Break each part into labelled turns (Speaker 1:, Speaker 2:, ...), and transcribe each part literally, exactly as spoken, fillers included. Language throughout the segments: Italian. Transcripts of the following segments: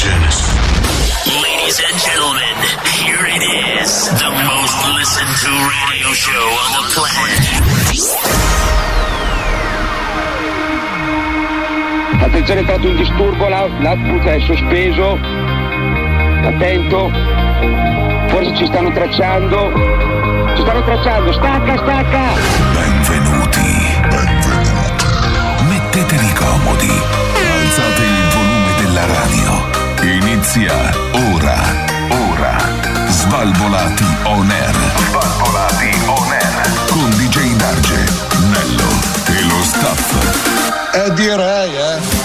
Speaker 1: Attention. Ladies and gentlemen, here it is, the most listened to radio show on the planet.
Speaker 2: Attenzione, è stato un disturbo, l'output è sospeso. Attento. Forse ci stanno tracciando. Ci stanno tracciando, stacca, stacca!
Speaker 3: Benvenuti, benvenuti. Mettetevi comodi, alzate il volume della radio. Inizia ora, ora. Svalvolati on air. Svalvolati on air. Con D J Darge, Nello e lo staff.
Speaker 4: Eh direi, eh.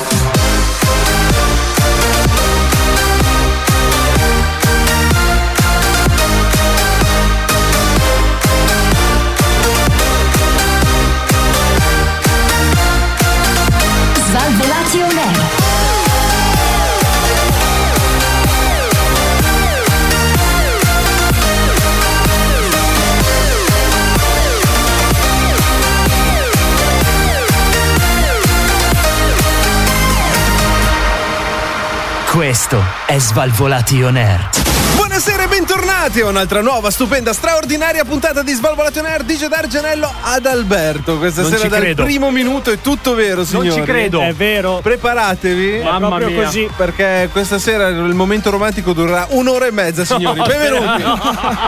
Speaker 5: Svalvolati on air.
Speaker 6: Questo è Svalvolati on air.
Speaker 7: Buonasera e bentornati a un'altra nuova, stupenda, straordinaria puntata di Svalvolati on air. D J Dargenello ad Alberto. Questa
Speaker 6: non
Speaker 7: sera dal
Speaker 6: credo.
Speaker 7: primo minuto è tutto vero, signori.
Speaker 6: Non ci credo.
Speaker 7: È vero. Preparatevi.
Speaker 6: Mamma
Speaker 7: proprio
Speaker 6: mia.
Speaker 7: così, perché questa sera il momento romantico durerà un'ora e mezza, signori.
Speaker 6: No,
Speaker 7: Benvenuti.
Speaker 6: no.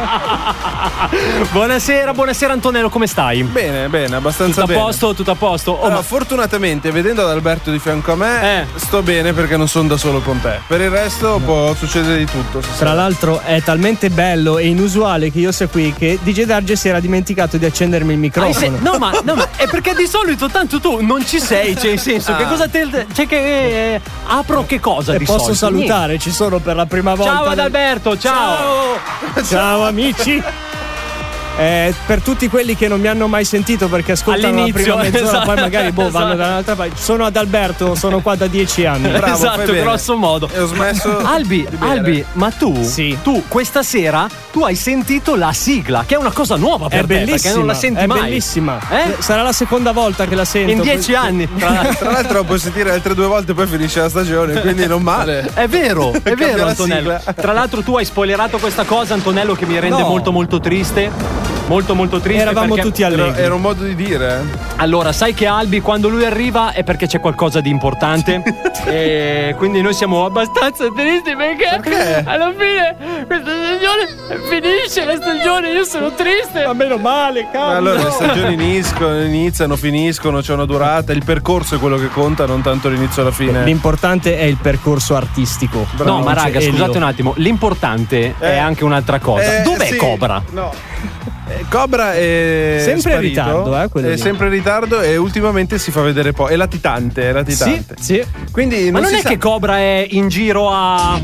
Speaker 6: Buonasera, buonasera Antonello, come stai?
Speaker 7: Bene, bene, abbastanza
Speaker 6: tutto
Speaker 7: bene.
Speaker 6: a posto, tutto a posto. Oh,
Speaker 7: Allora,
Speaker 6: ma...
Speaker 7: fortunatamente, vedendo ad Alberto di fianco a me,
Speaker 6: Eh.
Speaker 7: sto bene perché non sono da solo con te. Per il resto può succedere di tutto.
Speaker 8: Tra l'altro è talmente bello e inusuale che io sia qui che D J Darge si era dimenticato di accendermi il microfono.
Speaker 6: Ah, se... No, ma, no, ma è perché di solito tanto tu non ci sei, cioè nel senso,
Speaker 7: Ah.
Speaker 6: che cosa te. Cioè che eh, apro che cosa
Speaker 8: E
Speaker 6: di
Speaker 8: posso
Speaker 6: solito?
Speaker 8: salutare,
Speaker 6: Niente.
Speaker 8: ci sono per la prima volta.
Speaker 6: Ciao ad Alberto, ciao.
Speaker 8: Ciao, ciao amici. Eh, per tutti quelli che non mi hanno mai sentito perché ascoltano la
Speaker 6: All'inizio,
Speaker 8: prima mezz'ora,
Speaker 6: esatto,
Speaker 8: poi magari boh, vanno
Speaker 6: esatto.
Speaker 8: da un'altra parte. Sono ad Alberto, sono qua da dieci anni.
Speaker 7: Bravo, fai
Speaker 6: esatto,
Speaker 7: bene.
Speaker 6: grosso modo.
Speaker 7: E ho smesso
Speaker 6: Albi,
Speaker 7: di bere.
Speaker 6: Albi, ma tu,
Speaker 8: Sì.
Speaker 6: tu questa sera tu hai sentito la sigla, che è una cosa nuova per
Speaker 8: È
Speaker 6: te, perché
Speaker 8: bellissima,
Speaker 6: non la senti
Speaker 8: è
Speaker 6: mai.
Speaker 8: bellissima.
Speaker 6: Eh?
Speaker 8: Sarà la seconda volta che la sento.
Speaker 6: In dieci anni. Tra-
Speaker 7: Tra l'altro puoi sentire altre due volte, poi finisce la stagione, quindi non male.
Speaker 6: È vero, è
Speaker 7: Cambia
Speaker 6: vero
Speaker 7: la
Speaker 6: Antonello.
Speaker 7: sigla.
Speaker 6: Tra l'altro tu hai spoilerato questa cosa, Antonello, che mi rende
Speaker 8: No.
Speaker 6: molto molto triste. Molto molto triste.
Speaker 8: Eravamo
Speaker 6: perché...
Speaker 8: tutti
Speaker 7: Era,
Speaker 8: allegri.
Speaker 7: era un modo di dire.
Speaker 6: Allora, sai che Albi quando lui arriva è perché c'è qualcosa di importante. E quindi noi siamo abbastanza tristi perché,
Speaker 7: Perché?
Speaker 6: alla fine questa stagione finisce la stagione, io sono triste.
Speaker 8: Ma meno male,
Speaker 7: Ma
Speaker 8: cavolo.
Speaker 7: allora le stagioni iniscono, iniziano, finiscono, c'è una durata, il percorso è quello che conta, non tanto l'inizio alla fine.
Speaker 8: L'importante è il percorso artistico.
Speaker 6: No, ma raga,
Speaker 8: Elio.
Speaker 6: scusate un attimo, l'importante è
Speaker 7: Eh.
Speaker 6: anche un'altra cosa.
Speaker 7: Eh,
Speaker 6: Dov'è
Speaker 7: sì,
Speaker 6: Cobra?
Speaker 7: No. Eh, Cobra è
Speaker 8: Sempre in
Speaker 7: sparito,
Speaker 8: ritardo, eh, quello
Speaker 7: è
Speaker 8: lì.
Speaker 7: sempre in ritardo e ultimamente si fa vedere poi. È latitante, è latitante.
Speaker 8: Sì, sì.
Speaker 7: Quindi
Speaker 6: Ma non
Speaker 7: si
Speaker 6: è
Speaker 7: sa-
Speaker 6: che Cobra è in giro a.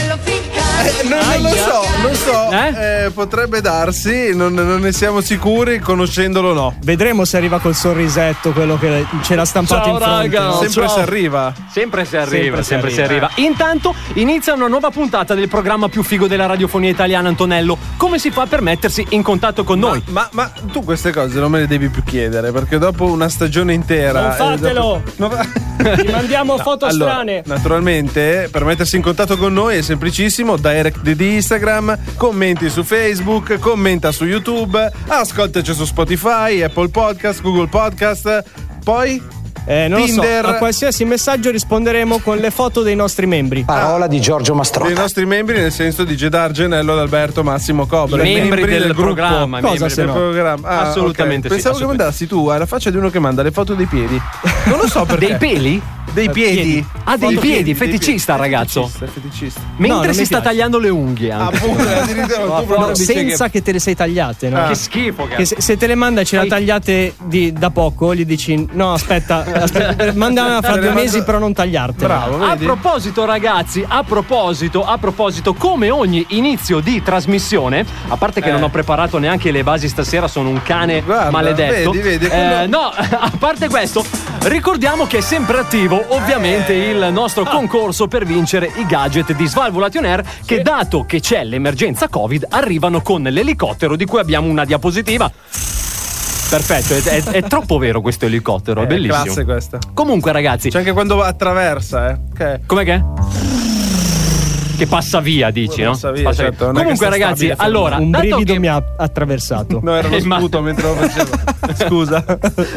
Speaker 7: Eh, non, non lo so, non so.
Speaker 6: Eh?
Speaker 7: Eh, potrebbe darsi, non, non ne siamo sicuri, conoscendolo no.
Speaker 8: Vedremo se arriva col sorrisetto quello che ce l'ha stampato
Speaker 6: Ciao,
Speaker 8: in fronte.
Speaker 6: raga. No,
Speaker 7: Sempre
Speaker 6: ciao.
Speaker 7: si arriva.
Speaker 6: Sempre si arriva,
Speaker 8: Sempre
Speaker 6: sempre,
Speaker 8: si
Speaker 6: si arriva. Intanto inizia una nuova puntata del programma più figo della radiofonia italiana, Antonello. Come si fa per mettersi in contatto con noi?
Speaker 7: Ma, ma tu queste cose non me le devi più chiedere, perché dopo una stagione intera.
Speaker 8: Non
Speaker 7: eh,
Speaker 8: fatelo!
Speaker 7: dopo- Non fa-
Speaker 8: Ti mandiamo foto
Speaker 7: Allora,
Speaker 8: strane.
Speaker 7: naturalmente, per mettersi in contatto con noi è semplicissimo: direct di Instagram, commenti su Facebook, commenta su YouTube, ascoltaci su Spotify, Apple Podcast, Google Podcast. Poi
Speaker 8: Eh, non
Speaker 7: Tinder.
Speaker 8: lo so, a qualsiasi messaggio risponderemo con le foto dei nostri membri.
Speaker 9: Parola di Giorgio Mastrota.
Speaker 7: dei nostri membri, nel senso di Gedargenello, Adalberto, Massimo Cobra,
Speaker 6: I membri del
Speaker 7: gruppo.
Speaker 6: programma, i
Speaker 8: Cosa
Speaker 6: membri
Speaker 8: se
Speaker 7: del
Speaker 8: no?
Speaker 7: programma. Ah,
Speaker 6: Assolutamente
Speaker 7: ok.
Speaker 6: sì,
Speaker 7: Pensavo che
Speaker 6: assolutamente.
Speaker 7: mandassi tu alla faccia di uno che manda le foto dei piedi. Non lo so perché.
Speaker 6: Dei peli?
Speaker 7: Dei piedi.
Speaker 6: Ah, dei
Speaker 7: Foto
Speaker 6: piedi,
Speaker 7: dei
Speaker 6: feticista,
Speaker 7: piedi.
Speaker 6: ragazzo.
Speaker 7: Feticista, feticista.
Speaker 6: Mentre
Speaker 8: No, non
Speaker 6: si
Speaker 8: mi
Speaker 6: sta
Speaker 8: piace.
Speaker 6: tagliando le unghie anche.
Speaker 7: Appunto, addirittura tu proprio
Speaker 8: No,
Speaker 7: dici
Speaker 8: senza che... te le sei tagliate, no?
Speaker 7: Ah.
Speaker 6: Che schifo,
Speaker 8: Che se, se te le manda e ce le ha tagliate di, da poco, gli dici no, aspetta, aspetta mandala fra
Speaker 7: Te le
Speaker 8: due mesi,
Speaker 7: mando-
Speaker 8: però non tagliartele.
Speaker 7: Bravo,
Speaker 6: A
Speaker 7: vedi?
Speaker 6: proposito, ragazzi, a proposito, a proposito, come ogni inizio di trasmissione, a parte che
Speaker 7: Eh.
Speaker 6: non ho preparato neanche le basi stasera, sono un cane
Speaker 7: Guarda,
Speaker 6: maledetto.
Speaker 7: vedi, vedi,
Speaker 6: Eh,
Speaker 7: quello-
Speaker 6: no, a parte questo, ricordiamo che è sempre attivo, ovviamente,
Speaker 7: Eh.
Speaker 6: il nostro concorso per vincere i gadget di Svalvolation Air, che dato che c'è l'emergenza Covid, arrivano con l'elicottero di cui abbiamo una diapositiva. Perfetto, è, è- è troppo vero questo elicottero, è
Speaker 7: Eh,
Speaker 6: bellissimo.
Speaker 7: classe questa.
Speaker 6: Comunque, ragazzi,
Speaker 7: C'è anche quando attraversa, eh. Ok.
Speaker 6: com'è che è? che passa via, dici, no?
Speaker 7: Passa via,
Speaker 6: Passa via.
Speaker 7: certo, non è che
Speaker 6: Comunque,
Speaker 7: sta
Speaker 6: ragazzi,
Speaker 7: stabile,
Speaker 6: allora,
Speaker 8: Un
Speaker 6: dato
Speaker 8: brivido
Speaker 6: che-
Speaker 8: mi ha attraversato.
Speaker 7: No, era uno
Speaker 6: Eh, ma-
Speaker 7: sputo mentre lo facevo. Scusa.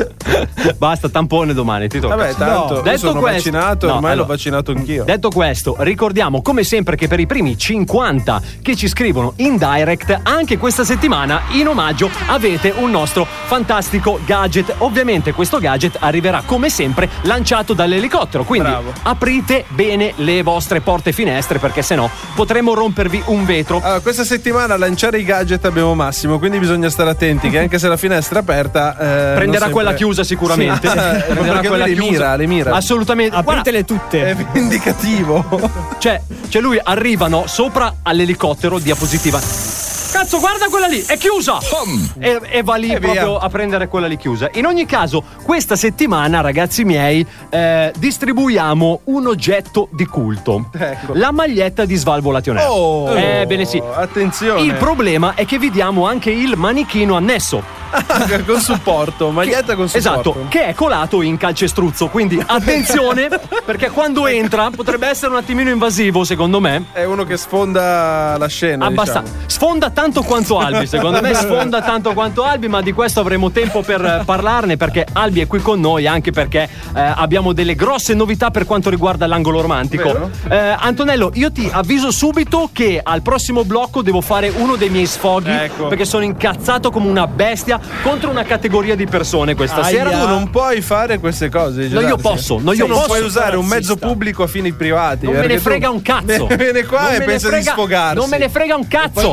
Speaker 6: Basta, tampone domani, ti tocca.
Speaker 7: Vabbè, tanto io
Speaker 6: detto
Speaker 7: sono
Speaker 6: questo-
Speaker 7: vaccinato,
Speaker 6: no,
Speaker 7: ormai
Speaker 6: allora,
Speaker 7: l'ho vaccinato anch'io.
Speaker 6: Detto questo, ricordiamo come sempre che per i primi cinquanta che ci scrivono in direct, anche questa settimana in omaggio avete un nostro fantastico gadget. Ovviamente questo gadget arriverà come sempre lanciato dall'elicottero, quindi
Speaker 7: Bravo.
Speaker 6: aprite bene le vostre porte e finestre perché sennò potremo rompervi un vetro.
Speaker 7: Allora, questa settimana a lanciare i gadget abbiamo Massimo, quindi bisogna stare attenti che anche se la finestra è aperta eh, non
Speaker 6: Prenderà
Speaker 7: sempre-
Speaker 6: quella chiusa sicuramente.
Speaker 7: Sì.
Speaker 6: Prenderà
Speaker 7: Perché
Speaker 6: quella
Speaker 7: lui le
Speaker 6: chiusa.
Speaker 7: mira, le mira.
Speaker 6: Assolutamente.
Speaker 8: Apritele tutte.
Speaker 7: È indicativo.
Speaker 6: Cioè, cioè lui arrivano sopra all'elicottero, diapositiva. Cazzo, guarda quella lì, è chiusa! E, e va lì
Speaker 7: E
Speaker 6: proprio
Speaker 7: via.
Speaker 6: a prendere quella lì chiusa. In ogni caso, questa settimana, ragazzi miei, eh, distribuiamo un oggetto di culto.
Speaker 7: Ecco.
Speaker 6: La maglietta di Svalvolation Air.
Speaker 7: Oh,
Speaker 6: Eh, bene sì.
Speaker 7: Attenzione.
Speaker 6: Il problema è che vi diamo anche il manichino annesso.
Speaker 7: con supporto, maglietta con supporto.
Speaker 6: Esatto, che è colato in calcestruzzo. Quindi attenzione, perché quando entra potrebbe essere un attimino invasivo, secondo me.
Speaker 7: È uno che sfonda la scena.
Speaker 6: Abbastanza.
Speaker 7: diciamo.
Speaker 6: Sfonda tanto quanto Albi, secondo me sfonda tanto quanto Albi, ma di questo avremo tempo per eh, parlarne perché Albi è qui con noi, anche perché eh, abbiamo delle grosse novità per quanto riguarda l'angolo romantico.
Speaker 7: Vero?
Speaker 6: Eh, Antonello, io ti avviso subito che al prossimo blocco devo fare uno dei miei sfoghi,
Speaker 7: Ecco.
Speaker 6: perché sono incazzato come una bestia contro una categoria di persone questa
Speaker 8: Aia.
Speaker 6: sera.
Speaker 7: Tu non puoi fare queste cose.
Speaker 6: No, io
Speaker 7: Gerardo.
Speaker 6: posso, no, io
Speaker 7: Tu non
Speaker 6: posso.
Speaker 7: puoi usare un mezzo
Speaker 8: Razzista.
Speaker 7: pubblico a fini privati.
Speaker 6: Non me
Speaker 7: perché
Speaker 6: ne
Speaker 7: tu
Speaker 6: frega un cazzo.
Speaker 7: Viene qua
Speaker 6: Non
Speaker 7: e
Speaker 6: me ne
Speaker 7: pensa
Speaker 6: frega-
Speaker 7: di sfogarsi.
Speaker 6: Non me ne frega un cazzo.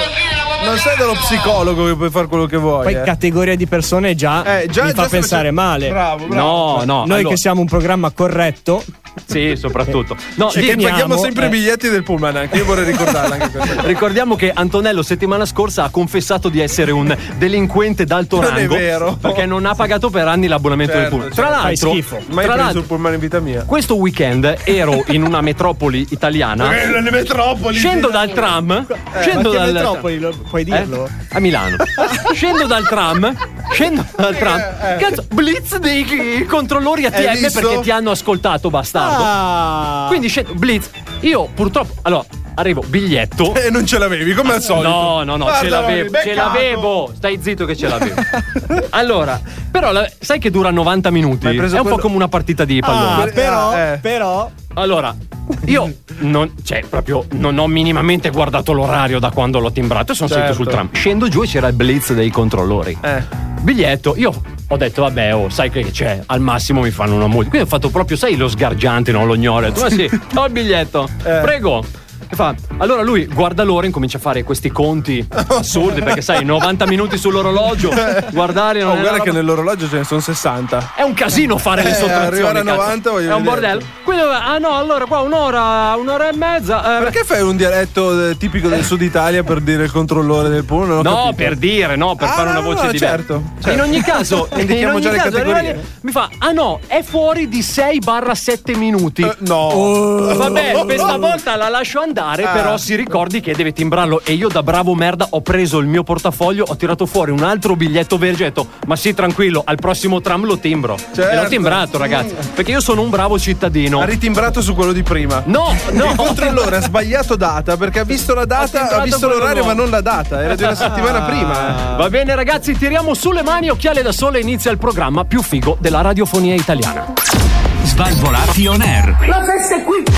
Speaker 7: Non sei dello psicologo che puoi fare quello che vuoi.
Speaker 8: Poi
Speaker 7: eh.
Speaker 8: categoria di persone già,
Speaker 7: Eh, già-
Speaker 8: mi
Speaker 7: già
Speaker 8: fa
Speaker 7: sto
Speaker 8: pensare
Speaker 7: facendo-
Speaker 8: male.
Speaker 7: Bravo, bravo.
Speaker 6: No, no.
Speaker 8: Noi
Speaker 6: allora-
Speaker 8: che siamo un programma corretto,
Speaker 6: Sì, soprattutto. No,
Speaker 8: Ci
Speaker 6: di-
Speaker 7: Che
Speaker 8: teniamo,
Speaker 7: paghiamo sempre
Speaker 8: eh.
Speaker 7: i biglietti del pullman anche. Io vorrei ricordarla anche questa.
Speaker 6: Ricordiamo che Antonello settimana scorsa ha confessato di essere un delinquente d'alto
Speaker 7: Non è
Speaker 6: rango
Speaker 7: vero.
Speaker 6: perché non ha pagato per anni l'abbonamento
Speaker 7: Certo,
Speaker 6: del pullman.
Speaker 7: certo.
Speaker 6: Tra
Speaker 8: Fai
Speaker 6: l'altro,
Speaker 8: schifo.
Speaker 7: Mai
Speaker 6: tra
Speaker 7: preso
Speaker 6: l'altro
Speaker 7: il pullman in vita mia.
Speaker 6: questo weekend ero in una metropoli italiana.
Speaker 7: Nelle metropoli.
Speaker 6: Scendo dal tram,
Speaker 8: ma
Speaker 6: scendo
Speaker 8: che
Speaker 6: dal
Speaker 8: metropoli, lo- puoi
Speaker 6: Eh?
Speaker 8: dirlo?
Speaker 6: A Milano. Scendo dal tram, scendo dal tram. Cazzo, blitz dei controllori A T
Speaker 7: Hai
Speaker 6: M
Speaker 7: visto?
Speaker 6: perché ti hanno ascoltato, bastardo.
Speaker 8: Ah,
Speaker 6: Quindi scendo, blitz. Io purtroppo, allora, arrivo, biglietto.
Speaker 7: E non ce l'avevi, come al solito.
Speaker 6: No, no, no, ce
Speaker 7: Guarda,
Speaker 6: l'avevo,
Speaker 7: beccato.
Speaker 6: ce l'avevo. Stai zitto che ce l'avevo. Allora, però la- sai che dura novanta minuti?
Speaker 7: Ma
Speaker 6: È
Speaker 7: hai
Speaker 6: un
Speaker 7: preso
Speaker 6: po'
Speaker 7: quello-
Speaker 6: come una partita di
Speaker 8: ah,
Speaker 6: pallone.
Speaker 8: però,
Speaker 7: eh.
Speaker 8: però
Speaker 6: Allora, io non, cioè, proprio non ho minimamente guardato l'orario da quando l'ho timbrato e sono
Speaker 7: Certo.
Speaker 6: salito sul tram. Scendo giù e c'era il blitz dei controllori.
Speaker 7: Eh.
Speaker 6: Biglietto, io ho detto, vabbè, oh, sai che c'è, al massimo mi fanno una multa. Quindi ho fatto proprio, sai, lo sgargiante, no? Lo gnore. Ho detto, ma sì, ho il biglietto,
Speaker 7: Eh.
Speaker 6: prego. E fa, allora lui guarda l'ora e incomincia a fare questi conti assurdi perché sai, novanta minuti sull'orologio, guardare non
Speaker 7: Oh,
Speaker 6: è
Speaker 7: guarda
Speaker 6: una
Speaker 7: che
Speaker 6: roba-
Speaker 7: nell'orologio ce ne sono sessanta.
Speaker 6: è un casino fare le
Speaker 7: Eh,
Speaker 6: sottrazioni.
Speaker 7: arrivare a
Speaker 6: cazzo.
Speaker 7: novanta voglio
Speaker 6: è un
Speaker 7: vedere.
Speaker 6: bordello. Quindi, ah no, allora qua un'ora, un'ora e mezza. eh,
Speaker 7: Perché fai un dialetto eh, tipico del sud Italia per dire il controllore del pullman? Non ho
Speaker 6: No,
Speaker 7: capito.
Speaker 6: per dire, no, per
Speaker 7: Ah,
Speaker 6: fare una
Speaker 7: no,
Speaker 6: voce
Speaker 7: no,
Speaker 6: diversa.
Speaker 7: certo, certo.
Speaker 6: In ogni caso, in
Speaker 7: Indichiamo
Speaker 6: ogni
Speaker 7: già le
Speaker 6: caso, arriva
Speaker 7: categorie.
Speaker 6: lì, mi fa, ah no, è fuori di sei sette minuti.
Speaker 7: Eh, no.
Speaker 6: Oh. Vabbè, questa volta la lascio andare,
Speaker 7: Ah.
Speaker 6: però si ricordi che deve timbrarlo. E io, da bravo merda, ho preso il mio portafoglio, ho tirato fuori un altro biglietto verde. Ho detto, ma sì, tranquillo, al prossimo tram lo timbro.
Speaker 7: Certo.
Speaker 6: E l'ho timbrato, ragazzi, perché io sono un bravo cittadino.
Speaker 7: Ha ritimbrato su quello di prima.
Speaker 6: No, no.
Speaker 7: Il controllore ha sbagliato data perché ha visto la data,
Speaker 6: timbrato
Speaker 7: ha visto
Speaker 6: quello
Speaker 7: l'orario,
Speaker 6: nuovo.
Speaker 7: ma non la data. Era di una settimana prima.
Speaker 6: Va bene, ragazzi, tiriamo su le mani, occhiali da sole, inizia il programma più figo della radiofonia italiana.
Speaker 1: Svalvolati on air.
Speaker 4: La festa è qui!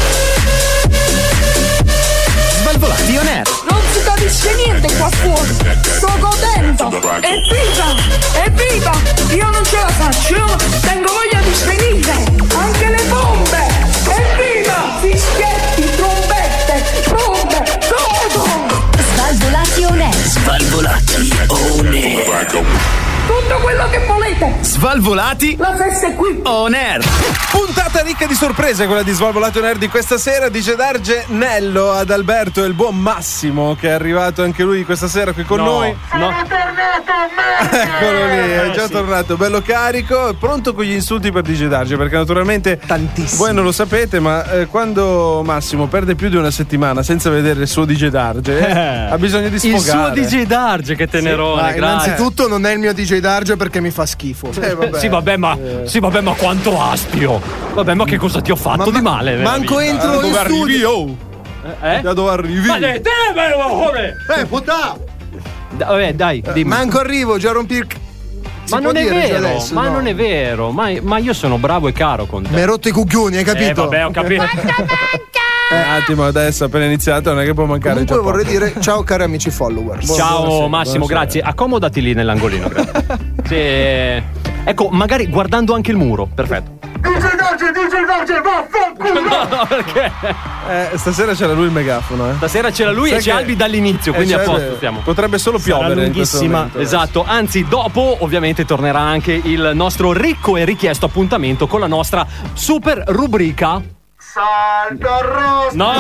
Speaker 1: Svalvolati on air.
Speaker 4: Non si capisce niente qua fuori! Sto godendo! Evviva! Evviva! Io non ce la faccio! Io tengo voglia di svenire! Anche le bombe! Evviva! Fischietti, trombette, bombe, todo!
Speaker 5: Svalvolati on air.
Speaker 1: Svalvolati on air.
Speaker 4: Tutto quello che volete!
Speaker 1: Svalvolati
Speaker 4: La festa è qui!
Speaker 1: on air.
Speaker 7: Puntata ricca di sorprese quella di Svalvolato Nerd di questa sera. Dice Darge Nello ad Alberto e il buon Massimo, che è arrivato anche lui questa sera qui con
Speaker 6: No,
Speaker 7: noi.
Speaker 6: no.
Speaker 7: Eccolo lì, è già tornato, bello carico, pronto con gli insulti per D J Darge, perché naturalmente
Speaker 8: tantissimo.
Speaker 7: voi non lo sapete, ma eh, quando Massimo perde più di una settimana senza vedere il suo D J Darge, eh, ha bisogno di
Speaker 6: Il
Speaker 7: sfogare.
Speaker 6: suo D J Darge, che tenerone,
Speaker 9: Ma
Speaker 6: grazie.
Speaker 9: innanzitutto non è il mio D J Darge perché mi fa schifo.
Speaker 7: Eh, vabbè.
Speaker 6: Sì, vabbè, ma sì, vabbè, ma quanto aspio. Vabbè, ma che cosa ti ho fatto di male? nella
Speaker 9: Manco
Speaker 6: vita?
Speaker 9: entro in
Speaker 7: Dove arrivi?
Speaker 9: studio.
Speaker 7: Oh.
Speaker 6: Eh?
Speaker 7: Da dove arrivi?
Speaker 6: Ma te, come?
Speaker 9: Eh, puttana!
Speaker 6: Da- Vabbè, dai, dimmi.
Speaker 9: Manco arrivo, già rompi il.
Speaker 6: Ma non è vero, ma non è vero, ma, ma io sono bravo e caro con te.
Speaker 9: Mi hai rotto i cucchioni, hai capito?
Speaker 6: Eh, vabbè, ho capito.
Speaker 7: Un attimo, adesso appena iniziato non è che può mancare.
Speaker 9: Comunque vorrei dire ciao cari amici followers.
Speaker 6: Ciao
Speaker 7: Buonasera,
Speaker 6: Massimo,
Speaker 7: buonasera.
Speaker 6: grazie. Accomodati lì nell'angolino, grazie. Sì. Ecco, magari guardando anche il muro, perfetto.
Speaker 4: Dice Darge, dice Darge, vaffanculo!
Speaker 6: No, perché?
Speaker 7: Eh, stasera c'era lui il megafono, eh.
Speaker 6: Stasera c'era lui
Speaker 7: Sai
Speaker 6: e c'è
Speaker 7: che-
Speaker 6: Albi dall'inizio,
Speaker 7: eh,
Speaker 6: quindi a
Speaker 7: cioè,
Speaker 6: posto stiamo.
Speaker 7: Potrebbe solo
Speaker 8: Sarà
Speaker 7: piovere in questo
Speaker 8: lunghissima.
Speaker 7: momento.
Speaker 6: Esatto, anzi dopo ovviamente tornerà anche il nostro ricco e richiesto appuntamento con la nostra super rubrica.
Speaker 4: Salto rosso!
Speaker 6: No!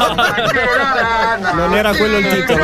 Speaker 8: Non era quello il titolo.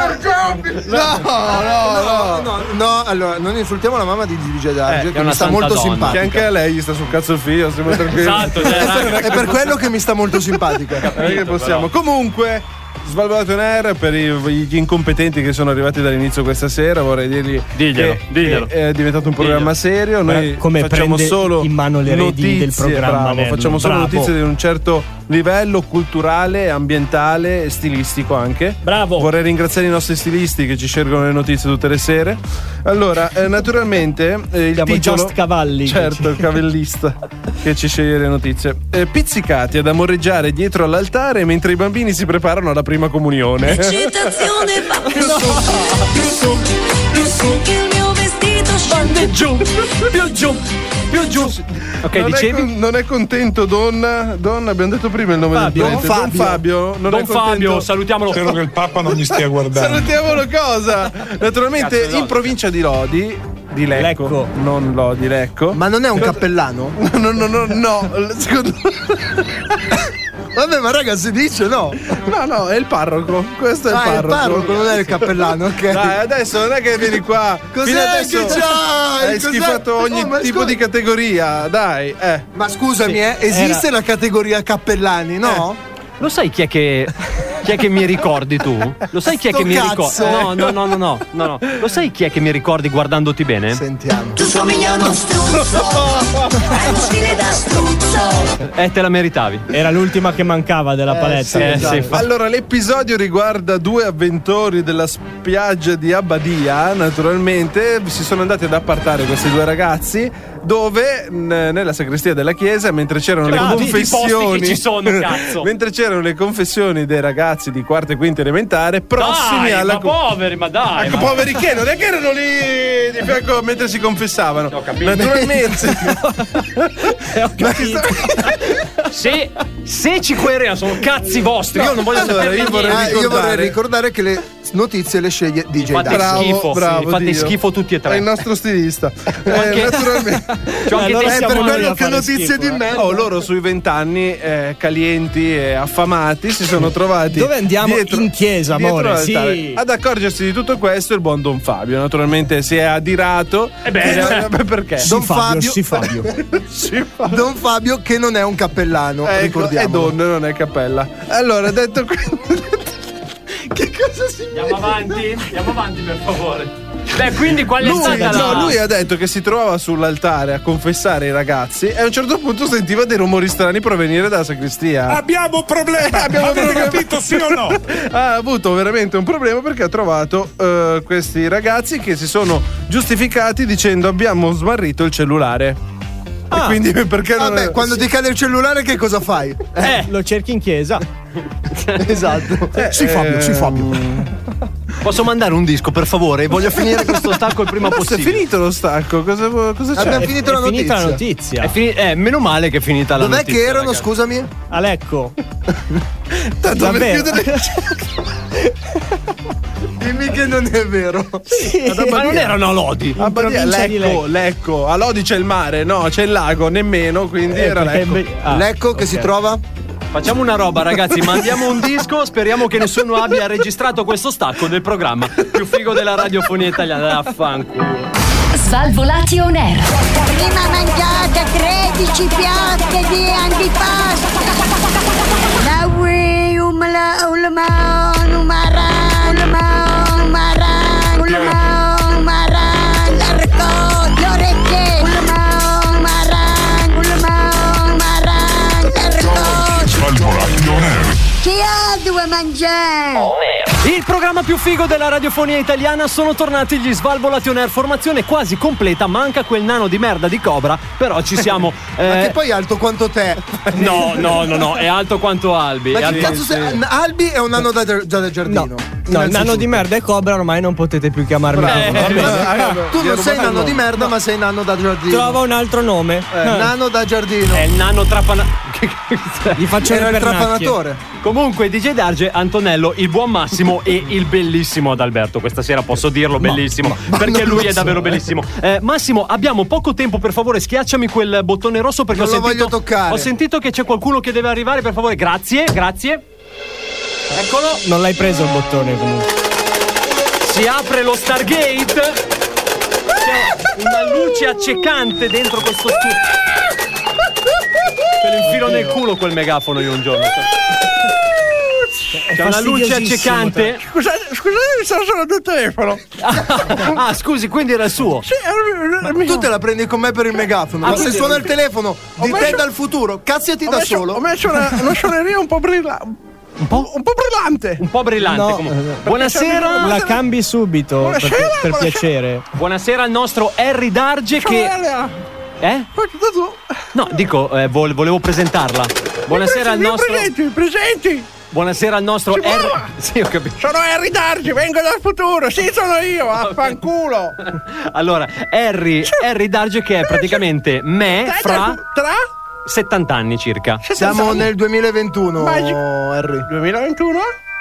Speaker 9: No, no, no, no, no, allora non insultiamo la mamma di D J Darge,
Speaker 6: Eh,
Speaker 9: che
Speaker 6: è una
Speaker 9: mi sta
Speaker 6: santa
Speaker 9: molto
Speaker 6: donna.
Speaker 7: Che
Speaker 9: simpatica.
Speaker 7: anche a lei gli sta sul cazzo il figlio, sembra tranquillo.
Speaker 6: Esatto, cioè,
Speaker 9: È per quello che mi sta molto simpatica.
Speaker 7: Non è che possiamo. Comunque, Svalvolato on Air, per i- gli incompetenti che sono arrivati dall'inizio questa sera, vorrei dirgli
Speaker 6: Diglielo,
Speaker 7: che,
Speaker 6: diglielo.
Speaker 7: che è diventato un programma serio. Noi
Speaker 8: Come
Speaker 7: facciamo
Speaker 8: prende
Speaker 7: solo
Speaker 8: in mano le redini del
Speaker 7: notizie,
Speaker 8: programma,
Speaker 7: bravo,
Speaker 8: Nello,
Speaker 7: facciamo solo
Speaker 8: bravo.
Speaker 7: notizie di un certo livello culturale, ambientale e stilistico anche.
Speaker 8: Bravo.
Speaker 7: Vorrei ringraziare i nostri stilisti che ci scelgono le notizie tutte le sere. Allora, eh, naturalmente eh, il
Speaker 8: Siamo
Speaker 7: titolo,
Speaker 8: Just Cavalli.
Speaker 7: certo, il cavellista che ci sceglie le notizie. Eh, pizzicati ad amoreggiare dietro all'altare mentre i bambini si preparano alla prima comunione.
Speaker 5: L'eccitazione va più su, più su, più su, il mio vestito scende
Speaker 6: giù, più giù, più giù. Ok,
Speaker 7: non,
Speaker 6: dicevi?
Speaker 7: è con- non è contento Donna? Donna, abbiamo detto prima il nome
Speaker 6: Fabio.
Speaker 7: del prete. Don Fabio. Non
Speaker 6: Don
Speaker 7: è contento.
Speaker 6: Fabio, salutiamolo.
Speaker 10: Spero che il Papa non mi stia guardando.
Speaker 7: Salutiamolo cosa? Naturalmente
Speaker 6: Cazzo, no.
Speaker 7: in provincia di Lodi, di Lecco,
Speaker 8: Lecco.
Speaker 7: non Lodi, Lecco.
Speaker 9: Ma non è un cappellano?
Speaker 7: No, no, no, no, secondo
Speaker 9: Vabbè, ma raga, si dice no.
Speaker 7: No, no, è il parroco. Questo è il
Speaker 9: Ah, è il
Speaker 7: parroco.
Speaker 9: parroco, non è il cappellano, ok.
Speaker 7: Dai, adesso non è che vieni qua.
Speaker 9: Cos'è
Speaker 7: Fino adesso
Speaker 9: che c'hai?
Speaker 7: Hai
Speaker 9: Cos'è?
Speaker 7: schifato ogni
Speaker 9: Oh, ma
Speaker 7: tipo
Speaker 9: scusa-
Speaker 7: di categoria, dai, eh.
Speaker 9: Ma scusami, eh, esiste la categoria cappellani, no?
Speaker 6: Lo sai chi è che chi è che mi ricordi tu? Lo sai chi è
Speaker 9: Sto
Speaker 6: che mi ricordi?
Speaker 9: cazzo.
Speaker 6: No, no, no, no, no, no, no. Lo sai chi è che mi ricordi guardandoti bene?
Speaker 9: Sentiamo.
Speaker 5: tu somigli a uno struzzo, hai uno stile da struzzo.
Speaker 6: Eh, te la meritavi.
Speaker 8: Era l'ultima che mancava della paletta.
Speaker 6: Eh,
Speaker 9: esatto.
Speaker 6: sì, fa-
Speaker 7: Allora, l'episodio riguarda due avventori della spiaggia di Abbadia. Naturalmente si sono andati ad appartare questi due ragazzi dove n- nella sacrestia della chiesa, mentre c'erano le
Speaker 6: Bravi, i posti
Speaker 7: confessioni
Speaker 6: che ci sono, cazzo.
Speaker 7: mentre c'erano le confessioni dei ragazzi di quarta e quinta elementare prossimi
Speaker 6: Dai,
Speaker 7: alla
Speaker 6: ma
Speaker 7: co-
Speaker 6: poveri, ma dai.
Speaker 7: Ecco,
Speaker 6: ma-
Speaker 7: poveri che non è che erano lì di fianco mentre si confessavano.
Speaker 6: Ho capito.
Speaker 7: Naturalmente.
Speaker 8: Ho capito.
Speaker 6: Se, se ci querelano sono cazzi vostri, io non voglio
Speaker 7: Allora,
Speaker 6: sapere
Speaker 7: io vorrei
Speaker 9: Ah, io
Speaker 7: ricordare-
Speaker 9: vorrei ricordare che le notizie le sceglie D J
Speaker 6: Fate
Speaker 9: Darge.
Speaker 6: schifo,
Speaker 7: bravo,
Speaker 6: fate
Speaker 7: Dio.
Speaker 6: schifo tutti e tre.
Speaker 7: È il nostro stilista. Eh,
Speaker 6: Anche-
Speaker 7: naturalmente.
Speaker 6: C'ho anche
Speaker 8: Allora
Speaker 6: te
Speaker 9: È
Speaker 8: siamo
Speaker 9: per
Speaker 8: noi
Speaker 9: quello
Speaker 8: a
Speaker 9: che
Speaker 8: fare
Speaker 9: notizie
Speaker 8: schifo,
Speaker 9: di
Speaker 8: eh.
Speaker 9: merda.
Speaker 7: Oh, loro sui vent'anni eh, calienti e affamati si sono trovati.
Speaker 8: Dove andiamo?
Speaker 7: dietro-
Speaker 8: In chiesa,
Speaker 7: dietro
Speaker 8: amore,
Speaker 7: l'altare.
Speaker 8: sì.
Speaker 7: Ad accorgersi di tutto questo il buon Don Fabio. Naturalmente si è adirato.
Speaker 6: Eh beh,
Speaker 7: Eh, perché?
Speaker 8: Sì,
Speaker 9: Don
Speaker 8: Fabio,
Speaker 9: Fabio.
Speaker 8: sì, Fabio.
Speaker 7: Sì, fa-
Speaker 9: Don Fabio che non è un cappellano,
Speaker 7: Ecco, è
Speaker 9: ricordiamo.
Speaker 7: Don, non è cappella. Allora, detto questo.
Speaker 9: Che cosa si
Speaker 6: Andiamo avanti, andiamo avanti per favore. Beh, quindi qual è
Speaker 7: Lui,
Speaker 6: stata la...
Speaker 7: no, lui ha detto che si trovava sull'altare a confessare i ragazzi e a un certo punto sentiva dei rumori strani provenire dalla sacrestia.
Speaker 10: Abbiamo problemi.
Speaker 7: Abbiamo
Speaker 10: Avete
Speaker 7: problema.
Speaker 10: capito, sì o no?
Speaker 7: Ha avuto veramente un problema perché ha trovato eh, questi ragazzi che si sono giustificati dicendo abbiamo smarrito il cellulare. E quindi perché non
Speaker 9: Vabbè, quando ti cade il cellulare che cosa fai?
Speaker 8: Eh, lo cerchi in chiesa.
Speaker 9: Esatto. sì, Fabio, sì, Fabio.
Speaker 6: Posso mandare un disco, per favore? Voglio finire questo stacco il prima
Speaker 7: Basta, è
Speaker 6: possibile.
Speaker 7: finito lo stacco. Cosa, cosa c'è?
Speaker 9: Abbiamo
Speaker 8: È,
Speaker 9: finito
Speaker 8: è
Speaker 9: la
Speaker 8: finita
Speaker 9: notizia.
Speaker 8: la notizia.
Speaker 6: È fini- eh, meno male che è finita la
Speaker 9: Dov'è
Speaker 6: notizia.
Speaker 9: che erano,
Speaker 6: ragazzi.
Speaker 9: scusami?
Speaker 8: A Lecco.
Speaker 7: Tanto per
Speaker 8: Davvero?
Speaker 7: chiudere-
Speaker 9: Dimmi che non è vero.
Speaker 6: Ma non erano a Lodi.
Speaker 7: A Badia,
Speaker 8: provincia di
Speaker 7: Lecco,
Speaker 8: Lecco.
Speaker 7: Lecco. A Lodi c'è il mare, no, c'è il lago, nemmeno, quindi
Speaker 8: Eh,
Speaker 7: era
Speaker 8: perché
Speaker 7: Lecco.
Speaker 8: inve- ah,
Speaker 9: Lecco che si trova?
Speaker 6: Facciamo una roba, ragazzi. Mandiamo un disco. Speriamo che nessuno abbia registrato questo stacco del programma più figo della radiofonia italiana. Affanculo.
Speaker 5: Svalvolati on air.
Speaker 11: Prima mangiate tredici piatte di antipasto. La ui umla ulma numara ulma numara ulma numara l'arco le orecchie ulma numara ulma numara l'arco.
Speaker 3: Svalvolati on Air.
Speaker 11: Chi ha due mangiare.
Speaker 6: Il programma più figo della radiofonia italiana, sono tornati gli Svalvolation Air, formazione quasi completa, manca quel nano di merda di Cobra, però ci siamo.
Speaker 9: Ma
Speaker 6: eh,
Speaker 9: che poi è alto quanto te.
Speaker 6: No, no, no, no, è alto quanto Albi.
Speaker 9: Ma che
Speaker 6: Albi-
Speaker 9: cazzo sei? Albi è un nano da, già da giardino.
Speaker 8: No, il nano di merda e Cobra ormai non potete più chiamarmi.
Speaker 6: Eh,
Speaker 8: così.
Speaker 9: Ma tu non sei nano di merda, ma sei nano da giardino.
Speaker 8: Trova un altro nome.
Speaker 9: Eh, nano da giardino.
Speaker 6: È il nano trapana.
Speaker 8: Gli faccio
Speaker 9: Era
Speaker 8: il
Speaker 9: il trapanatore.
Speaker 6: Comunque, D J Darge, Antonello, il buon Massimo e il bellissimo Adalberto. Questa sera posso dirlo, bellissimo, perché
Speaker 9: non
Speaker 6: lui
Speaker 9: lo
Speaker 6: è
Speaker 9: so,
Speaker 6: davvero
Speaker 9: eh.
Speaker 6: bellissimo. Eh, Massimo, abbiamo poco tempo, per favore, schiacciami quel bottone rosso perché
Speaker 9: Non
Speaker 6: ho
Speaker 9: lo
Speaker 6: sentito,
Speaker 9: voglio toccare.
Speaker 6: ho sentito che c'è qualcuno che deve arrivare, per favore. Grazie, grazie. Eccolo.
Speaker 8: Non l'hai preso il bottone comunque.
Speaker 6: Si apre lo Stargate. C'è una luce accecante dentro questo studio. Te lo infilo nel culo quel megafono io un giorno. C'è una luce accecante.
Speaker 12: Scusate, scusate, mi sono solo del telefono.
Speaker 6: Ah, scusi, quindi era il suo.
Speaker 12: Sì, era il mio.
Speaker 9: Tu te la prendi con me per il megafono.
Speaker 6: Ah,
Speaker 9: Ma se
Speaker 6: quindi-
Speaker 9: suona il telefono di
Speaker 12: messo-
Speaker 9: te dal futuro, cazziati
Speaker 12: Ho
Speaker 9: da
Speaker 12: messo,
Speaker 9: solo.
Speaker 12: ho messo una, una suoneria un po' brillante.
Speaker 6: Un po'?
Speaker 12: Un po' brillante.
Speaker 6: Un po' brillante.
Speaker 8: No,
Speaker 6: comunque.
Speaker 8: eh,
Speaker 6: Buonasera.
Speaker 8: La cambi subito.
Speaker 12: Buonasera,
Speaker 8: per, per
Speaker 12: buonasera.
Speaker 8: piacere.
Speaker 6: Buonasera al nostro Harry Darge che.
Speaker 12: Sorella.
Speaker 6: Eh?
Speaker 12: Poi tutto tu.
Speaker 6: No, dico, eh, vol- volevo presentarla. Buonasera al
Speaker 12: Mi
Speaker 6: nostro.
Speaker 12: presenti, mi presenti.
Speaker 6: Buonasera al nostro
Speaker 12: Si
Speaker 6: Harry.
Speaker 12: muova.
Speaker 6: Sì, ho capito.
Speaker 12: Sono Harry Darge, vengo dal futuro. Sì, sono io, affanculo.
Speaker 6: Allora, Harry, Harry Darge che è praticamente me fra
Speaker 12: Tra?
Speaker 6: settanta anni circa.
Speaker 9: Siamo nel duemilaventuno,
Speaker 12: Magic.
Speaker 9: Harry.
Speaker 12: duemilaventuno?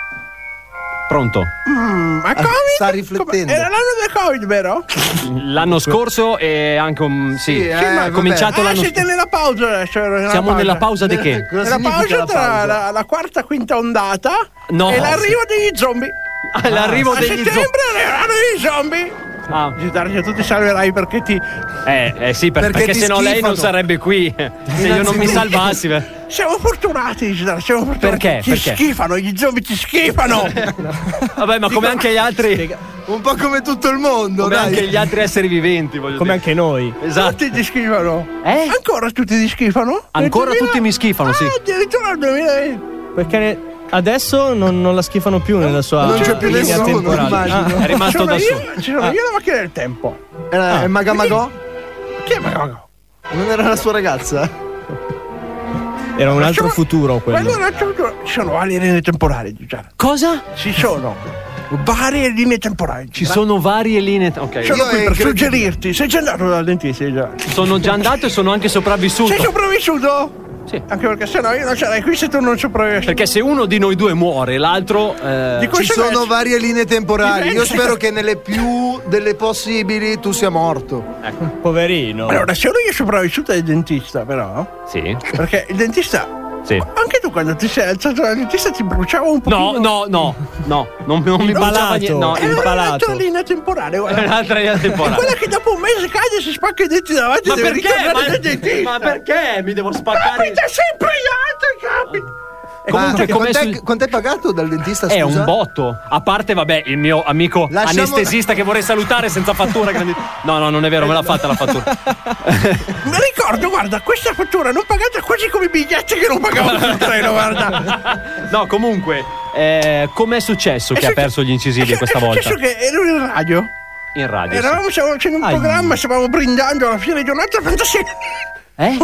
Speaker 6: Pronto?
Speaker 12: Mm, ma Covid?
Speaker 9: sta riflettendo.
Speaker 12: Come- Era l'anno del Covid, vero?
Speaker 6: L'anno scorso e anche un. Sì,
Speaker 9: Sì, eh,
Speaker 6: è
Speaker 9: vabbè.
Speaker 6: cominciato
Speaker 12: Ah,
Speaker 6: l'anno
Speaker 12: siete
Speaker 6: scorso.
Speaker 12: nella pausa adesso. nella
Speaker 6: Siamo
Speaker 12: pausa.
Speaker 6: nella pausa di che?
Speaker 9: Cosa
Speaker 12: Nella
Speaker 9: significa
Speaker 12: pausa
Speaker 9: la
Speaker 12: tra
Speaker 9: pausa?
Speaker 12: la, la quarta e quinta ondata
Speaker 6: No.
Speaker 12: e l'arrivo degli zombie.
Speaker 6: Ah, l'arrivo
Speaker 12: A
Speaker 6: degli
Speaker 12: settembre
Speaker 6: zo-
Speaker 12: arriveranno gli zombie.
Speaker 6: Ah.
Speaker 12: Gitarre, tu ti salverai perché ti.
Speaker 6: Eh, eh sì, per-
Speaker 9: Perché
Speaker 6: perché
Speaker 9: ti
Speaker 6: se no lei non
Speaker 9: schifano.
Speaker 6: sarebbe qui. Se io non mi salvassi. beh.
Speaker 12: Siamo fortunati, Gitarre, siamo fortunati.
Speaker 6: Perché?
Speaker 12: Ci
Speaker 6: Perché?
Speaker 12: schifano, gli zombie ci schifano.
Speaker 6: Vabbè, ma come anche gli altri.
Speaker 9: Un po' come tutto il mondo,
Speaker 6: Come
Speaker 9: dai.
Speaker 6: anche gli altri esseri viventi, voglio
Speaker 8: Come
Speaker 6: dire.
Speaker 8: anche noi.
Speaker 6: Esatto.
Speaker 12: Tutti ti schifano.
Speaker 6: Eh?
Speaker 12: Ancora tutti ti schifano?
Speaker 6: Ancora
Speaker 12: Nel
Speaker 6: tutti mi schifano, sì.
Speaker 12: Ah, addirittura nel duemilaventi.
Speaker 8: Perché ne- adesso non, non la schifano più nella sua
Speaker 9: Non c'è più
Speaker 8: linea
Speaker 9: nessuno,
Speaker 8: temporale.
Speaker 9: immagino.
Speaker 8: Ah.
Speaker 6: È rimasto
Speaker 12: Sono
Speaker 6: da
Speaker 12: io,
Speaker 6: solo.
Speaker 12: sono
Speaker 8: Ah.
Speaker 12: io la macchina del tempo.
Speaker 9: Era
Speaker 8: Ah.
Speaker 9: il Magamagò?
Speaker 12: Chi è Magago?
Speaker 9: Non era la sua ragazza?
Speaker 8: Era un altro
Speaker 12: Siamo-
Speaker 8: futuro quello.
Speaker 12: Quello è un altro futuro. Ci sono varie linee temporali, Gitarre.
Speaker 6: Cosa?
Speaker 12: Ci sono varie linee temporali.
Speaker 6: Ci sono varie linee. Ok.
Speaker 12: Sono
Speaker 9: Io
Speaker 12: qui
Speaker 9: è
Speaker 12: per
Speaker 9: incredibile.
Speaker 12: suggerirti. Sei già andato dal dentista? Già.
Speaker 6: Sono già andato e sono anche sopravvissuto.
Speaker 12: Sei sopravvissuto?
Speaker 6: Sì.
Speaker 12: Anche perché sennò io non sarei qui se tu non sopravvissuti.
Speaker 6: Perché se uno di noi due muore, l'altro. eh,
Speaker 12: Di
Speaker 9: Ci
Speaker 12: questo
Speaker 9: sono
Speaker 12: ne-
Speaker 9: varie linee temporali. Io
Speaker 12: Dipende.
Speaker 9: spero che nelle più delle possibili tu sia morto.
Speaker 8: Poverino.
Speaker 12: Allora, se uno io sopravvissuto al dentista, però.
Speaker 6: Sì.
Speaker 12: Perché il dentista.
Speaker 6: Sì.
Speaker 12: Anche tu quando ti sei alzato dal dentista ti bruciava un po'.
Speaker 6: No, no, no, no, non, non mi bruciava niente. No,
Speaker 12: È
Speaker 6: il
Speaker 12: un'altra linea temporale,
Speaker 6: È
Speaker 12: guarda.
Speaker 6: un'altra linea
Speaker 12: È
Speaker 6: temporale.
Speaker 12: quella che dopo un mese cade e si spacca i denti davanti
Speaker 6: Ma
Speaker 12: e deve
Speaker 6: perché?
Speaker 12: ritornare dal
Speaker 6: Ma,
Speaker 12: dentista.
Speaker 6: ma perché mi devo spaccare?
Speaker 12: Capita sempre gli altri, capita.
Speaker 6: Comunque,
Speaker 9: Ma
Speaker 6: come
Speaker 9: quant'è,
Speaker 6: su-
Speaker 9: quant'è pagato dal dentista?
Speaker 6: È
Speaker 9: scusa?
Speaker 6: un botto. A parte, vabbè, il mio amico
Speaker 9: Lasciamo-
Speaker 6: anestesista che vorrei salutare senza fattura. grandi- No, no, non è vero, me l'ha fatta la fattura.
Speaker 12: Mi ricordo, guarda, questa fattura non pagata è quasi come i biglietti che non pagavo sul treno, guarda.
Speaker 6: No, comunque, eh, com'è successo che ha perso gli incisivi questa volta?
Speaker 12: È successo che ero in radio.
Speaker 6: In radio. sì.
Speaker 12: Eravamo stavamo facendo un
Speaker 6: Ai.
Speaker 12: programma, stavamo brindando alla fine di un'altra fantasia.
Speaker 6: Eh?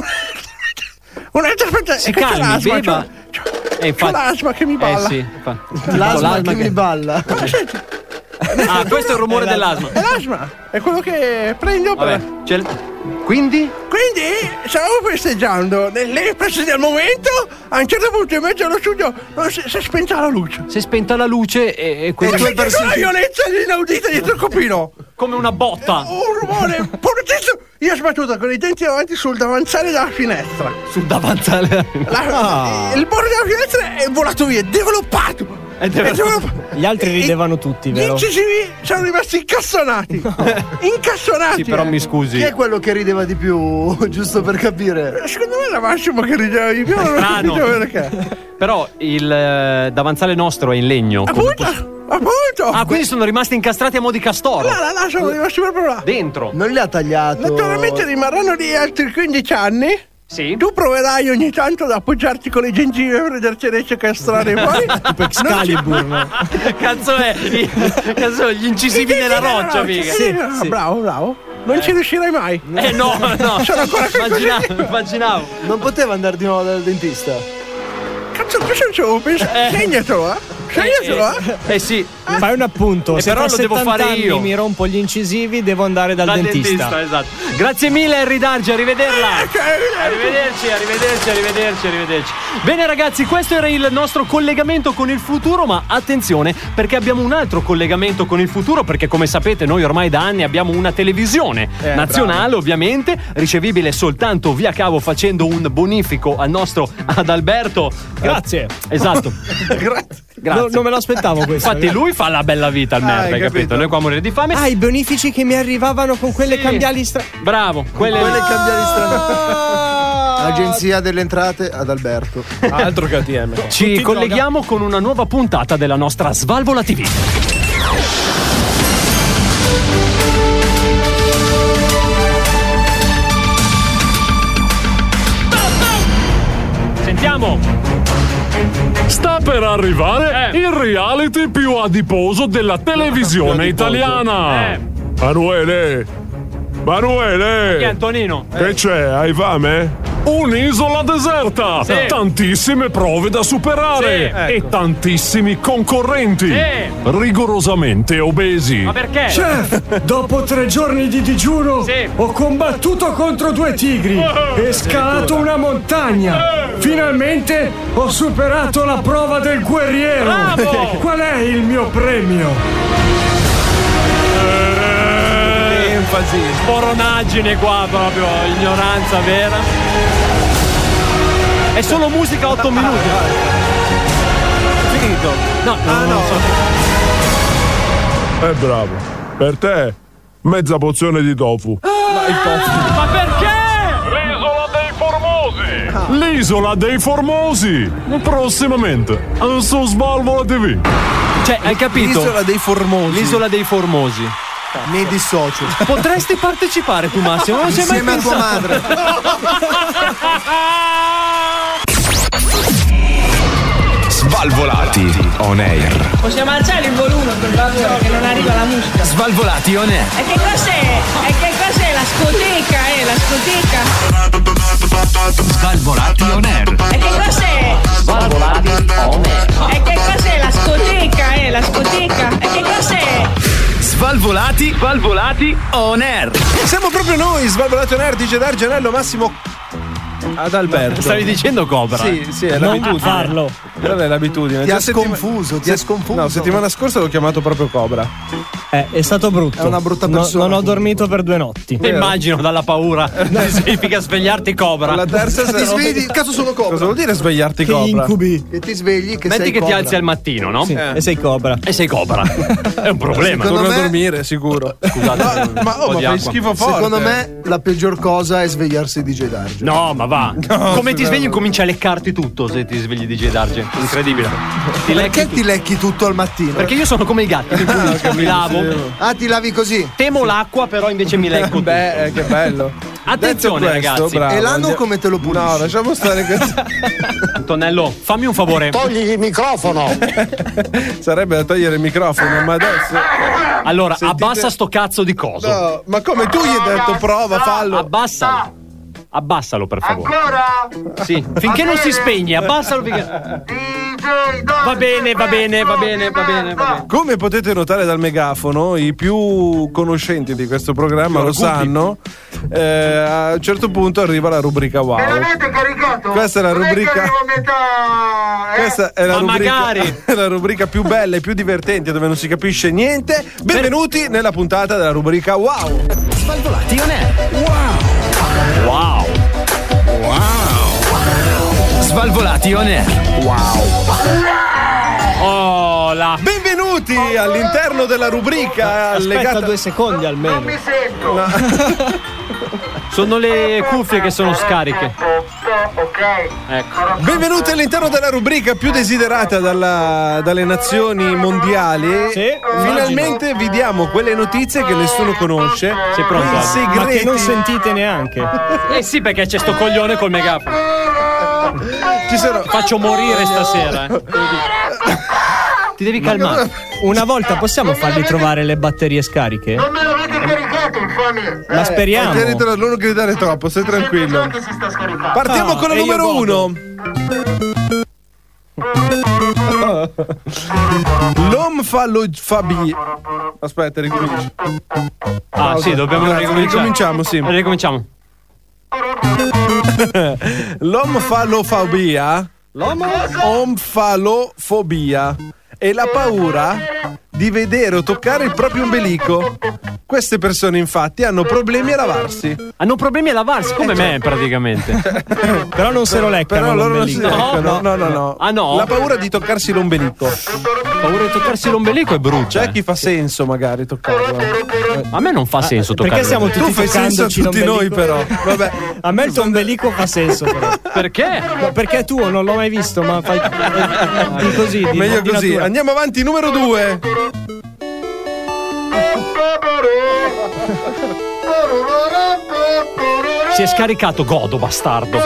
Speaker 12: Un'altra fantasia.
Speaker 6: Si
Speaker 12: Che c'ho
Speaker 6: calmi,
Speaker 12: l'asma,
Speaker 6: beva.
Speaker 12: c'ho-
Speaker 6: Eh,
Speaker 12: c'ho
Speaker 6: infatti-
Speaker 12: l'asma che mi balla.
Speaker 6: Eh sì, infatti.
Speaker 9: L'asma
Speaker 6: L'asma
Speaker 9: che mi balla.
Speaker 12: Ma senti,
Speaker 6: Ah, questo è il rumore dell'asma.
Speaker 12: è l'asma, è quello che prendo per.
Speaker 6: Vabbè, c'è- quindi?
Speaker 12: Quindi stavamo festeggiando nell'epasi del momento. A un certo punto in mezzo allo studio non si, si è spenta la luce.
Speaker 6: Si è spenta la luce e, e
Speaker 12: E
Speaker 6: questo
Speaker 12: senti una violenza inaudita dietro il copino.
Speaker 6: come una botta
Speaker 12: Un rumore fortissimo. Io ho sbattuto con i denti davanti sul davanzale della finestra.
Speaker 6: sul davanzale.
Speaker 12: La- Il bordo della finestra è volato via, è developpato.
Speaker 6: È developpato.
Speaker 8: Gli altri ridevano tutti,
Speaker 12: Gli
Speaker 8: vero?
Speaker 12: incisivi sono rimasti incastonati. Incastonati.
Speaker 6: Sì, però mi scusi.
Speaker 9: Chi è quello che rideva di più? Giusto per capire.
Speaker 12: Secondo me era Massimo che rideva di più, non ho
Speaker 6: Strano.
Speaker 12: capito perché.
Speaker 6: Però il eh, davanzale nostro è in legno. Come
Speaker 12: Appunto,
Speaker 6: posso-
Speaker 12: appunto.
Speaker 6: Ah, quindi sono rimasti incastrati a mo' di castoro.
Speaker 12: Là, là, là, sono rimasti proprio là.
Speaker 6: Dentro.
Speaker 9: Non li ha tagliato.
Speaker 12: Naturalmente rimarranno lì altri quindici anni.
Speaker 6: Sì.
Speaker 12: Tu proverai ogni tanto ad appoggiarti con le gengive per vedere se riesci a castrare poi.
Speaker 8: Tipo Excalibur, no?
Speaker 6: Cazzo è? Cazzo, gli incisivi nella roccia, mica.
Speaker 12: Sì, ah,
Speaker 6: Sì.
Speaker 12: bravo, bravo. Non ci riuscirai mai.
Speaker 6: Eh no, no.
Speaker 12: Sono ancora qui
Speaker 6: Immaginavo,
Speaker 12: così.
Speaker 6: immaginavo.
Speaker 9: Non poteva andare di nuovo dal dentista?
Speaker 12: Cazzo, che senso? Pensa,
Speaker 6: Eh.
Speaker 12: segnatelo, eh. Segnatelo, eh.
Speaker 6: Eh sì.
Speaker 8: Fai un appunto.
Speaker 6: E
Speaker 8: Se
Speaker 6: però
Speaker 8: tra
Speaker 6: lo devo
Speaker 8: settanta
Speaker 6: fare
Speaker 8: anni
Speaker 6: io.
Speaker 8: mi rompo gli incisivi, devo andare dal,
Speaker 6: Dal
Speaker 8: dentista.
Speaker 6: esatto. Grazie mille Henry Darge, arrivederla.
Speaker 12: Eh,
Speaker 6: Arrivederci, arrivederci, arrivederci, arrivederci. Bene ragazzi, questo era il nostro collegamento con il futuro, ma attenzione perché abbiamo un altro collegamento con il futuro, perché come sapete noi ormai da anni abbiamo una televisione
Speaker 7: Eh,
Speaker 6: nazionale, ovviamente, ricevibile soltanto via cavo facendo un bonifico al nostro Adalberto.
Speaker 8: Grazie.
Speaker 6: Esatto.
Speaker 7: Grazie.
Speaker 6: Grazie.
Speaker 8: No, non me l'aspettavo questo.
Speaker 6: Infatti lui fa la bella vita al
Speaker 7: Ah,
Speaker 6: merda,
Speaker 7: hai
Speaker 6: hai capito?
Speaker 7: capito?
Speaker 6: Noi qua a morire di fame.
Speaker 8: Ah, i bonifici che mi arrivavano con quelle
Speaker 6: Sì.
Speaker 8: cambiali stra...
Speaker 6: Bravo, quelle,
Speaker 9: Quelle cambiali strane.
Speaker 8: Ah!
Speaker 9: Agenzia delle Entrate ad Alberto.
Speaker 7: Altro che A T M.
Speaker 6: Ci
Speaker 8: Tutti
Speaker 6: colleghiamo con una nuova puntata della nostra Svalvola ti vu. Sentiamo.
Speaker 13: Sta per arrivare
Speaker 6: Eh.
Speaker 13: il reality più adiposo della televisione italiana.
Speaker 6: Eh.
Speaker 13: Manuele,
Speaker 6: Chi è
Speaker 13: Manuele,
Speaker 6: Antonino?
Speaker 13: che c'è? Hai fame? Un'isola deserta,
Speaker 6: Sì.
Speaker 13: tantissime prove da superare
Speaker 6: Sì.
Speaker 13: e tantissimi concorrenti,
Speaker 6: Sì.
Speaker 13: rigorosamente obesi.
Speaker 6: Ma perché?
Speaker 8: Chef, dopo tre giorni di digiuno
Speaker 6: Sì.
Speaker 8: ho combattuto contro due tigri e scalato una montagna. Finalmente ho superato la prova del guerriero.
Speaker 6: Bravo!
Speaker 8: Qual è il mio premio?
Speaker 7: Enfasi.
Speaker 6: Sporonaggine qua proprio, ignoranza vera. È solo musica otto minuti.
Speaker 7: Finito.
Speaker 6: No,
Speaker 7: Ah, no.
Speaker 13: Eh bravo, per te mezza pozione di tofu.
Speaker 6: Ma perché?
Speaker 13: L'isola dei Formosi! L'isola dei Formosi! Prossimamente su Svalvola ti vu.
Speaker 6: Cioè, hai capito?
Speaker 7: L'isola dei Formosi.
Speaker 6: L'isola dei Formosi.
Speaker 9: Mi dissocio.
Speaker 6: Potresti partecipare tu Massimo, non ci hai mai
Speaker 9: Insieme a tua
Speaker 6: pensato?
Speaker 9: madre.
Speaker 3: Svalvolati on air.
Speaker 14: Possiamo alzare il volume per favore che non arriva la musica.
Speaker 3: Svalvolati on air.
Speaker 14: E che cos'è? E che cos'è la scoteca, eh? La scoteca?
Speaker 3: Svalvolati on air.
Speaker 14: E che cos'è?
Speaker 3: Svalvolati on air.
Speaker 14: E che cos'è la scoteca, eh? La scoteca? E che cos'è?
Speaker 3: Svalvolati, Svalvolati on air.
Speaker 7: Siamo proprio noi, Svalvolati on air, D J D'Argenello, Massimo ad Alberto.
Speaker 6: Stavi dicendo Cobra?
Speaker 7: Sì, sì, è
Speaker 8: Non
Speaker 7: l'abitudine.
Speaker 8: farlo.
Speaker 7: Quella è l'abitudine.
Speaker 9: Ti ha
Speaker 7: Già settima-
Speaker 9: sconfuso, ti ha
Speaker 7: se-
Speaker 9: sconfuso.
Speaker 7: No, settimana scorsa l'ho chiamato proprio Cobra.
Speaker 8: Eh, è stato brutto.
Speaker 9: È una brutta
Speaker 8: No-
Speaker 9: persona.
Speaker 8: non ho dormito per due notti.
Speaker 6: Immagino dalla paura significa svegliarti Cobra.
Speaker 7: La terza
Speaker 9: Ti svegli, cazzo sono
Speaker 7: Cosa
Speaker 9: cobra.
Speaker 7: vuol dire svegliarti
Speaker 8: Che
Speaker 7: Cobra?
Speaker 8: incubi.
Speaker 9: Che ti svegli, che
Speaker 6: Metti
Speaker 9: sei
Speaker 6: che ti
Speaker 9: cobra.
Speaker 6: alzi al mattino, no?
Speaker 8: Sì,
Speaker 7: Eh.
Speaker 8: E sei cobra.
Speaker 6: E sei Cobra. È un problema.
Speaker 9: Secondo
Speaker 7: Torna a
Speaker 9: me-
Speaker 7: dormire, sicuro.
Speaker 6: Scusate,
Speaker 7: No, ma
Speaker 6: un
Speaker 7: oh,
Speaker 6: po'
Speaker 7: ma
Speaker 6: di
Speaker 7: fai
Speaker 6: acqua.
Speaker 7: schifo forte.
Speaker 9: Secondo me la peggior cosa è svegliarsi di D J Darge.
Speaker 6: No, ma va. Come ti
Speaker 7: sì,
Speaker 6: svegli
Speaker 7: no.
Speaker 6: incomincia a leccarti tutto se ti svegli di D J Darge. Incredibile. Ti lecchi
Speaker 9: Perché
Speaker 6: tutto.
Speaker 9: ti lecchi tutto al mattino?
Speaker 6: Perché io sono come i gatti, mi pulisco, mi lavo.
Speaker 9: Ah, ti lavi così?
Speaker 6: Temo l'acqua, però invece mi lecco tutto.
Speaker 7: Beh, eh, che bello.
Speaker 6: Attenzione,
Speaker 7: Detto questo,
Speaker 6: ragazzi.
Speaker 7: bravo,
Speaker 9: E l'anno
Speaker 7: andiamo-
Speaker 9: come te lo pulisci?
Speaker 7: No, lasciamo stare questo.
Speaker 6: Antonello, fammi un favore.
Speaker 2: Togli il microfono.
Speaker 7: Sarebbe da togliere il microfono, ma adesso.
Speaker 6: Allora,
Speaker 7: Sentite-
Speaker 6: abbassa sto cazzo di coso.
Speaker 7: No, ma come tu gli hai detto prova, fallo.
Speaker 6: Abbassalo. Abbassalo, per favore.
Speaker 2: Ancora?
Speaker 6: Sì, finché non si spegne, abbassalo finché. Va bene, va bene, va bene, va bene, va bene.
Speaker 7: Come potete notare dal megafono, i più conoscenti di questo programma lo sanno. eh, a un certo punto arriva la rubrica wow.
Speaker 2: L'avete caricato?
Speaker 7: Questa è la
Speaker 2: Non
Speaker 7: rubrica-
Speaker 2: che arrivo a metà, eh?
Speaker 7: Questa è la,
Speaker 6: Ma
Speaker 7: rubrica,
Speaker 6: magari.
Speaker 7: è la rubrica più bella e più divertente dove non si capisce niente. Benvenuti nella puntata della rubrica wow.
Speaker 3: Svalvolati on air.
Speaker 6: Wow.
Speaker 3: Svalvolati on air.
Speaker 6: Oh, Oh, la...
Speaker 7: Benvenuti all'interno della rubrica
Speaker 15: Aspetta
Speaker 7: legata...
Speaker 15: due secondi almeno. Non mi
Speaker 9: sento.
Speaker 7: No.
Speaker 6: Sono le cuffie che sono scariche.
Speaker 7: Ecco. Benvenuti all'interno della rubrica più desiderata dalla, dalle nazioni mondiali.
Speaker 15: Sì,
Speaker 7: finalmente vi diamo quelle notizie che nessuno conosce.
Speaker 6: Sei pronto?
Speaker 7: Quei segreti.
Speaker 15: Ma che non sentite neanche.
Speaker 6: Eh sì, perché c'è sto coglione col megafono.
Speaker 7: Ci sono...
Speaker 6: Faccio morire stasera. eh. Ti devi calmare.
Speaker 15: Una volta possiamo fargli trovare le batterie scariche?
Speaker 9: Non me l'avete caricato, infami.
Speaker 15: Ma speriamo.
Speaker 7: Eh, tienitelo, non gridare troppo, stai tranquillo.
Speaker 9: Che si sta scaricando.
Speaker 7: Partiamo
Speaker 15: Ah,
Speaker 7: con la
Speaker 15: e io
Speaker 7: numero
Speaker 15: godo.
Speaker 7: uno. L'omfalofobia. Aspetta, ricominci.
Speaker 6: Ah, sì, dobbiamo
Speaker 7: Grazie,
Speaker 6: ricominciare.
Speaker 7: ricominciamo, sì.
Speaker 6: Ricominciamo.
Speaker 7: L'omfalofobia. Omfalofobia è la paura di vedere o toccare il proprio ombelico. Queste persone infatti hanno problemi a lavarsi.
Speaker 6: Hanno problemi a lavarsi, come me praticamente.
Speaker 15: Però non se lo leccano.
Speaker 7: Però loro non si
Speaker 15: l'ombelico.
Speaker 7: leccano. No, no, no.
Speaker 6: Ah no?
Speaker 7: La paura di toccarsi l'ombelico.
Speaker 6: Paura di toccarsi l'ombelico è brutta.
Speaker 7: C'è chi fa senso magari toccarlo.
Speaker 6: A me non fa senso toccare.
Speaker 15: Perché siamo tutti
Speaker 7: Tu fai senso a
Speaker 15: toccandoci
Speaker 7: tutti noi
Speaker 15: l'ombelico?
Speaker 7: però. Vabbè.
Speaker 15: A me il tuo ombelico fa senso però.
Speaker 6: Perché?
Speaker 15: No, perché tu non l'ho mai visto, ma fai di così. Di,
Speaker 7: Meglio
Speaker 15: di
Speaker 7: così.
Speaker 15: natura.
Speaker 7: Andiamo avanti, numero due.
Speaker 6: Si è scaricato, godo, bastardo.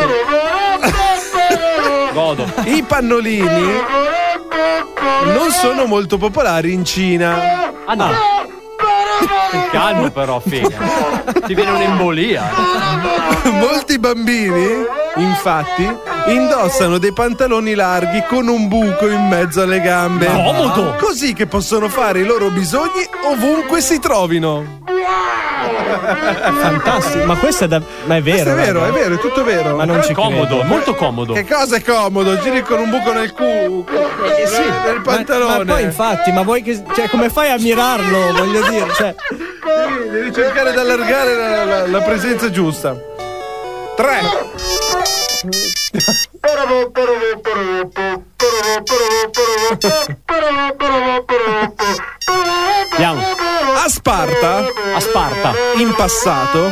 Speaker 6: Godo.
Speaker 7: I pannolini non sono molto popolari in Cina.
Speaker 6: Ah no. Calmo però, figa. Ti viene un'embolia.
Speaker 7: Molti bambini, infatti, indossano dei pantaloni larghi con un buco in mezzo alle gambe.
Speaker 6: Comodo!
Speaker 7: Così che possono fare i loro bisogni ovunque si trovino.
Speaker 15: Fantastico, ma questo è da. Ma è vero.
Speaker 7: Questo è vero,
Speaker 15: raga.
Speaker 7: è vero, è tutto vero.
Speaker 15: Ma non
Speaker 6: Però
Speaker 15: ci
Speaker 6: è comodo,
Speaker 15: credo.
Speaker 6: è molto comodo.
Speaker 7: Che cosa è comodo? Giri con un buco nel culo.
Speaker 15: Eh sì,
Speaker 7: nel
Speaker 15: ma-
Speaker 7: pantalone.
Speaker 15: Ma, poi infatti, ma vuoi che. Cioè, come fai a mirarlo? Voglio dire, cioè.
Speaker 7: Devi, devi cercare di allargare la, la- la presenza giusta. Tre.
Speaker 6: Andiamo.
Speaker 7: A Sparta,
Speaker 6: A Sparta.
Speaker 7: in passato,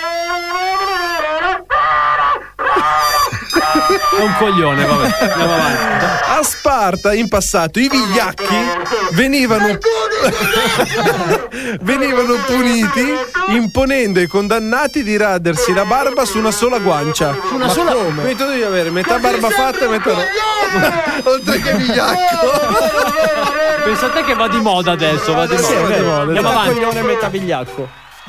Speaker 6: È un coglione, vabbè. Andiamo avanti.
Speaker 7: a Sparta in passato i vigliacchi venivano venivano puniti imponendo ai condannati di radersi la barba su una sola guancia.
Speaker 6: Su una
Speaker 7: Ma
Speaker 6: sola-
Speaker 7: come? Quindi tu devi avere metà barba fatta e metà no. Oltre che vigliacco.
Speaker 6: Pensate che va di moda adesso, va di
Speaker 7: Sì,
Speaker 6: moda.
Speaker 7: va di moda,
Speaker 6: Andiamo
Speaker 7: esatto.
Speaker 6: avanti.
Speaker 15: Coglione metà vigliacco.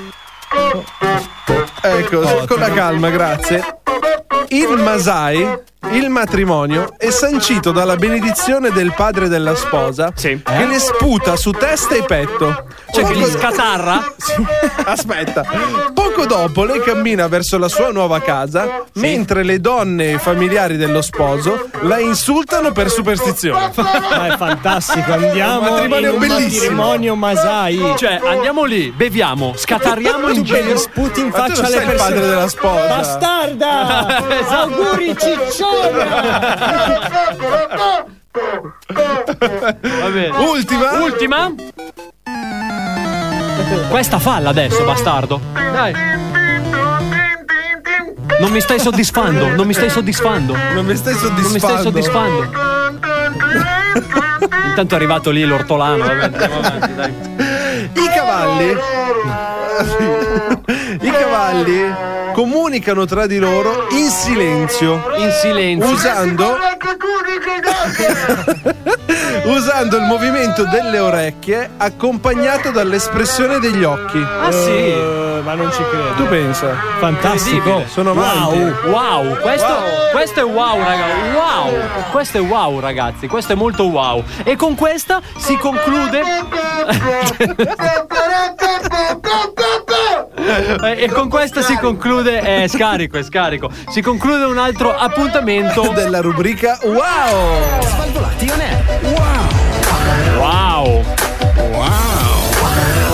Speaker 7: Ecco, con la calma, grazie. In Masai il matrimonio è sancito dalla benedizione del padre della sposa
Speaker 6: Sì.
Speaker 7: che le sputa su testa e petto.
Speaker 6: Cioè che
Speaker 7: Poco-
Speaker 6: li scatarra?
Speaker 7: Aspetta, poco dopo lei cammina verso la sua nuova casa, mentre le donne familiari dello sposo la insultano per superstizione.
Speaker 15: Ma è fantastico, andiamo
Speaker 7: Un matrimonio
Speaker 15: in un
Speaker 7: bellissimo.
Speaker 15: matrimonio Masai.
Speaker 6: Cioè, andiamo lì, beviamo, scatariamo in
Speaker 15: Tu che gli
Speaker 6: giro.
Speaker 15: sputi in
Speaker 7: Ma tu
Speaker 15: faccia
Speaker 7: non
Speaker 15: alle
Speaker 7: sei il
Speaker 15: persone.
Speaker 7: padre della sposa.
Speaker 15: Bastarda!
Speaker 6: Esatto.
Speaker 15: Auguri ciccione!
Speaker 6: Va bene.
Speaker 7: Ultima?
Speaker 6: Ultima? Questa falla adesso, bastardo. Dai. Non mi stai soddisfando, non mi stai soddisfando.
Speaker 7: Non mi stai soddisfando.
Speaker 6: Non mi stai soddisfando. Intanto è arrivato lì l'ortolano, vabbè, andiamo avanti, dai.
Speaker 7: I cavalli I cavalli comunicano tra di loro in silenzio,
Speaker 6: In silenzio.
Speaker 7: usando usando il movimento delle orecchie accompagnato dall'espressione degli occhi.
Speaker 6: Ah sì.
Speaker 15: Eh, ma non ci credo.
Speaker 7: Tu pensa?
Speaker 15: Fantastico.
Speaker 6: Incredibile.
Speaker 7: Sono avanti.
Speaker 6: Wow, wow, questo, questo è wow, ragazzi. Wow, questo è wow, ragazzi. Questo è molto wow. E con questa si conclude. E con questa si conclude. È scarico, è scarico. Si conclude un altro appuntamento
Speaker 7: Della rubrica Wow!
Speaker 3: Svalvolati on air.
Speaker 6: Wow.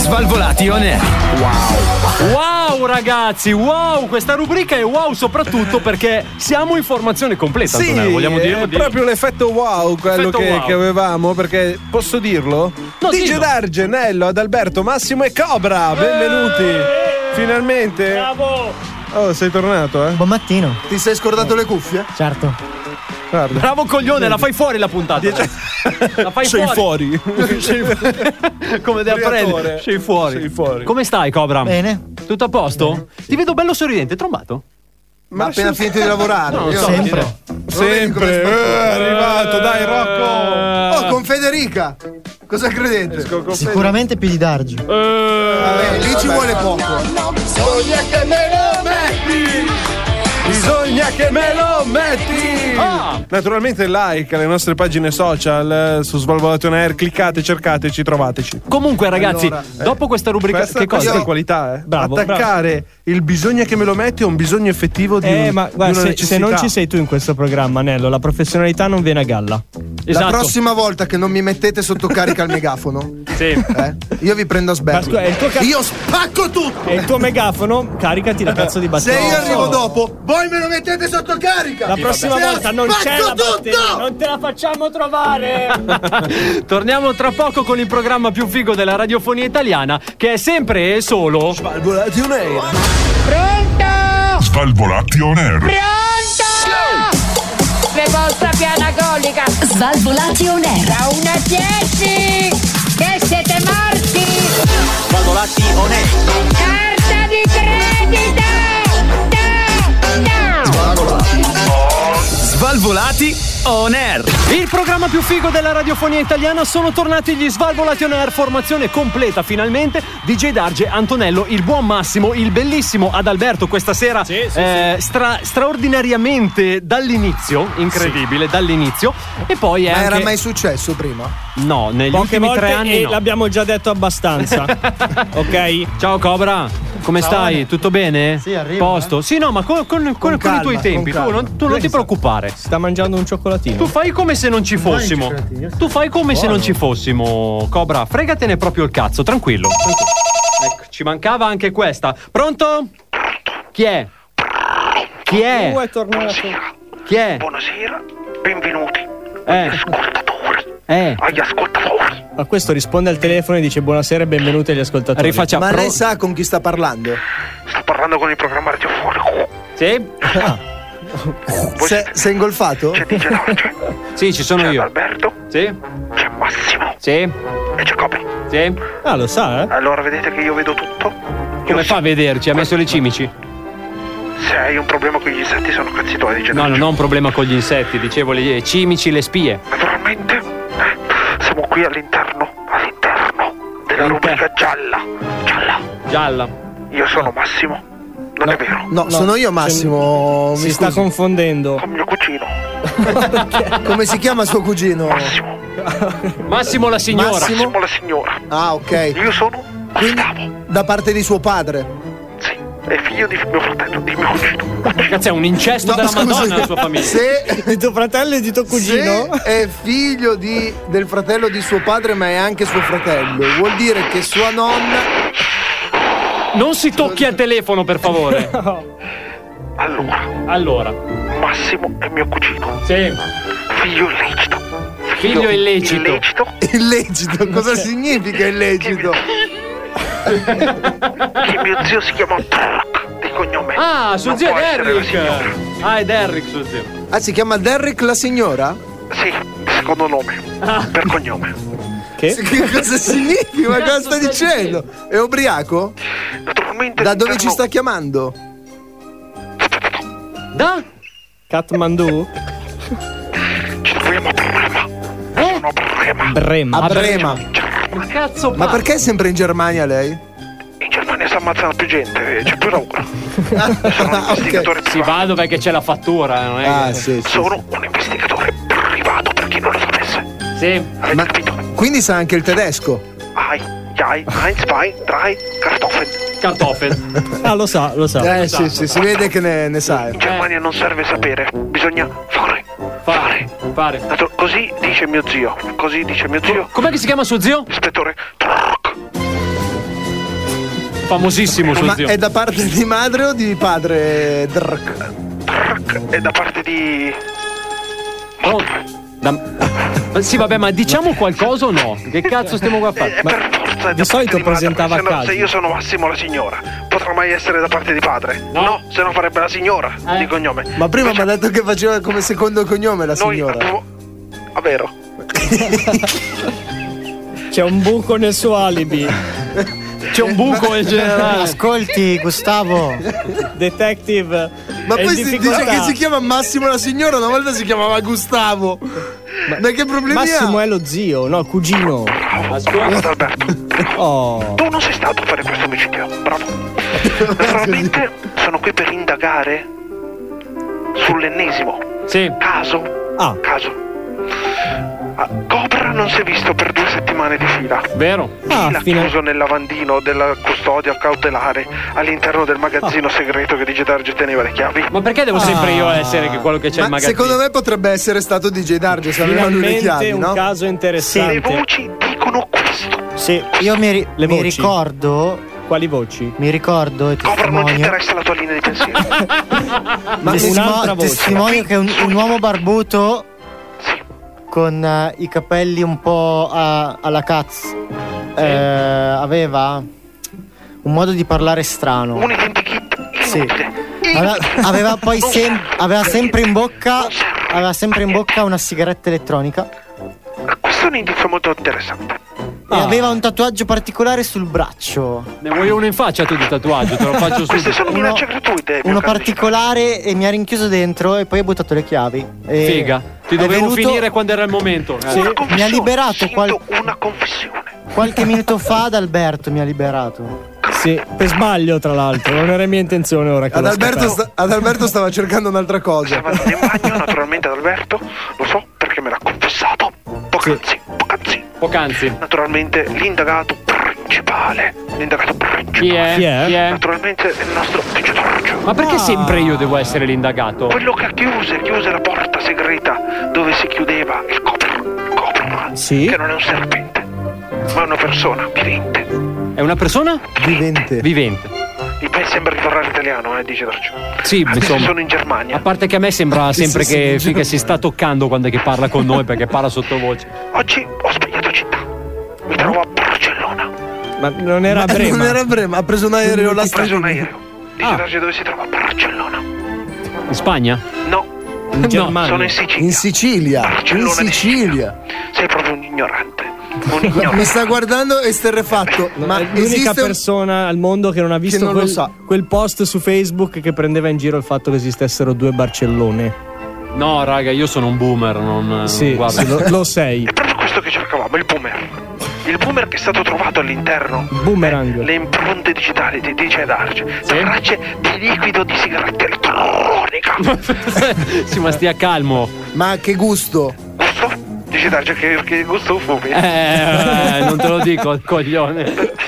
Speaker 3: Svalvolati on air.
Speaker 6: Wow. Wow ragazzi, wow, questa rubrica è wow soprattutto perché siamo informazione completa.
Speaker 7: Sì,
Speaker 6: Antonello, vogliamo dirlo?
Speaker 7: è proprio l'effetto wow quello
Speaker 6: Effetto
Speaker 7: che,
Speaker 6: wow.
Speaker 7: che avevamo, perché posso dirlo?
Speaker 6: No,
Speaker 7: D J
Speaker 6: dillo.
Speaker 7: Darge, Nello, Adalberto, Massimo e Cobra, benvenuti. Finalmente.
Speaker 15: Bravo.
Speaker 7: Oh, sei tornato, eh?
Speaker 9: Buon mattino. Ti sei scordato le cuffie?
Speaker 15: Certo.
Speaker 7: Guarda.
Speaker 6: Bravo coglione, la fai fuori la puntata. La fai
Speaker 7: Sei
Speaker 6: fuori.
Speaker 7: fuori.
Speaker 6: Sei fu- Come da prendere? Sei fuori.
Speaker 7: Sei fuori.
Speaker 6: Come stai, Cobra?
Speaker 9: Bene.
Speaker 6: Tutto a posto? Ti vedo bello sorridente, trombato?
Speaker 9: Ma appena finito di lavorare.
Speaker 6: No,
Speaker 9: Io-
Speaker 15: Sempre.
Speaker 7: Sempre. Eh, è arrivato, dai, Rocco.
Speaker 9: Oh, con Federica. Cosa credete?
Speaker 15: Sicuramente più di Dargi.
Speaker 9: Vabbè, lì ci vuole poco.
Speaker 7: Bisogna che me lo metti. Bisogna che me lo metti.
Speaker 6: Ah.
Speaker 7: Naturalmente like alle nostre pagine social, eh, su Svalvolati on air, cliccate, cercateci, trovateci.
Speaker 6: Comunque, ragazzi,
Speaker 9: Allora,
Speaker 6: dopo questa rubrica,
Speaker 7: Questa,
Speaker 6: che
Speaker 7: questa
Speaker 6: cosa?
Speaker 7: è qualità, eh.
Speaker 15: Bravo,
Speaker 7: Attaccare il bisogna che me lo metti a un bisogno effettivo di,
Speaker 15: Eh,
Speaker 7: un-
Speaker 15: ma
Speaker 7: di
Speaker 15: guarda,
Speaker 7: una
Speaker 15: se, se non
Speaker 7: necessità.
Speaker 15: ci sei tu in questo programma, Nello, la professionalità non viene a galla.
Speaker 6: Esatto.
Speaker 9: La prossima volta che non mi mettete sotto carica il megafono,
Speaker 6: Sì.
Speaker 9: eh, io vi prendo a
Speaker 15: Ma
Speaker 9: sberle.
Speaker 15: scusa, è il tuo ca-
Speaker 9: Io spacco tutto.
Speaker 15: E il tuo megafono, caricati la cazzo di
Speaker 9: Se
Speaker 15: batteria.
Speaker 9: io arrivo dopo, voi me lo mettete sotto carica.
Speaker 15: La prossima
Speaker 9: Se io
Speaker 15: volta non c'è
Speaker 9: spacco
Speaker 15: la batteria,
Speaker 9: tutto.
Speaker 15: non te la facciamo trovare.
Speaker 6: Torniamo tra poco con il programma più figo della radiofonia italiana, che è sempre e solo
Speaker 7: Svalvolati on air.
Speaker 4: Pronto?
Speaker 13: Svalvolati on air.
Speaker 4: Pronto? Preposta piana colica.
Speaker 5: Svalvolati on air.
Speaker 4: Da uno a dieci. Che siete morti?
Speaker 3: Svalvolati on air.
Speaker 4: Carta di credito. No, no.
Speaker 3: Svalvolati on air.
Speaker 6: il programma più figo della radiofonia italiana. Sono tornati gli Svalvolati on air, formazione completa finalmente. D J Darge, Antonello, il buon Massimo, il bellissimo Adalberto questa sera.
Speaker 15: Sì, sì,
Speaker 6: eh, stra- straordinariamente dall'inizio, incredibile, dall'inizio. E poi è
Speaker 9: Ma
Speaker 6: anche...
Speaker 9: era mai successo prima?
Speaker 6: No, negli
Speaker 15: Poche
Speaker 6: ultimi
Speaker 15: volte
Speaker 6: tre anni
Speaker 15: e
Speaker 6: no.
Speaker 15: l'abbiamo già detto abbastanza. Ok?
Speaker 6: Ciao Cobra, come
Speaker 15: Ciao,
Speaker 6: stai?
Speaker 15: Ale.
Speaker 6: Tutto bene?
Speaker 15: Sì, arrivo,
Speaker 6: Posto? Sì, no, ma con, con- con- con
Speaker 9: calma,
Speaker 6: i tuoi tempi,
Speaker 9: con
Speaker 6: tu
Speaker 9: calma.
Speaker 6: non, tu non ti preoccupare.
Speaker 15: Sta mangiando un cioccolatino.
Speaker 6: Tu fai come se non ci fossimo. Tu fai come se non ci fossimo, Cobra. Fregatene proprio il cazzo, tranquillo. Ecco, ci mancava anche questa. Pronto? Chi è? Chi è?
Speaker 15: Uh, è tornato.
Speaker 6: Chi è?
Speaker 16: Buonasera, benvenuti
Speaker 6: Eh.
Speaker 16: ascoltatori,
Speaker 6: Eh.
Speaker 16: agli ascoltatori.
Speaker 15: Ma questo risponde al telefono e dice buonasera e benvenuti agli ascoltatori.
Speaker 6: Rifacciamo.
Speaker 9: Ma
Speaker 6: Pro-
Speaker 9: lei sa con chi sta parlando?
Speaker 16: Sto parlando con il programma radiofonico.
Speaker 6: Sì?
Speaker 9: Se, sei ingolfato?
Speaker 16: C'è D J Darge,
Speaker 6: Sì, ci sono
Speaker 16: c'è
Speaker 6: io.
Speaker 16: Alberto,
Speaker 6: Sì?
Speaker 16: c'è Massimo
Speaker 6: Sì?
Speaker 16: e c'è Cobra.
Speaker 6: Sì?
Speaker 15: Ah, lo sa, eh?
Speaker 16: Allora vedete che io vedo tutto?
Speaker 6: Come fa a vederci? Ha messo le cimici?
Speaker 16: Se hai un problema con gli insetti sono cazzi tuoi, D J
Speaker 6: No,
Speaker 16: Darge.
Speaker 6: non ho un problema con gli insetti, dicevo le cimici, le spie.
Speaker 16: Naturalmente, eh, siamo qui all'interno, all'interno della rubrica gialla. Gialla.
Speaker 6: Gialla.
Speaker 16: Io sono Massimo. Non è vero?
Speaker 9: No, sono io Massimo.
Speaker 15: Si
Speaker 9: mi
Speaker 15: sta
Speaker 9: scusi.
Speaker 15: confondendo.
Speaker 16: Con mio cugino.
Speaker 9: Come si chiama suo cugino?
Speaker 16: Massimo.
Speaker 6: Massimo la signora.
Speaker 9: Massimo?
Speaker 16: Massimo la signora.
Speaker 9: Ah, ok.
Speaker 16: Io sono
Speaker 9: Quindi,
Speaker 16: Gustavo.
Speaker 9: da parte di suo padre.
Speaker 16: Sì, è figlio di mio fratello, di mio cugino.
Speaker 6: Cazzo, è un incesto
Speaker 9: No,
Speaker 6: della
Speaker 9: scusi.
Speaker 6: Madonna la sua famiglia.
Speaker 9: Se,
Speaker 15: Di tuo fratello e di tuo cugino?
Speaker 9: se è figlio di, del fratello di suo padre, ma è anche suo fratello, vuol dire che sua nonna.
Speaker 6: Non si tocchi al telefono, per favore.
Speaker 16: Allora,
Speaker 6: Allora,
Speaker 16: Massimo è mio cugino.
Speaker 6: sì.
Speaker 16: Figlio illecito.
Speaker 6: Figlio illecito.
Speaker 16: Illecito.
Speaker 9: Illecito, cosa significa illecito?
Speaker 16: Che mio zio si chiama Truck di cognome.
Speaker 6: Ah, suo
Speaker 16: Non
Speaker 6: zio
Speaker 16: può
Speaker 6: è
Speaker 16: essere la
Speaker 6: Derrick.
Speaker 16: signora.
Speaker 6: Ah, è Derrick suo zio.
Speaker 9: Ah, si chiama Derrick la signora?
Speaker 16: Sì, secondo nome.
Speaker 6: Ah.
Speaker 16: Per cognome.
Speaker 15: Che?
Speaker 9: Che cosa significa? Ma cosa sta dicendo? È ubriaco?
Speaker 16: Naturalmente.
Speaker 9: Da dove ci
Speaker 16: all'interno-
Speaker 9: sta chiamando?
Speaker 6: Da?
Speaker 15: Kathmandu?
Speaker 16: Ci troviamo a Brema.
Speaker 6: Eh?
Speaker 16: Sono a Brema.
Speaker 15: Brema.
Speaker 9: A Brema.
Speaker 6: Ma cazzo
Speaker 9: Ma
Speaker 6: parli?
Speaker 9: perché è sempre in Germania lei?
Speaker 16: In Germania si ammazzano più gente, c'è più lavoro. Sono un
Speaker 9: Ah, ok.
Speaker 16: investigatore
Speaker 6: Si
Speaker 16: privato.
Speaker 6: va dov'è che c'è la fattura, non è
Speaker 9: Ah,
Speaker 6: che...
Speaker 9: sì, sì.
Speaker 16: Sono un investigatore privato, per chi non lo sapesse.
Speaker 6: Sì.
Speaker 16: Avete
Speaker 9: Ma
Speaker 16: capito?
Speaker 9: quindi sa anche il tedesco?
Speaker 16: Ai, jai, eins, zwei, drei, Kartoffeln.
Speaker 6: Kartoffel.
Speaker 15: Ah, lo sa, lo sa.
Speaker 9: Eh sì, sì, si vede che ne, ne sa.
Speaker 16: In Germania non serve sapere, bisogna fare.
Speaker 6: Fare. Fare.
Speaker 16: Natu- Così dice mio zio. Così dice mio zio.
Speaker 6: Com'è che si chiama suo zio?
Speaker 16: Ispettore Truck.
Speaker 6: famosissimo sul
Speaker 9: Ma
Speaker 6: zio.
Speaker 9: è da parte di madre o di padre? Drk.
Speaker 16: Drk è da parte di.
Speaker 6: Oh, da- Sì, vabbè, ma diciamo qualcosa o no? Che cazzo stiamo qua a fare?
Speaker 16: È per forza
Speaker 15: Di solito
Speaker 16: di madre,
Speaker 15: presentava
Speaker 16: se no-
Speaker 15: a caso.
Speaker 16: Se io sono Massimo la signora, potrà mai essere da parte di padre? No, se no farebbe la signora di cognome.
Speaker 9: Ma prima mi ha detto che faceva come secondo cognome la
Speaker 16: Noi
Speaker 9: signora.
Speaker 16: abbiamo. Ah, vero?
Speaker 15: C'è un buco nel suo alibi.
Speaker 6: C'è un buco in generale.
Speaker 17: Ascolti, Gustavo.
Speaker 15: Detective.
Speaker 9: Ma
Speaker 15: è in
Speaker 9: poi si dice
Speaker 15: difficoltà.
Speaker 9: che si chiama Massimo la signora, una volta si chiamava Gustavo. Ma che problemi
Speaker 15: Massimo
Speaker 9: ha?
Speaker 15: è lo zio, no, cugino.
Speaker 16: Ascolta, Alberto.
Speaker 15: Oh.
Speaker 16: Tu non sei stato a fare questo omicidio, bravo. Naturalmente sono qui per indagare sull'ennesimo
Speaker 6: sì.
Speaker 16: caso.
Speaker 15: Ah.
Speaker 16: Caso. Ah, Cobra non si è visto per due settimane di fila.
Speaker 6: Vero?
Speaker 15: Ah,
Speaker 16: L'ha
Speaker 15: fino-
Speaker 16: chiuso nel lavandino della custodia cautelare all'interno del magazzino segreto che Dice Darge teneva le chiavi.
Speaker 6: Ma perché devo sempre io essere che quello che c'è il
Speaker 9: Ma
Speaker 6: magazzino?
Speaker 9: secondo me potrebbe essere stato D J Darge se aveva lui le
Speaker 15: Finalmente
Speaker 9: chiavi,
Speaker 15: un
Speaker 9: no?
Speaker 15: caso interessante.
Speaker 16: Le voci dicono questo.
Speaker 17: Sì, io mi, ri-
Speaker 15: Le
Speaker 17: mi
Speaker 15: voci.
Speaker 17: ricordo.
Speaker 15: Quali voci?
Speaker 17: Mi ricordo e
Speaker 16: Cobra, non ti
Speaker 17: testimonio.
Speaker 16: interessa la tua linea di pensiero.
Speaker 17: Ma
Speaker 15: Un'altra
Speaker 17: testimo-
Speaker 15: voce.
Speaker 17: testimonio che un, un uomo barbuto con eh, i capelli un po' a- alla cazzo eh, aveva un modo di parlare strano.
Speaker 16: Un identikit
Speaker 17: Sì.
Speaker 16: inutile.
Speaker 17: Aveva, aveva poi sem- aveva sempre in bocca aveva sempre in bocca una sigaretta elettronica
Speaker 16: Questo è un indizio molto interessante.
Speaker 17: e aveva un tatuaggio particolare sul braccio.
Speaker 6: Ne vuoi uno in faccia tu di tatuaggio? Te lo faccio
Speaker 16: Queste
Speaker 6: subito.
Speaker 16: sono
Speaker 17: Uno-
Speaker 16: minacce gratuite. mio
Speaker 17: Uno
Speaker 16: caro
Speaker 17: particolare e mi ha rinchiuso dentro e poi ha buttato le chiavi. E
Speaker 6: Figa. Ti
Speaker 17: è
Speaker 6: dovevo
Speaker 17: venuto-
Speaker 6: finire quando era il momento. Eh.
Speaker 17: Sì,
Speaker 16: Una
Speaker 17: mi ha
Speaker 16: confessione.
Speaker 17: liberato qual-
Speaker 16: Sento una confessione.
Speaker 17: qualche minuto fa ad Alberto mi ha liberato.
Speaker 15: Sì, per sbaglio tra l'altro, non era mia intenzione ora che
Speaker 9: Ad
Speaker 15: l'ho
Speaker 9: Alberto,
Speaker 15: scoperto.
Speaker 9: sta- ad Alberto stava cercando un'altra cosa.
Speaker 16: Stava andando in bagno, naturalmente, ad Alberto. Lo so perché me l'ha confessato. Poc'anzi, poc'anzi.
Speaker 6: Poc'anzi.
Speaker 16: Naturalmente, l'indagato principale. L'indagato principale.
Speaker 6: Chi è?
Speaker 15: Chi è?
Speaker 6: Chi è?
Speaker 16: Naturalmente, è il nostro Dice Darge.
Speaker 6: Ma perché
Speaker 15: Ah.
Speaker 6: sempre io devo essere l'indagato?
Speaker 16: Quello che chiuse, chiuse la porta segreta dove si chiudeva il Cobra. Cobra.
Speaker 15: Sì.
Speaker 16: Che non è un serpente, ma è una persona vivente.
Speaker 6: È una persona?
Speaker 9: Vivente.
Speaker 6: Vivente.
Speaker 16: Mi pare sembra di parlare italiano, eh, Dice Darge.
Speaker 6: Sì,
Speaker 16: Adesso
Speaker 6: insomma.
Speaker 16: sono in Germania.
Speaker 6: A parte che a me sembra sempre
Speaker 9: sì,
Speaker 6: che,
Speaker 9: sì,
Speaker 6: che si sta toccando quando è che parla con noi perché parla sottovoce.
Speaker 16: Oggi ho sbagliato città. Mi trovo a Barcellona.
Speaker 15: Ma non era a
Speaker 9: Ma
Speaker 15: Brema.
Speaker 9: non era Brema, ha preso un aereo là
Speaker 16: Ho preso un
Speaker 9: strano.
Speaker 16: aereo. Dice
Speaker 15: Ah.
Speaker 16: Darge dove si trova? Barcellona.
Speaker 6: In Spagna?
Speaker 16: No,
Speaker 15: In Germania.
Speaker 16: sono in Sicilia.
Speaker 9: In Sicilia, in
Speaker 16: Barcellona di
Speaker 9: Sicilia.
Speaker 16: Sei proprio un ignorante. Un
Speaker 9: Mi
Speaker 16: ignorante.
Speaker 9: sta guardando esterrefatto. Ma
Speaker 15: È l'unica
Speaker 9: esiste un-
Speaker 15: persona al mondo che non ha visto
Speaker 9: non lo
Speaker 15: quel,
Speaker 9: sa.
Speaker 15: quel post su Facebook che prendeva in giro il fatto che esistessero due Barcellone.
Speaker 6: No, raga, io sono un boomer, non,
Speaker 15: Sì,
Speaker 6: non guardo.
Speaker 15: sì, lo, lo sei.
Speaker 16: È proprio questo che cercavamo, il boomer. Il boomer che è stato trovato all'interno.
Speaker 15: Boomerang.
Speaker 16: Le impronte digitali di Dice Darge. Le tracce di liquido di sigaretta elettronica.
Speaker 6: Sì, ma stia calmo.
Speaker 9: Ma che gusto?
Speaker 16: Gusto? Dice Darge che, che gusto fumi.
Speaker 6: Eh, non te lo dico, coglione.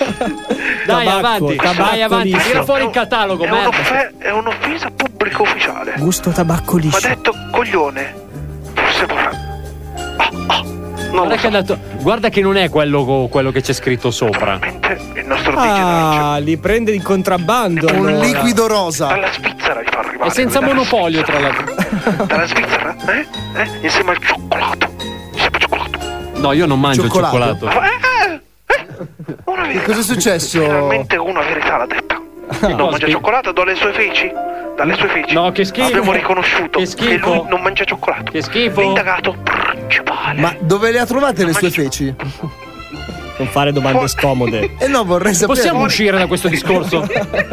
Speaker 6: Dai,
Speaker 15: Tabacco,
Speaker 6: avanti,
Speaker 15: tabacco
Speaker 6: vai avanti,
Speaker 15: liscio.
Speaker 6: tira fuori il catalogo,
Speaker 16: È,
Speaker 6: merda.
Speaker 16: un'offe- è un'offesa pubblica ufficiale.
Speaker 15: Gusto tabacco
Speaker 16: Ma
Speaker 15: liscio.
Speaker 16: detto coglione. Forse vorrà. Ah, ah, non
Speaker 6: Guarda
Speaker 16: lo
Speaker 6: che, ha
Speaker 16: so.
Speaker 6: dato- guarda che non è quello, quello che c'è scritto sopra.
Speaker 16: Naturalmente il nostro Dice Darge.
Speaker 15: Ah, li prende di contrabbando.
Speaker 9: Un
Speaker 15: allora.
Speaker 9: liquido rosa.
Speaker 16: Dalla Svizzera gli fa arrivare.
Speaker 6: È senza
Speaker 16: Dalla
Speaker 6: monopolio, tra
Speaker 16: Svizzera.
Speaker 6: l'altro.
Speaker 16: Dalla Svizzera? Eh? Eh? Insieme al cioccolato. Insieme al cioccolato.
Speaker 6: No, io non mangio
Speaker 9: Cioccolato?
Speaker 6: il cioccolato.
Speaker 16: Eh, eh, eh. Una verità.
Speaker 9: Che cosa è successo?
Speaker 16: Finalmente una verità l'ha detta. Non
Speaker 6: No,
Speaker 16: mangia
Speaker 6: schi-
Speaker 16: cioccolato dalle sue feci. Dalle sue feci.
Speaker 6: No, che schifo.
Speaker 16: Abbiamo riconosciuto
Speaker 6: Che
Speaker 16: che,
Speaker 6: schifo.
Speaker 16: lui non mangia cioccolato.
Speaker 6: Che schifo.
Speaker 16: L'indagato principale.
Speaker 9: Ma dove le ha trovate le sue feci?
Speaker 15: Non fare domande scomode.
Speaker 9: Eh no, vorrei sapere.
Speaker 6: Possiamo uscire da questo discorso?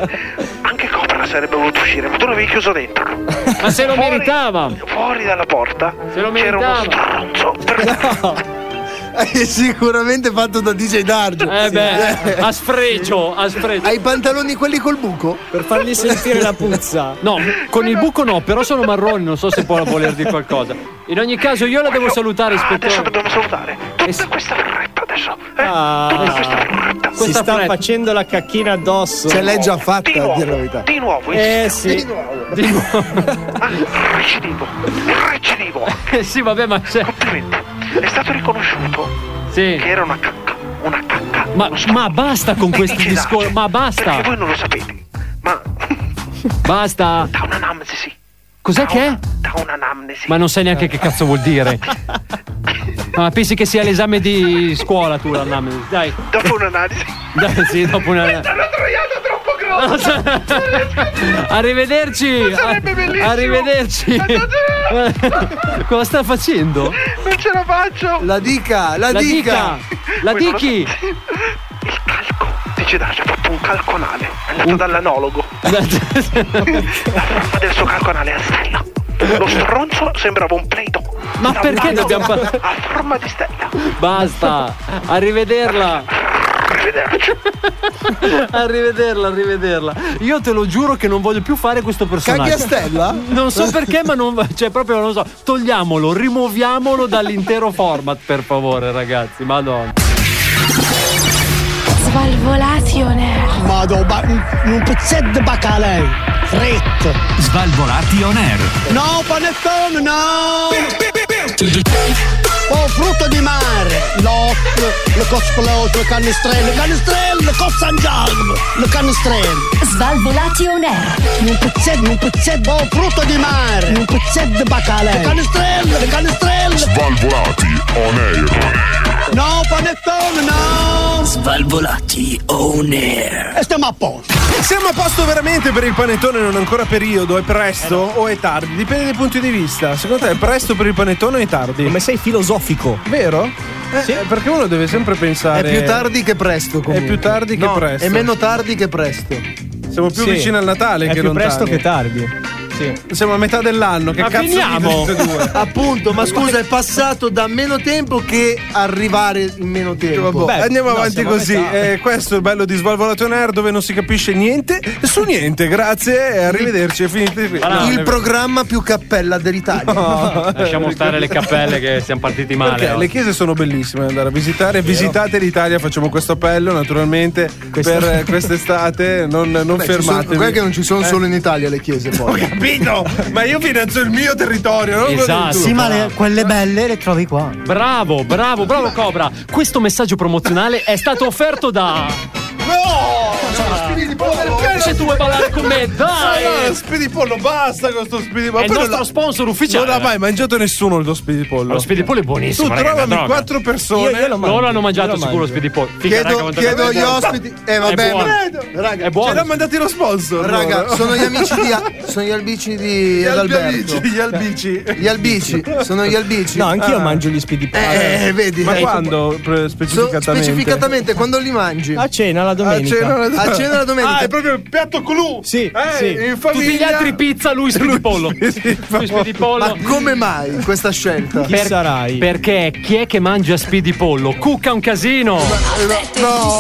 Speaker 16: Anche Cobra sarebbe voluto uscire, ma tu l'avevi chiuso dentro.
Speaker 6: Ma se lo
Speaker 16: Fuori-
Speaker 6: meritava.
Speaker 16: Fuori dalla porta
Speaker 6: Se lo
Speaker 16: c'era uno
Speaker 6: meritava.
Speaker 16: stronzo. Per...
Speaker 9: È sicuramente fatto da D J Darge.
Speaker 6: Eh beh, a sfregio, a sfregio.
Speaker 9: Hai i pantaloni quelli col buco?
Speaker 15: Per fargli sentire la puzza.
Speaker 6: No, con il buco no, però sono marroni, non so se può voler dire qualcosa. In ogni caso io la devo salutare,
Speaker 16: Ah, adesso
Speaker 6: ispettore.
Speaker 16: dobbiamo salutare. Tutta questa fretta adesso. Eh?
Speaker 15: Ah,
Speaker 16: Tutta questa fretta.
Speaker 15: si
Speaker 6: Questa
Speaker 15: sta
Speaker 6: fretta.
Speaker 15: facendo la cacchina addosso.
Speaker 9: Ce l'hai già fatta,
Speaker 16: Di
Speaker 9: a
Speaker 16: nuovo,
Speaker 9: dire la verità.
Speaker 16: di nuovo,
Speaker 15: Eh
Speaker 16: insistiamo.
Speaker 15: sì.
Speaker 6: Di nuovo.
Speaker 16: Ah, recidivo, recidivo.
Speaker 6: Eh, sì, vabbè, ma c'è.
Speaker 16: Complimenti. È stato riconosciuto
Speaker 6: Sì.
Speaker 16: che era una cacca, una cacca
Speaker 6: Ma, ma basta con questi
Speaker 16: che
Speaker 6: discorsi.
Speaker 16: esagero,
Speaker 6: Ma basta.
Speaker 16: Perché voi non lo sapete. Ma
Speaker 6: Basta.
Speaker 16: da un'anamnesi.
Speaker 6: Cos'è
Speaker 16: Da
Speaker 6: che è?
Speaker 16: una- Da un'anamnesi.
Speaker 6: Ma non sai neanche che cazzo vuol dire. Ma pensi che sia l'esame di scuola tu l'anamnesi? Dai.
Speaker 16: Dopo un'analisi.
Speaker 6: Dai, sì, dopo una.
Speaker 16: L'hanno troiata troppo grossa.
Speaker 6: Arrivederci.
Speaker 16: Sarebbe bellissimo.
Speaker 6: Arrivederci. Cosa sta facendo?
Speaker 16: Non ce la faccio.
Speaker 9: La dica, la,
Speaker 6: La dica. La
Speaker 16: Voi non lo
Speaker 6: dichi.
Speaker 16: Il calco. Dice Dacia, ha fatto un calco anale. È andato dall'anologo. La forma del suo calco anale è a stella. Lo stronzo sembrava un Play-Doh.
Speaker 6: Ma
Speaker 16: Da
Speaker 6: perché
Speaker 16: un lato
Speaker 6: dobbiamo fa-
Speaker 16: a forma di stella.
Speaker 6: Basta. Arrivederla. Arrivederla, arrivederla. Io te lo giuro che non voglio più fare questo personaggio.
Speaker 9: Caghi a stella?
Speaker 6: Non so perché, ma non. Cioè, proprio non lo so. Togliamolo, rimuoviamolo dall'intero format, per favore, ragazzi. Madonna.
Speaker 18: Svalvolatione.
Speaker 19: Mado, ba- un, un pezzetto di bacalei. Fritto.
Speaker 3: Svalvolati on air.
Speaker 19: No, panettone, no! Oh, frutto di mare! L'occhio, le cosplose, le canestrelle, le canestrelle, le cozzangialme, le canestrelle.
Speaker 18: Svalvolati on air.
Speaker 19: Un pezzetto, un pezzetto, oh, frutto di mare! Un pezzetto di bacalei. Le canestrelle, le canestrelle.
Speaker 13: Svalvolati on air.
Speaker 19: No, panettone, no!
Speaker 1: Svalvolati on air.
Speaker 19: E stiamo a posto.
Speaker 7: Siamo a posto veramente per il panettone, non è ancora periodo, è presto o è tardi? Dipende dai punti di vista. Secondo te è presto per il panettone o è tardi?
Speaker 15: Come sei filosofico.
Speaker 7: Vero? Eh,
Speaker 15: Sì.
Speaker 7: eh, Perché uno deve sempre pensare.
Speaker 9: È più tardi che presto comunque.
Speaker 7: È più tardi che
Speaker 9: No,
Speaker 7: presto.
Speaker 9: È meno tardi che presto.
Speaker 7: Siamo più
Speaker 15: Sì.
Speaker 7: vicini al Natale
Speaker 15: È
Speaker 7: che
Speaker 15: più
Speaker 7: lontani.
Speaker 15: presto che tardi. Sì.
Speaker 7: Siamo a metà dell'anno, che
Speaker 6: Ma
Speaker 7: cazzo
Speaker 6: finiamo?
Speaker 7: dite tutte e due?
Speaker 9: Appunto, ma scusa, è passato da meno tempo che arrivare in meno tempo.
Speaker 7: Vabbè,
Speaker 15: Beh,
Speaker 7: andiamo
Speaker 15: no,
Speaker 7: avanti
Speaker 15: siamo a
Speaker 7: così.
Speaker 15: metà.
Speaker 7: Eh, questo è il bello di Svalvolato Air, dove non si capisce niente su niente. Grazie e arrivederci. È finito qui.
Speaker 6: Ah, no,
Speaker 9: Il
Speaker 6: ne-
Speaker 9: programma più cappella dell'Italia.
Speaker 7: No.
Speaker 6: Lasciamo stare le cappelle che siamo partiti male.
Speaker 7: Perché
Speaker 6: oggi.
Speaker 7: le chiese sono bellissime da andare a visitare. Visitate l'Italia, facciamo questo appello naturalmente
Speaker 15: Questo-
Speaker 7: per eh, quest'estate. Non, non
Speaker 9: Beh, ci sono-
Speaker 7: fermatevi.
Speaker 9: guarda che non ci sono
Speaker 7: Eh.
Speaker 9: solo in Italia le chiese
Speaker 7: Ho
Speaker 9: poi.
Speaker 7: capito, ma io finanzio il mio territorio, non quello
Speaker 6: Esatto.
Speaker 7: del tuo.
Speaker 17: Sì, ma le- quelle belle le trovi qua.
Speaker 6: Bravo, bravo, bravo Cobra. Questo messaggio promozionale è stato offerto da. Se tu vuoi ballare con me, dai!
Speaker 7: Allora, spidipollo, basta con sto spidipollo.
Speaker 6: È il
Speaker 7: Poi
Speaker 6: nostro
Speaker 7: non
Speaker 6: sponsor ufficiale.
Speaker 7: Non l'ha mai mangiato nessuno lo spidipollo.
Speaker 6: Lo spidipollo è buonissimo.
Speaker 7: Tu
Speaker 6: raga,
Speaker 7: trovami
Speaker 6: una droga.
Speaker 7: quattro persone.
Speaker 15: Io- io lo mangio.
Speaker 6: Loro hanno mangiato
Speaker 15: Io lo
Speaker 6: sicuro lo
Speaker 15: mangio.
Speaker 6: spidipollo. Figa, raga,
Speaker 9: Chiedo,
Speaker 6: quanto-
Speaker 9: chiedo
Speaker 6: è
Speaker 9: agli
Speaker 6: buono.
Speaker 9: ospiti. Eh vabbè,
Speaker 6: È buono.
Speaker 9: ma- raga,
Speaker 6: È buono.
Speaker 7: Ce l'ha mandati lo sponsor.
Speaker 9: raga,
Speaker 7: loro.
Speaker 9: sono gli amici di sono gli albici di
Speaker 7: Gli
Speaker 9: Adalberto.
Speaker 7: albici, gli albici.
Speaker 9: Gli albici, sono gli albici.
Speaker 15: No, anch'io
Speaker 7: Ah.
Speaker 15: mangio gli spidipolli.
Speaker 9: Eh, vedi.
Speaker 7: Ma
Speaker 9: Eh,
Speaker 7: quando pre-
Speaker 9: so-
Speaker 7: specificatamente?
Speaker 9: specificatamente quando li mangi?
Speaker 15: A cena la
Speaker 7: A
Speaker 15: domenica.
Speaker 7: cena la,
Speaker 9: A cena la domenica.
Speaker 7: Ah, è proprio il piatto clou.
Speaker 15: Sì,
Speaker 7: Eh,
Speaker 15: sì.
Speaker 7: in famiglia.
Speaker 6: Tutti gli altri pizza, lui spidipollo. Lui spidipollo.
Speaker 9: Ma come mai questa scelta?
Speaker 15: Chi sarai?
Speaker 6: Perché chi è che mangia spidipollo? Cucca un casino.
Speaker 9: No.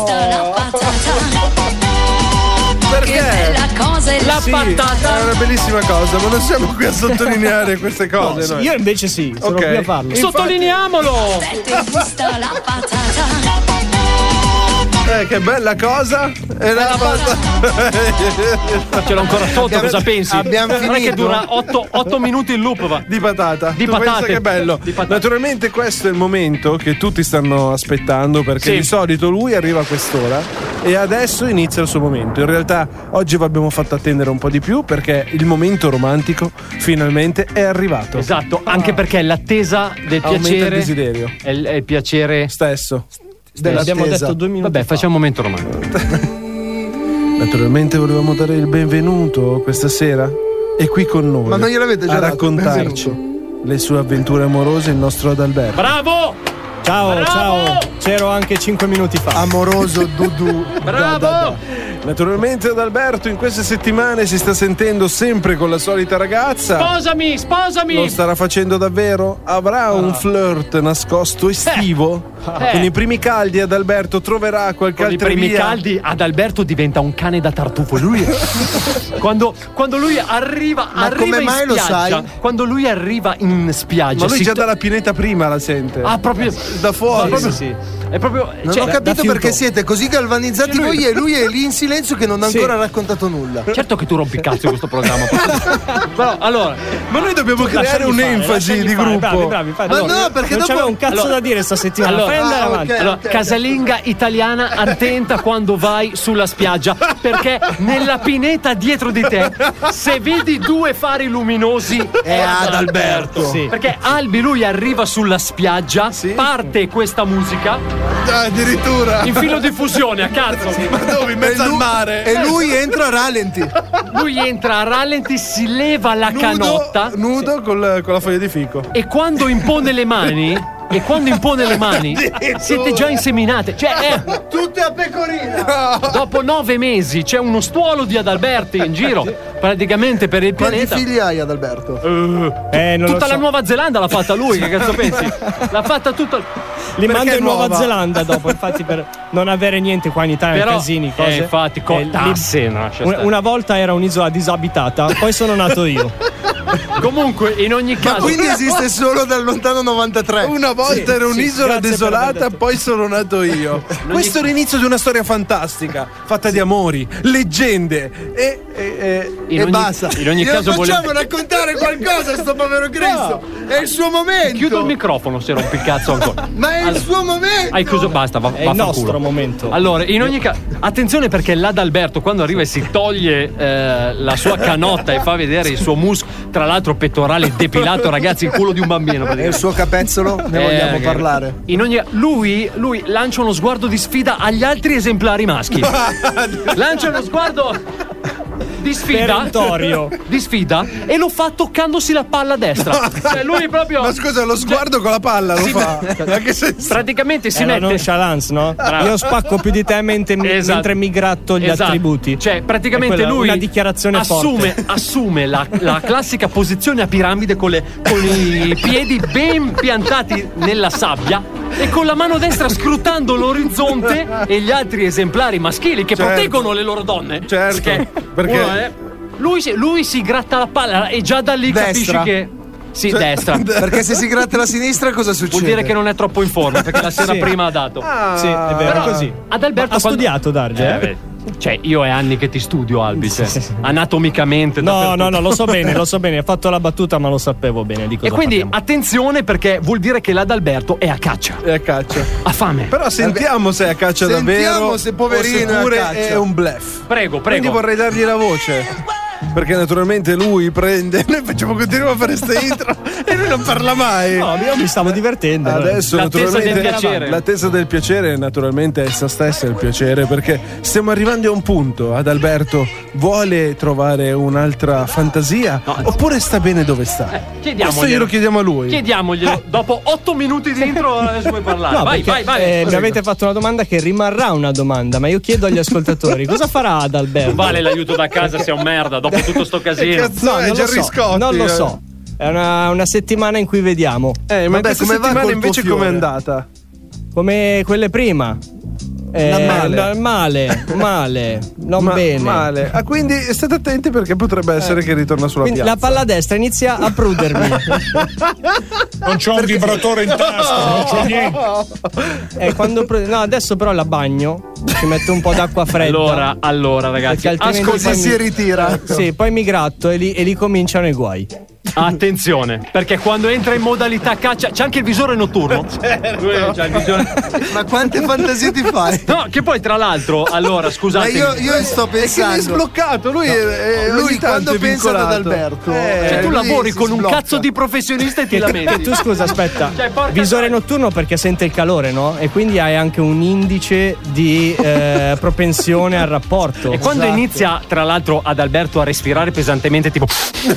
Speaker 7: Perché?
Speaker 18: cosa è
Speaker 6: La
Speaker 7: Sì,
Speaker 6: patata.
Speaker 7: è una bellissima cosa, ma non siamo qui a sottolineare queste
Speaker 15: No,
Speaker 7: cose.
Speaker 15: sì,
Speaker 7: noi.
Speaker 15: io invece sì, sono
Speaker 7: Ok.
Speaker 15: qui a farlo.
Speaker 6: Sottolineiamolo.
Speaker 18: la patata.
Speaker 7: Eh, che bella cosa! E la
Speaker 6: Ce l'ho ancora sotto, cosa pensi?
Speaker 9: abbiamo
Speaker 6: Non è che
Speaker 9: finito?
Speaker 6: dura otto minuti il loop, va.
Speaker 7: Di patata.
Speaker 6: Di
Speaker 7: Tu
Speaker 6: patate.
Speaker 7: pensa che è bello.
Speaker 6: Di patate.
Speaker 7: Naturalmente questo è il momento che tutti stanno aspettando, perché
Speaker 6: Sì.
Speaker 7: di solito lui arriva a quest'ora e adesso inizia il suo momento. In realtà oggi vi abbiamo fatto attendere un po' di più perché il momento romantico finalmente è arrivato.
Speaker 6: Esatto, anche perché l'attesa del
Speaker 7: Aumenta
Speaker 6: piacere
Speaker 7: il desiderio.
Speaker 6: è il, è il piacere
Speaker 7: stesso.
Speaker 15: Abbiamo detto due minuti
Speaker 6: Vabbè,
Speaker 15: fa.
Speaker 6: facciamo un momento romantico.
Speaker 7: Naturalmente volevamo dare il benvenuto questa sera e qui con noi
Speaker 9: Ma non gliel'avete già
Speaker 7: a
Speaker 9: dato,
Speaker 7: raccontarci le sue avventure amorose il nostro Adalberto.
Speaker 6: Bravo!
Speaker 15: Ciao,
Speaker 6: Bravo!
Speaker 15: ciao. C'ero anche cinque minuti fa.
Speaker 9: Amoroso Dudu.
Speaker 6: Bravo!
Speaker 7: Naturalmente Adalberto in queste settimane si sta sentendo sempre con la solita ragazza.
Speaker 6: Sposami, sposami!
Speaker 7: Lo starà facendo davvero? Avrà un flirt nascosto estivo?
Speaker 6: Eh.
Speaker 7: Con i primi caldi Adalberto troverà qualche
Speaker 6: Con i
Speaker 7: altra
Speaker 6: primi
Speaker 7: via?
Speaker 6: caldi Adalberto diventa un cane da tartufo. Lui quando, quando lui arriva,
Speaker 9: Ma
Speaker 6: arriva
Speaker 9: come
Speaker 6: in
Speaker 9: mai lo
Speaker 6: spiaggia,
Speaker 9: sai?
Speaker 6: quando lui arriva in spiaggia,
Speaker 7: Ma lui
Speaker 6: si
Speaker 7: già
Speaker 6: to-
Speaker 7: dalla pineta prima la sente.
Speaker 6: Ah, proprio
Speaker 7: da fuori.
Speaker 6: proprio-
Speaker 15: sì, sì.
Speaker 6: È proprio.
Speaker 9: Non
Speaker 6: cioè,
Speaker 9: ho capito perché siete così galvanizzati
Speaker 6: Cioè, lui-
Speaker 9: voi e lui è lì in silenzio che non ha
Speaker 6: Sì.
Speaker 9: ancora raccontato nulla.
Speaker 6: Certo che tu rompi cazzo in questo programma. Però allora.
Speaker 7: Ma noi dobbiamo creare un'enfasi di gruppo.
Speaker 15: Bravi, bravi, fate.
Speaker 9: Ma
Speaker 15: Allora,
Speaker 9: no, perché
Speaker 15: non
Speaker 9: dopo-
Speaker 15: c'aveva un cazzo
Speaker 6: Allora-
Speaker 15: da dire sta settimana.
Speaker 6: Allora,
Speaker 15: Fai andare
Speaker 9: ah,
Speaker 15: avanti.
Speaker 9: ok.
Speaker 6: Allora, casalinga italiana, attenta quando vai sulla spiaggia, perché nella pineta dietro di te, se vedi due fari luminosi,
Speaker 9: È Adalberto.
Speaker 15: Sì.
Speaker 6: Perché Albi lui arriva sulla spiaggia, parte questa musica,
Speaker 7: Ah, addirittura.
Speaker 6: in filo di fusione a cazzo.
Speaker 7: Ma dove? In mezzo
Speaker 9: E
Speaker 7: al
Speaker 9: lui-
Speaker 7: mare.
Speaker 9: E lui entra a rallenti.
Speaker 6: Lui entra a rallenti, si leva la
Speaker 7: Nudo,
Speaker 6: canotta
Speaker 7: nudo col- con la foglia di fico.
Speaker 6: e quando impone le mani. E quando impone le mani siete già inseminate. Cioè, è,
Speaker 9: Tutte a pecorina.
Speaker 6: dopo nove mesi c'è uno stuolo di Adalberti in giro, praticamente per il
Speaker 9: Quanti
Speaker 6: pianeta.
Speaker 9: figli hai, Adalberto?
Speaker 15: Eh, non lo
Speaker 6: Tutta
Speaker 15: so.
Speaker 6: la Nuova Zelanda l'ha fatta lui, che cazzo pensi? L'ha fatta tutta.
Speaker 15: Li mando
Speaker 7: Perché
Speaker 15: in Nuova
Speaker 7: nuova?
Speaker 15: Zelanda dopo, infatti, per non avere niente qua in Italia,
Speaker 6: Però,
Speaker 15: casini, cose.
Speaker 6: eh, infatti, co-
Speaker 15: Eh, lì-
Speaker 6: tasse, no, lascia
Speaker 15: una,
Speaker 6: stare.
Speaker 15: una volta era un'isola disabitata, poi sono nato io.
Speaker 6: Comunque, in ogni
Speaker 9: Ma
Speaker 6: caso.
Speaker 9: quindi esiste solo dal lontano novantatré.
Speaker 7: Una volta era un'isola
Speaker 15: grazie per
Speaker 7: desolata,
Speaker 15: aver detto.
Speaker 7: poi sono nato io. Questo è l'inizio di una storia fantastica, fatta di amori, leggende e, e, e-
Speaker 6: In
Speaker 9: e
Speaker 6: ogni-
Speaker 9: basta.
Speaker 6: in ogni
Speaker 9: Glielo
Speaker 6: caso
Speaker 9: facciamo
Speaker 6: voglio-
Speaker 9: raccontare qualcosa a sto povero Cristo. È il suo momento.
Speaker 6: Chiudo il microfono se rompi il cazzo ancora.
Speaker 9: Ma è il suo momento.
Speaker 6: Hai chiuso, basta, va,
Speaker 15: È il
Speaker 6: vaffanculo.
Speaker 15: nostro momento.
Speaker 6: Allora, in ogni caso, attenzione perché l'Adalberto quando arriva e si toglie eh, la sua canotta e fa vedere il suo muscolo, tra l'altro pettorale depilato, ragazzi, il culo di un bambino.
Speaker 9: E il suo capezzolo? Ne
Speaker 6: Eh,
Speaker 9: vogliamo
Speaker 6: che-
Speaker 9: parlare.
Speaker 6: In ogni, lui, lui lancia uno sguardo di sfida agli altri esemplari maschi. Lancia uno sguardo di sfida.
Speaker 15: Perentorio.
Speaker 6: Di sfida e lo fa toccandosi la palla a destra. Cioè lui proprio.
Speaker 7: Ma scusa, lo sguardo con la palla lo
Speaker 6: Sì,
Speaker 7: fa. Ma che senso?
Speaker 6: Praticamente si
Speaker 15: È la
Speaker 6: mette.
Speaker 15: nonchalance, no?
Speaker 6: Bravo.
Speaker 15: Io spacco più di te mentre,
Speaker 6: Esatto.
Speaker 15: mentre mi gratto gli
Speaker 6: Esatto.
Speaker 15: attributi.
Speaker 6: Cioè, praticamente
Speaker 15: È quella-
Speaker 6: lui
Speaker 15: una dichiarazione
Speaker 6: assume,
Speaker 15: forte.
Speaker 6: assume la, la classica posizione a piramide con, le- con i piedi ben piantati nella sabbia e con la mano destra scrutando l'orizzonte e gli altri esemplari maschili che
Speaker 7: Certo.
Speaker 6: proteggono le loro donne.
Speaker 7: Certo,
Speaker 6: Perché,
Speaker 7: perché-
Speaker 6: uno è- lui, si, lui si gratta la palla e già da lì
Speaker 9: Destra.
Speaker 6: capisci che. Sì,
Speaker 7: Cioè,
Speaker 6: destra.
Speaker 9: Perché se si gratta la sinistra cosa succede?
Speaker 6: Vuol dire che non è troppo in forma perché la sera
Speaker 15: Sì.
Speaker 6: prima ha dato.
Speaker 15: Sì, è vero,
Speaker 6: Però
Speaker 15: è così.
Speaker 6: Adalberto
Speaker 15: Ha
Speaker 6: quando-
Speaker 15: studiato Darge.
Speaker 6: Eh,
Speaker 15: eh?
Speaker 6: beh, cioè, io è anni che ti studio, Albi. Cioè,
Speaker 15: Sì, sì.
Speaker 6: anatomicamente.
Speaker 15: No,
Speaker 6: dappertutto.
Speaker 15: no, no, lo so bene, lo so bene. Ho fatto la battuta, ma lo sapevo bene di cosa
Speaker 6: E quindi
Speaker 15: parliamo.
Speaker 6: attenzione perché vuol dire che l'Adalberto è a caccia.
Speaker 7: È a caccia.
Speaker 6: Ha fame.
Speaker 7: Però sentiamo se è a caccia
Speaker 9: Sentiamo
Speaker 7: davvero.
Speaker 9: se poverino
Speaker 7: o
Speaker 9: è a
Speaker 7: pure
Speaker 9: caccia.
Speaker 7: è un bluff.
Speaker 6: Prego,
Speaker 7: Quindi
Speaker 6: prego.
Speaker 7: vorrei dargli la voce. Perché naturalmente lui prende. Noi facciamo continuare a fare ste intro e lui non parla mai.
Speaker 15: No, io mi stavo divertendo.
Speaker 7: Adesso
Speaker 6: L'attesa
Speaker 7: naturalmente
Speaker 6: del piacere.
Speaker 7: l'attesa del piacere naturalmente è essa stessa il piacere, perché stiamo arrivando a un punto. Adalberto vuole trovare un'altra fantasia oppure sta bene dove sta?
Speaker 6: Chiediamoglielo.
Speaker 7: Questo glielo chiediamo a lui.
Speaker 6: Chiediamoglielo. Dopo otto minuti di intro adesso puoi parlare.
Speaker 15: No,
Speaker 6: vai,
Speaker 15: perché,
Speaker 6: vai, vai.
Speaker 15: eh, mi
Speaker 6: Prego.
Speaker 15: avete fatto una domanda che rimarrà una domanda, ma io chiedo agli ascoltatori cosa farà Adalberto?
Speaker 6: Vale l'aiuto da casa, sei un merda. Dopo tutto sto casino.
Speaker 7: Cazzo,
Speaker 15: No,
Speaker 7: è
Speaker 15: non lo
Speaker 7: Gerry
Speaker 15: so,
Speaker 7: Scotti,
Speaker 15: non lo
Speaker 7: eh.
Speaker 15: so. È una, una settimana in cui vediamo.
Speaker 7: Eh, ma
Speaker 9: Vabbè,
Speaker 7: questa
Speaker 9: come va
Speaker 7: settimana
Speaker 9: col
Speaker 7: invece
Speaker 9: tuo
Speaker 7: com'è
Speaker 9: fiore?
Speaker 7: andata?
Speaker 15: Come quelle prima. Eh,
Speaker 7: Da male.
Speaker 15: da- male, male, non
Speaker 7: Ma-
Speaker 15: bene.
Speaker 7: Male. Ah, quindi state attenti perché potrebbe essere che ritorna sulla
Speaker 15: Quindi
Speaker 7: piazza.
Speaker 15: la palla a destra inizia a prudermi.
Speaker 10: Non c'ho un vibratore in tasca, non c'ho niente.
Speaker 15: Eh, quando pru- no, adesso però la bagno, ci metto un po' d'acqua fredda.
Speaker 6: Allora, allora, ragazzi.
Speaker 15: Perché altrimenti
Speaker 6: ascolti-
Speaker 15: poi
Speaker 9: si
Speaker 15: mi-
Speaker 9: ritira.
Speaker 15: Sì, poi mi gratto e lì, e lì cominciano i guai.
Speaker 6: Attenzione, perché quando entra in modalità caccia c'è anche il visore notturno.
Speaker 7: Certo.
Speaker 6: Lui c'ha il visore-
Speaker 9: Ma quante fantasie ti fai?
Speaker 6: No, che poi tra l'altro, allora,
Speaker 9: Ma
Speaker 6: scusate.
Speaker 9: io, io sto
Speaker 7: È che mi è
Speaker 9: pensando.
Speaker 7: sbloccato. Lui, è, è-
Speaker 9: Lui
Speaker 7: ogni tanto
Speaker 9: quando
Speaker 7: è
Speaker 9: pensa ad
Speaker 7: vincolato.
Speaker 9: Adalberto,
Speaker 7: Eh,
Speaker 6: Cioè, tu
Speaker 9: lui
Speaker 6: lavori
Speaker 9: si
Speaker 6: con un
Speaker 9: sblocca.
Speaker 6: cazzo di professionista e ti lamenti.
Speaker 15: Tu scusa, aspetta.
Speaker 6: Cioè, porca
Speaker 15: Visore
Speaker 6: troia.
Speaker 15: notturno perché sente il calore, no? E quindi hai anche un indice di eh, propensione al rapporto.
Speaker 6: E quando
Speaker 9: Esatto.
Speaker 6: inizia, tra l'altro, ad Alberto a respirare pesantemente, tipo.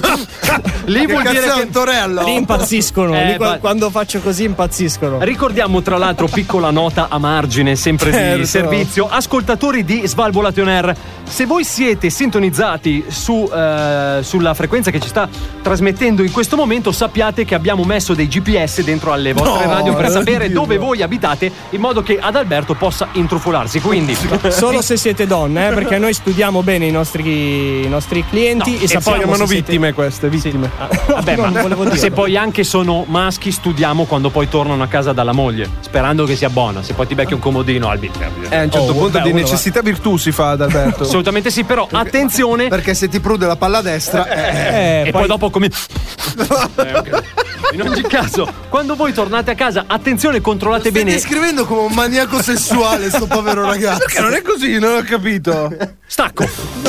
Speaker 6: Lì
Speaker 9: Che
Speaker 6: vuol
Speaker 9: cazzo
Speaker 6: dire
Speaker 9: è
Speaker 6: che.
Speaker 9: un torello?
Speaker 15: Lì impazziscono.
Speaker 6: Eh,
Speaker 15: lì qua-
Speaker 6: ma-
Speaker 15: quando faccio così impazziscono.
Speaker 6: Ricordiamo tra l'altro, piccola nota a margine, sempre
Speaker 7: Certo.
Speaker 6: di servizio, ascoltatori di Svalvolation Air, se voi siete sintonizzati su, eh, sulla frequenza che ci sta trasmettendo in questo momento, sappiate che abbiamo messo dei G P S dentro alle vostre
Speaker 7: No,
Speaker 6: radio per
Speaker 7: non
Speaker 6: sapere
Speaker 7: dirlo.
Speaker 6: dove voi abitate, in modo che Adalberto possa intrufolarsi. Quindi
Speaker 15: Solo se siete donne, eh, perché noi studiamo bene i nostri, i nostri clienti
Speaker 6: No,
Speaker 15: e
Speaker 6: e
Speaker 15: sappiamo
Speaker 7: Si chiamano
Speaker 15: se siete-
Speaker 7: vittime queste, vittime.
Speaker 15: Ah,
Speaker 6: Vabbè,
Speaker 15: non
Speaker 6: ma
Speaker 15: volevo dire.
Speaker 6: se poi anche sono maschi, studiamo quando poi tornano a casa dalla moglie, sperando che sia buona. Se poi ti becchi un comodino, Albi.
Speaker 7: Eh, a un certo
Speaker 6: Oh,
Speaker 7: punto
Speaker 6: vabbè,
Speaker 7: di
Speaker 6: uno
Speaker 7: necessità virtù si fa ad Alberto.
Speaker 6: Assolutamente sì, però attenzione.
Speaker 9: Perché se ti prude la palla a destra.
Speaker 6: Eh, e poi, dopo come. Eh, okay. In ogni caso, quando voi tornate a casa, attenzione, controllate
Speaker 9: Stai
Speaker 6: bene.
Speaker 9: descrivendo come un maniaco sessuale sto povero ragazzo.
Speaker 7: Perché non è così, non ho capito.
Speaker 6: Stacco.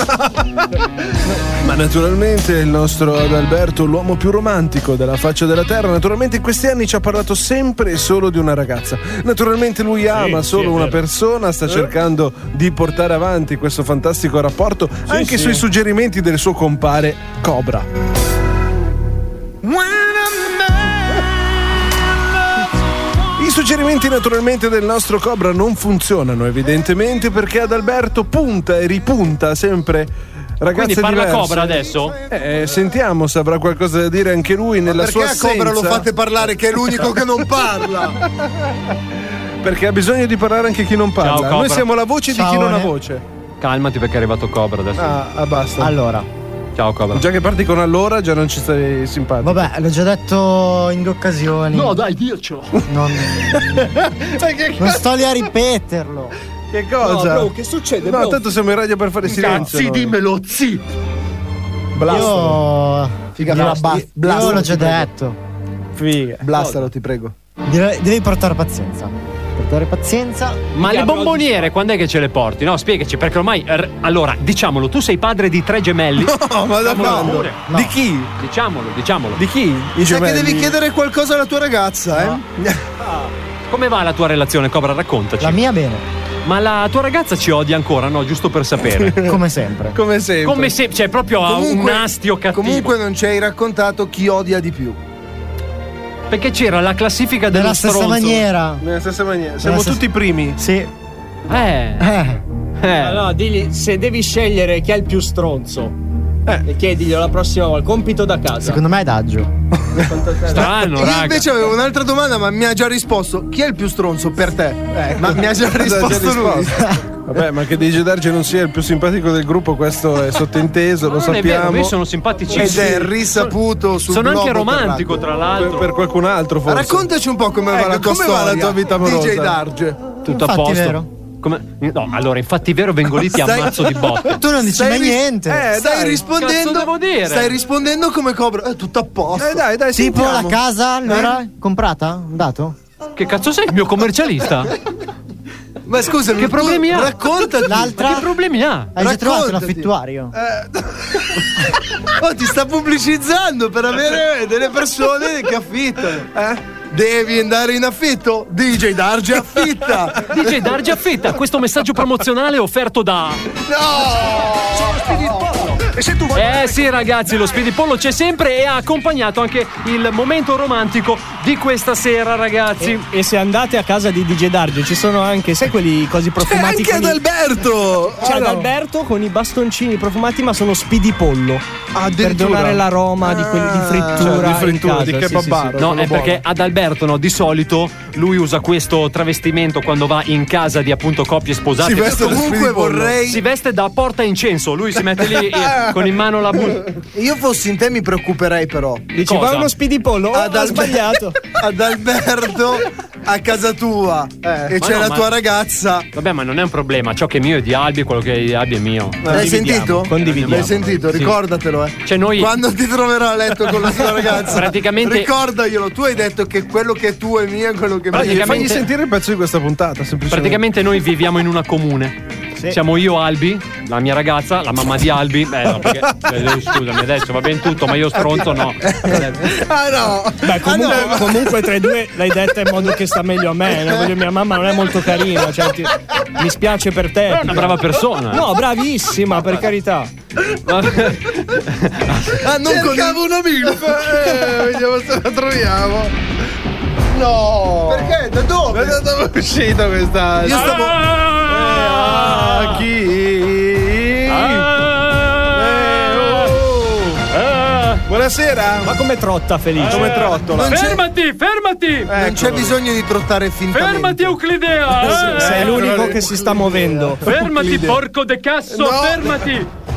Speaker 7: Ma naturalmente il nostro Adalberto, l'uomo più romantico della faccia della terra, naturalmente in questi anni ci ha parlato sempre e solo di una ragazza. Naturalmente lui ama
Speaker 6: Sì,
Speaker 7: solo
Speaker 6: sì, è
Speaker 7: una
Speaker 6: vero.
Speaker 7: persona, sta cercando di portare avanti questo fantastico rapporto anche
Speaker 6: sì.
Speaker 7: sui suggerimenti del suo compare Cobra. I suggerimenti naturalmente del nostro Cobra non funzionano evidentemente perché Adalberto punta e ripunta sempre ragazze
Speaker 6: Quindi parla
Speaker 7: diverse.
Speaker 6: Cobra adesso?
Speaker 7: Eh, sentiamo se avrà qualcosa da dire anche lui nella
Speaker 9: Perché
Speaker 7: sua
Speaker 9: a
Speaker 7: assenza.
Speaker 9: Cobra lo fate parlare che è l'unico che non parla?
Speaker 7: Perché ha bisogno di parlare anche chi non parla.
Speaker 6: Ciao, Cobra.
Speaker 7: Noi siamo la voce di chi non ha voce.
Speaker 6: Calmati perché è arrivato Cobra adesso.
Speaker 7: Ah, ah, basta.
Speaker 17: Allora.
Speaker 6: Ciao Cobra.
Speaker 7: Già che parti con allora, già non ci stai simpatico.
Speaker 17: Vabbè, l'ho già detto in due occasioni.
Speaker 6: No, dai, dircelo.
Speaker 17: Non, non sto lì a ripeterlo.
Speaker 7: Che cosa?
Speaker 17: No, bro, che succede,
Speaker 7: No,
Speaker 17: bro?
Speaker 7: tanto siamo in radio per fare silenzio.
Speaker 6: Cazzi,
Speaker 7: noi.
Speaker 6: dimmelo, zi.
Speaker 17: Io,
Speaker 9: Figa,
Speaker 17: io,
Speaker 9: blasta-
Speaker 17: io
Speaker 9: blastalo,
Speaker 17: l'ho già
Speaker 9: ti prego.
Speaker 17: detto.
Speaker 7: Figa.
Speaker 9: Blastalo, ti prego.
Speaker 17: Devi, devi portare pazienza. Portare pazienza.
Speaker 6: Ma le bomboniere quando è che ce le porti? No, spiegaci, perché ormai. r- allora, diciamolo, tu sei padre di tre gemelli.
Speaker 7: No, ma da
Speaker 6: Diciamolo
Speaker 7: quando?
Speaker 6: pure.
Speaker 17: No.
Speaker 7: Di chi?
Speaker 6: Diciamolo, diciamolo.
Speaker 7: Di chi? I
Speaker 9: Sai che
Speaker 7: gemelli?
Speaker 9: devi chiedere qualcosa alla tua ragazza, eh?
Speaker 6: Come va la tua relazione, Cobra? Raccontaci.
Speaker 17: La mia bene.
Speaker 6: Ma la tua ragazza ci odia ancora, no? Giusto per sapere.
Speaker 17: Come sempre.
Speaker 7: Come sempre.
Speaker 6: Come se. Cioè, proprio ha un astio cattivo.
Speaker 9: Comunque non ci hai raccontato chi odia di più.
Speaker 6: Perché c'era la classifica dello
Speaker 17: Nella stessa
Speaker 6: stronzo.
Speaker 17: maniera.
Speaker 7: Nella stessa maniera. Siamo
Speaker 17: stessa-
Speaker 7: tutti primi.
Speaker 17: Sì.
Speaker 6: Eh.
Speaker 17: Eh.
Speaker 6: eh.
Speaker 15: Allora, digli, se devi scegliere chi è il più stronzo, eh. chiediglielo la prossima volta. Compito da casa.
Speaker 17: Secondo me è Daggio.
Speaker 6: Strano,
Speaker 9: Io
Speaker 6: raga.
Speaker 9: invece avevo un'altra domanda, ma mi ha già risposto. Chi è il più stronzo per te? Ma mi ha già risposto lui.
Speaker 7: Vabbè, ma che D J Darge non sia il più simpatico del gruppo, questo è sottinteso, lo
Speaker 6: Non è vero,
Speaker 7: sappiamo.
Speaker 6: a me sono simpaticissimi.
Speaker 9: Ed è risaputo sul
Speaker 6: Sono anche
Speaker 9: globo
Speaker 6: romantico,
Speaker 9: terracqueo.
Speaker 6: tra l'altro.
Speaker 7: Per, per qualcun altro forse.
Speaker 9: Raccontaci un po' come va
Speaker 7: Ecco,
Speaker 9: la tua
Speaker 7: come va
Speaker 9: storia.
Speaker 7: la tua vita amorosa?
Speaker 9: D J Darge.
Speaker 6: Tutto
Speaker 17: Infatti
Speaker 6: a posto.
Speaker 17: è vero.
Speaker 6: Come? No, allora, infatti, vero, vengo lì, ti
Speaker 9: Stai-
Speaker 6: ammazzo di botte.
Speaker 17: Tu non dici
Speaker 9: Stai
Speaker 17: mai
Speaker 9: ris-
Speaker 17: niente.
Speaker 9: Eh, stai
Speaker 6: Cazzo
Speaker 9: rispondendo.
Speaker 6: devo dire?
Speaker 9: Stai rispondendo come Cobra. È tutto a posto.
Speaker 7: Eh dai, dai,
Speaker 17: Tipo
Speaker 7: sentiamo.
Speaker 17: la casa, allora? Comprata? Dato?
Speaker 6: Che cazzo sei, il mio commercialista?
Speaker 9: Ma scusa,
Speaker 6: Che problemi ha?
Speaker 9: Raccontati.
Speaker 17: L'altra?
Speaker 6: Che problemi ha?
Speaker 17: Hai già trovato
Speaker 9: Raccontati.
Speaker 17: l'affittuario?
Speaker 9: Oh, ti sta pubblicizzando per avere delle persone che affittano. Eh? Devi andare in affitto? D J Darge affitta.
Speaker 6: D J Darge affitta questo messaggio promozionale offerto da.
Speaker 12: E se tu vuoi.
Speaker 6: Eh sì, ragazzi, lo Spidipollo c'è sempre e ha accompagnato anche il momento romantico di questa sera, ragazzi.
Speaker 15: E, e se andate a casa di D J Darge ci sono anche, sai quelli cosi profumati?
Speaker 7: anche
Speaker 15: con i-
Speaker 7: Adalberto!
Speaker 15: C'è
Speaker 7: Ah, no.
Speaker 15: Adalberto con i bastoncini profumati, ma sono Spidipollo. Per
Speaker 7: Addirittura.
Speaker 15: donare l'aroma di quelli di frittura.
Speaker 7: Cioè, di frittura,
Speaker 15: in casa,
Speaker 7: di
Speaker 15: sì,
Speaker 7: kebabaro.
Speaker 15: sì, sì.
Speaker 6: No,
Speaker 7: sono
Speaker 6: è perché
Speaker 7: buono.
Speaker 6: Adalberto, no, di solito lui usa questo travestimento quando va in casa di appunto coppie sposate.
Speaker 7: Si veste da
Speaker 9: Comunque
Speaker 7: Spidipollo.
Speaker 9: vorrei.
Speaker 6: Si veste da porta incenso, lui si mette lì eh, con in mano la bu-
Speaker 9: Io fossi in te mi preoccuperei però.
Speaker 15: Dici,
Speaker 6: Cosa?
Speaker 15: va uno Spidipollo? Oh,
Speaker 9: Ad
Speaker 15: ho
Speaker 9: Albe-
Speaker 15: sbagliato.
Speaker 9: Ad Alberto a casa tua e
Speaker 6: Ma
Speaker 9: c'è
Speaker 6: no,
Speaker 9: la
Speaker 6: ma-
Speaker 9: tua ragazza.
Speaker 6: Vabbè, ma non è un problema. Ciò che è mio è di Albi, quello che è di Albi è mio.
Speaker 9: L'hai sentito?
Speaker 6: Condividiamo.
Speaker 9: L'hai sentito?
Speaker 6: Sì.
Speaker 9: Ricordatelo, eh.
Speaker 6: Cioè, noi.
Speaker 9: Quando ti troverò a letto con la tua ragazza,
Speaker 6: Praticamente-
Speaker 9: ricordaglielo. Tu hai detto che quello che è tuo è mio e quello che è mio.
Speaker 7: Fagli,
Speaker 6: Praticamente-
Speaker 7: fagli sentire il pezzo di questa puntata, semplicemente.
Speaker 6: Praticamente noi viviamo in una comune. Siamo io, Albi, la mia ragazza, la mamma di Albi. Beh, no, perché. eh, Scusami, adesso va ben tutto, ma io stronzo no.
Speaker 9: Ah no!
Speaker 15: Beh, comunque, comunque tra i due l'hai detta in modo che sta meglio a me. No? Voglio, mia mamma non è molto carina. Cioè, ti- mi spiace per te.
Speaker 6: Però è una brava persona.
Speaker 15: No, bravissima, per carità.
Speaker 9: Ah, non con
Speaker 7: Cercavo una milf. Eh, vediamo se la troviamo. No!
Speaker 9: Perché? Da dove?
Speaker 7: Da dove è uscita questa?
Speaker 9: Io stavo.
Speaker 7: Ah, chi? Eh, oh. Buonasera.
Speaker 15: Ma come trotta felice?
Speaker 7: Come trottola.
Speaker 9: Non c'è-
Speaker 6: Fermati, fermati!
Speaker 9: Non c'è bisogno di trottare fintamente.
Speaker 6: Fermati, Euclidea! Eh,
Speaker 15: Sei l'unico che si sta muovendo.
Speaker 6: Fermati, porco de cazzo,
Speaker 9: No.
Speaker 6: fermati!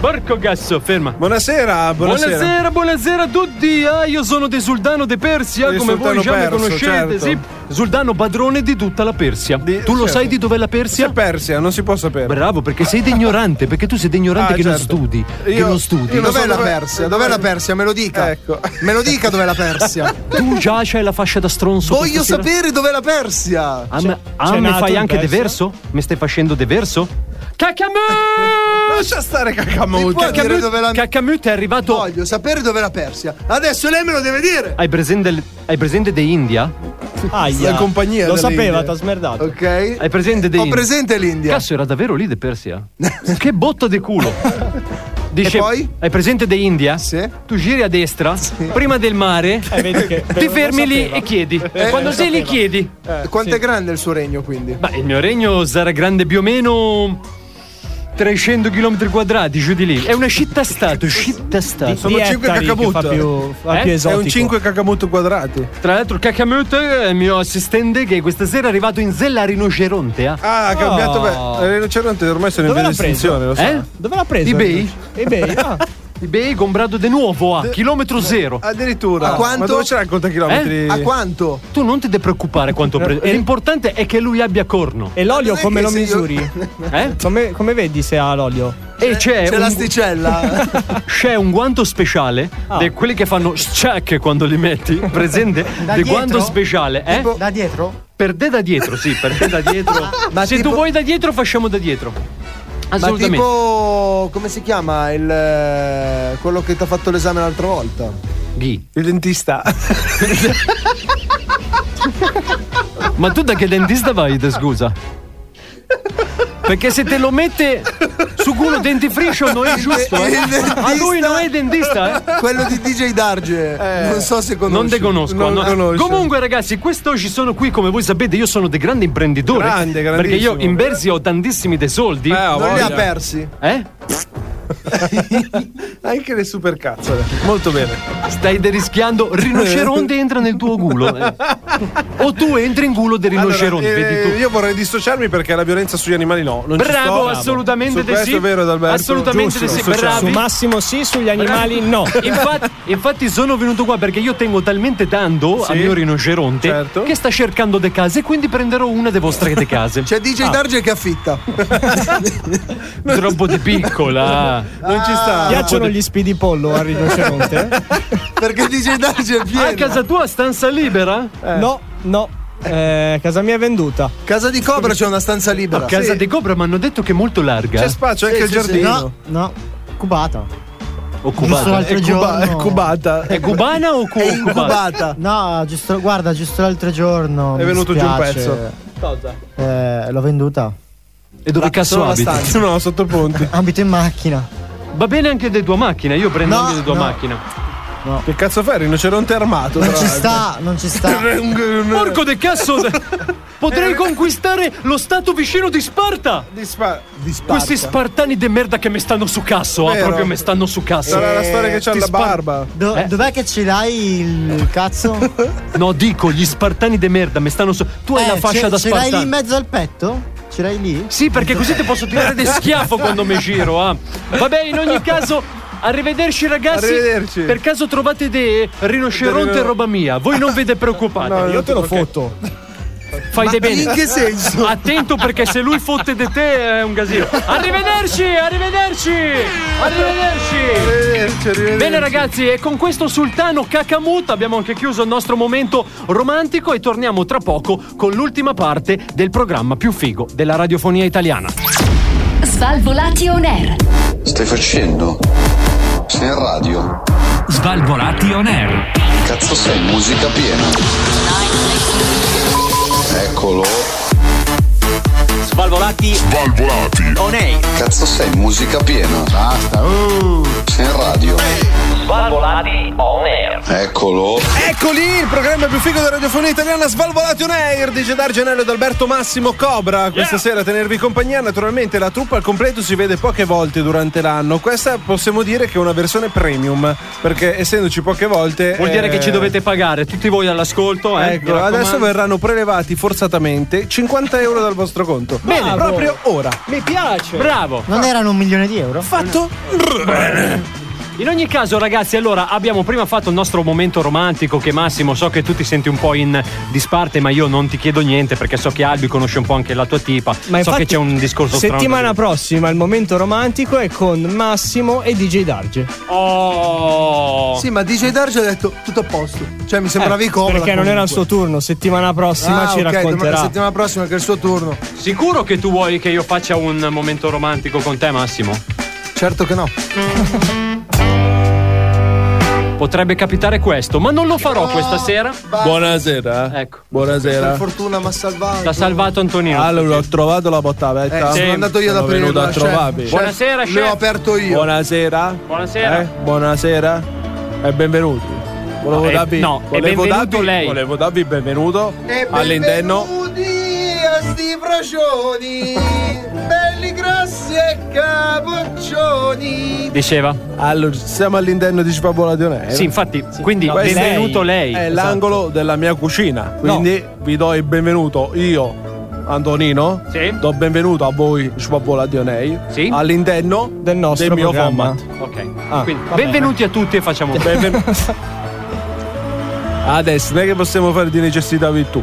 Speaker 6: Porco cazzo, ferma.
Speaker 7: Buonasera, buonasera.
Speaker 6: Buonasera, buonasera a tutti. Ah, io sono De Sultano de Persia,
Speaker 7: De
Speaker 6: come
Speaker 7: Sultano
Speaker 6: voi già
Speaker 7: Perso,
Speaker 6: mi conoscete.
Speaker 7: certo.
Speaker 6: Sì. Sultano padrone di tutta la Persia.
Speaker 7: Di-
Speaker 6: tu lo
Speaker 7: certo.
Speaker 6: sai di dov'è la Persia?
Speaker 7: C'è Persia, non si può sapere.
Speaker 6: Bravo, perché sei ignorante, perché tu sei ignorante
Speaker 7: Ah,
Speaker 6: che non
Speaker 7: certo.
Speaker 6: studi. che
Speaker 7: Io-
Speaker 6: non studi.
Speaker 7: io non
Speaker 9: Dov'è
Speaker 7: so
Speaker 9: la
Speaker 7: dove-
Speaker 9: Persia? Dov'è la Persia? Me lo dica.
Speaker 7: Ecco.
Speaker 9: Me lo dica dov'è la Persia.
Speaker 6: Tu già c'hai la fascia da stronzo.
Speaker 9: Voglio
Speaker 6: questa sera?
Speaker 9: sapere dov'è la Persia.
Speaker 6: Ah, ma- ah,
Speaker 15: c'è
Speaker 6: me
Speaker 15: nato
Speaker 6: fai
Speaker 15: in
Speaker 6: anche de
Speaker 15: Persia?
Speaker 6: verso? Mi stai facendo de verso? Cacamut!
Speaker 7: Lascia stare
Speaker 9: Mi
Speaker 7: Cacamut.
Speaker 9: può dire dov'è la
Speaker 6: Cacamut è arrivato.
Speaker 9: Voglio sapere dov'è la Persia. Adesso lei me lo deve dire.
Speaker 6: Hai presente, hai presente de India?
Speaker 15: Aia.
Speaker 7: La compagnia
Speaker 15: Lo
Speaker 7: dell'India.
Speaker 15: sapeva, t'ha smerdato.
Speaker 9: Ok.
Speaker 6: Hai presente de
Speaker 9: Ho
Speaker 6: India?
Speaker 9: presente l'India.
Speaker 6: Cazzo, era davvero lì de Persia? Che botta di culo. Dice,
Speaker 9: E poi?
Speaker 6: hai presente de India?
Speaker 9: Sì.
Speaker 6: Tu giri a destra, prima del mare,
Speaker 15: Eh, vedi che-
Speaker 6: ti
Speaker 15: lo
Speaker 6: fermi lì
Speaker 15: sapeva.
Speaker 6: e chiedi.
Speaker 9: Eh,
Speaker 6: Quando
Speaker 9: lo
Speaker 6: sei lì
Speaker 9: sapeva.
Speaker 6: chiedi.
Speaker 9: Quanto è grande il suo regno quindi?
Speaker 6: Ma il mio regno sarà grande più o meno trecento chilometri quadrati, giù di lì. È una città-stato, città-stato.
Speaker 7: Sono
Speaker 15: Di
Speaker 7: cinque
Speaker 15: ettari che
Speaker 7: Cacamut.
Speaker 15: fa più, fa
Speaker 6: Eh?
Speaker 15: più
Speaker 6: È
Speaker 15: esotico.
Speaker 7: È un cinque Cacamut quadrati.
Speaker 6: Tra l'altro Cacamut è il mio assistente che questa sera è arrivato in sella rinoceronte. Eh?
Speaker 7: Ah, ha cambiato.
Speaker 15: Oh.
Speaker 7: Beh, il rinoceronte ormai sono in
Speaker 15: Dove
Speaker 7: via
Speaker 15: l'ha
Speaker 7: di estinzione, lo so.
Speaker 6: Eh?
Speaker 15: Dove l'ha preso?
Speaker 6: eBay?
Speaker 15: eBay. Ah.
Speaker 6: eBay comprato di nuovo a chilometro zero.
Speaker 7: Addirittura.
Speaker 9: A quanto?
Speaker 7: Ma dove c'era il contachilometri?
Speaker 9: A quanto?
Speaker 6: Tu non ti devi preoccupare quanto pre- L'importante è che lui abbia corno.
Speaker 15: E l'olio
Speaker 9: non è
Speaker 15: come
Speaker 9: che
Speaker 15: lo
Speaker 9: se io-
Speaker 15: misuri?
Speaker 6: Eh?
Speaker 15: Come, come vedi se ha l'olio?
Speaker 6: E c'è,
Speaker 9: C'è
Speaker 6: un,
Speaker 9: l'asticella.
Speaker 6: c'è un guanto speciale
Speaker 15: Ah.
Speaker 6: di quelli che fanno check quando li metti. Presente?
Speaker 17: Da
Speaker 6: Di
Speaker 17: dietro?
Speaker 6: guanto speciale. Eh?
Speaker 17: Da dietro?
Speaker 6: Per te da dietro, sì, per te da dietro.
Speaker 9: Ma
Speaker 6: Se
Speaker 9: tipo-
Speaker 6: tu vuoi da dietro, facciamo da dietro.
Speaker 9: Ma
Speaker 6: Assolutamente.
Speaker 9: tipo come si chiama il eh, quello che ti ha fatto l'esame l'altra volta?
Speaker 6: Ghi.
Speaker 7: Il dentista.
Speaker 6: Ma tu da che dentista vai, te scusa? Perché se te lo mette su culo dentifricio non è giusto, eh?
Speaker 9: Il dentista-
Speaker 6: A lui non è dentista, eh?
Speaker 9: Quello di D J Darge. non so se conosci.
Speaker 6: Non te conosco.
Speaker 7: Non
Speaker 6: no.
Speaker 7: conosce.
Speaker 6: Comunque, ragazzi, quest'oggi sono qui, come voi sapete, io sono dei grandi imprenditori.
Speaker 7: Grande,
Speaker 6: perché io
Speaker 7: grandissimo.
Speaker 6: in Bersi ho tantissimi dei soldi.
Speaker 7: Eh, ho
Speaker 9: Non li ha
Speaker 7: voglia.
Speaker 9: persi.
Speaker 6: Eh?
Speaker 7: Anche le super cazzole. Molto bene.
Speaker 6: Stai rischiando. Rinoceronte entra nel tuo culo. eh. O tu entri in culo del rinoceronte,
Speaker 7: Allora, eh,
Speaker 6: vedi tu.
Speaker 7: io vorrei dissociarmi perché la violenza sugli animali no. Non ci
Speaker 6: Bravo,
Speaker 7: sto.
Speaker 6: assolutamente
Speaker 7: Su
Speaker 6: di
Speaker 7: questo
Speaker 6: sì.
Speaker 7: è vero, Adalberto.
Speaker 6: Assolutamente di
Speaker 7: Giusto,
Speaker 6: sì.
Speaker 7: dissociamo.
Speaker 15: Su
Speaker 6: Bravi.
Speaker 15: Massimo sì, sugli animali no.
Speaker 6: Infatti, infatti sono venuto qua perché io tengo talmente tanto
Speaker 7: Sì,
Speaker 6: al mio rinoceronte
Speaker 7: certo.
Speaker 6: che sta cercando de case e quindi prenderò una delle vostre de case.
Speaker 9: C'è D J
Speaker 6: Ah.
Speaker 9: Darge che affitta.
Speaker 6: Troppo di piccola.
Speaker 7: Non ci sta.
Speaker 15: Piacciono gli spidipollo al rinoceronte?
Speaker 9: Perché D J Darge è pieno.
Speaker 6: A casa tua stanza libera?
Speaker 15: No, no. Eh, casa mia è venduta.
Speaker 9: Casa di Cobra c'è una stanza libera.
Speaker 6: Casa di Cobra mi hanno detto che è molto larga.
Speaker 7: C'è spazio anche
Speaker 9: Sì,
Speaker 7: il
Speaker 9: sì,
Speaker 7: giardino.
Speaker 17: No, no. Cubata.
Speaker 6: Occupata.
Speaker 17: Giusto l'altro
Speaker 7: È, cuba- è
Speaker 17: giorno.
Speaker 7: cubata.
Speaker 6: È cubana o cu-
Speaker 9: È
Speaker 6: occupata?
Speaker 9: incubata.
Speaker 17: No, giusto, guarda, giusto l'altro giorno.
Speaker 7: È
Speaker 17: mi
Speaker 7: venuto giù un
Speaker 17: dispiace.
Speaker 7: pezzo.
Speaker 6: Cosa?
Speaker 17: Eh, l'ho venduta.
Speaker 6: E dove cazzo
Speaker 9: solo la
Speaker 6: abiti?
Speaker 9: stanza.
Speaker 7: No, sotto ponti.
Speaker 17: Abito in macchina.
Speaker 6: Va bene anche di tua macchina, io prendo
Speaker 17: No,
Speaker 6: anche di tua
Speaker 17: no.
Speaker 6: macchina.
Speaker 7: Che cazzo fai? Il rinoceronte armato.
Speaker 17: Non
Speaker 7: tra
Speaker 17: ci
Speaker 7: l'altro.
Speaker 17: sta, non ci sta.
Speaker 6: Porco de cazzo! Potrei conquistare lo stato vicino di Sparta!
Speaker 7: Di spa-
Speaker 9: Di Sparta.
Speaker 6: Questi spartani de merda che mi stanno su cazzo, ah,
Speaker 7: Vero.
Speaker 6: proprio mi stanno su cazzo.
Speaker 7: Sarà la storia che c'ha
Speaker 6: ti
Speaker 7: la
Speaker 6: spar-
Speaker 7: barba.
Speaker 17: Do-
Speaker 6: Eh?
Speaker 17: Dov'è che ce l'hai il cazzo?
Speaker 6: No, dico, gli spartani de merda mi stanno su. Tu hai
Speaker 17: Eh,
Speaker 6: la fascia
Speaker 17: ce,
Speaker 6: da
Speaker 17: ce l'hai lì in
Speaker 6: spartano.
Speaker 17: mezzo al petto? Ce l'hai lì?
Speaker 6: Sì, perché così ti posso tirare de schiaffo quando mi giro, ah. Vabbè, in ogni caso. Arrivederci ragazzi.
Speaker 7: Arrivederci.
Speaker 6: Per caso trovate dei rinoceronte
Speaker 7: Del rino-
Speaker 6: roba mia? Voi non ve ne preoccupate.
Speaker 7: No,
Speaker 15: Io te lo
Speaker 7: ok.
Speaker 15: foto.
Speaker 6: Fai
Speaker 9: Ma
Speaker 6: dei bene.
Speaker 9: in che senso?
Speaker 6: Attento perché se lui fotte di te è un casino. Arrivederci, arrivederci. Arrivederci.
Speaker 7: Arrivederci, arrivederci.
Speaker 6: Bene ragazzi, e con questo sultano Cacamut abbiamo anche chiuso il nostro momento romantico e torniamo tra poco con l'ultima parte del programma più figo della radiofonia italiana.
Speaker 18: Svalvolati on air.
Speaker 20: Stai facendo? Sei in radio?
Speaker 3: Svalvolati on air.
Speaker 20: Cazzo sei, musica piena. Eccolo.
Speaker 1: Svalvolati.
Speaker 20: Svalvolati.
Speaker 1: On air.
Speaker 20: Cazzo sei, musica piena. Basta. Uh. Sei in radio.
Speaker 1: Svalvolati. Svalvolati on air.
Speaker 20: Eccolo.
Speaker 7: Eccoli, il programma più figo della radiofonia italiana, Svalvolati on air di Gedar Genello ed Alberto Massimo Cobra. Questa yeah. sera a tenervi compagnia. Naturalmente la truppa al completo si vede poche volte durante l'anno. Questa possiamo dire che è una versione premium, perché essendoci poche volte
Speaker 6: vuol dire
Speaker 7: eh...
Speaker 6: che ci dovete pagare tutti voi all'ascolto. Eh,
Speaker 7: ecco, adesso verranno prelevati forzatamente cinquanta euro dal vostro conto.
Speaker 6: Bene,
Speaker 7: Bravo. Proprio ora.
Speaker 15: Mi piace.
Speaker 6: Bravo.
Speaker 17: Non erano un milione di euro?
Speaker 7: Fatto bene.
Speaker 6: In ogni caso, ragazzi, allora abbiamo prima fatto il nostro momento romantico. Che Massimo, so che tu ti senti un po' in disparte, ma io non ti chiedo niente perché so che Albi conosce un po' anche la tua tipa. Ma so che c'è un discorso strano.
Speaker 15: Settimana prossima il momento romantico è con Massimo e D J Darge.
Speaker 6: Oh!
Speaker 9: Sì, ma D J Darge ha detto tutto a posto. Cioè, mi sembravi
Speaker 15: eh,
Speaker 9: comodo.
Speaker 15: Perché non era il suo turno. Settimana prossima
Speaker 9: ah,
Speaker 15: ci
Speaker 9: okay,
Speaker 15: racconterà.
Speaker 9: La settimana prossima che è il suo turno.
Speaker 6: Sicuro che tu vuoi che io faccia un momento romantico con te, Massimo?
Speaker 9: Certo che no.
Speaker 6: Potrebbe capitare questo, ma non lo farò no, questa sera.
Speaker 7: Basta. Buonasera.
Speaker 6: Ecco.
Speaker 7: Buonasera.
Speaker 9: Per fortuna mi ha salvato.
Speaker 6: T'ha salvato Antonino.
Speaker 7: Allora, ho trovato la bottavetta.
Speaker 9: Eh, sono andato io ad aprire.
Speaker 7: Sono venuto a trovarvi.
Speaker 6: Buonasera, chef.
Speaker 9: L'ho aperto io.
Speaker 7: Buonasera.
Speaker 6: Buonasera.
Speaker 7: Eh? Buonasera. E benvenuti. Volevo
Speaker 6: no,
Speaker 7: darvi,
Speaker 6: no,
Speaker 7: volevo darvi,
Speaker 6: lei.
Speaker 7: volevo darvi il benvenuto
Speaker 9: e
Speaker 7: all'interno.
Speaker 9: A sti frocioni, belli grossi e capoccioni.
Speaker 6: Diceva?
Speaker 7: Allora, siamo all'interno di Svalvolati on air.
Speaker 6: Sì, infatti, sì. Quindi
Speaker 7: no,
Speaker 6: benvenuto lei.
Speaker 7: È
Speaker 6: esatto.
Speaker 7: l'angolo della mia cucina. Quindi no. vi do il benvenuto io, Antonino.
Speaker 6: Sì.
Speaker 7: Do il benvenuto a voi, Svalvolati on air.
Speaker 6: Sì.
Speaker 7: All'interno
Speaker 15: del nostro
Speaker 7: del mio
Speaker 15: programma.
Speaker 7: format.
Speaker 6: Ok. Ah, quindi, benvenuti a tutti e facciamo
Speaker 7: benvenuti. Adesso non è che possiamo fare di necessità virtù.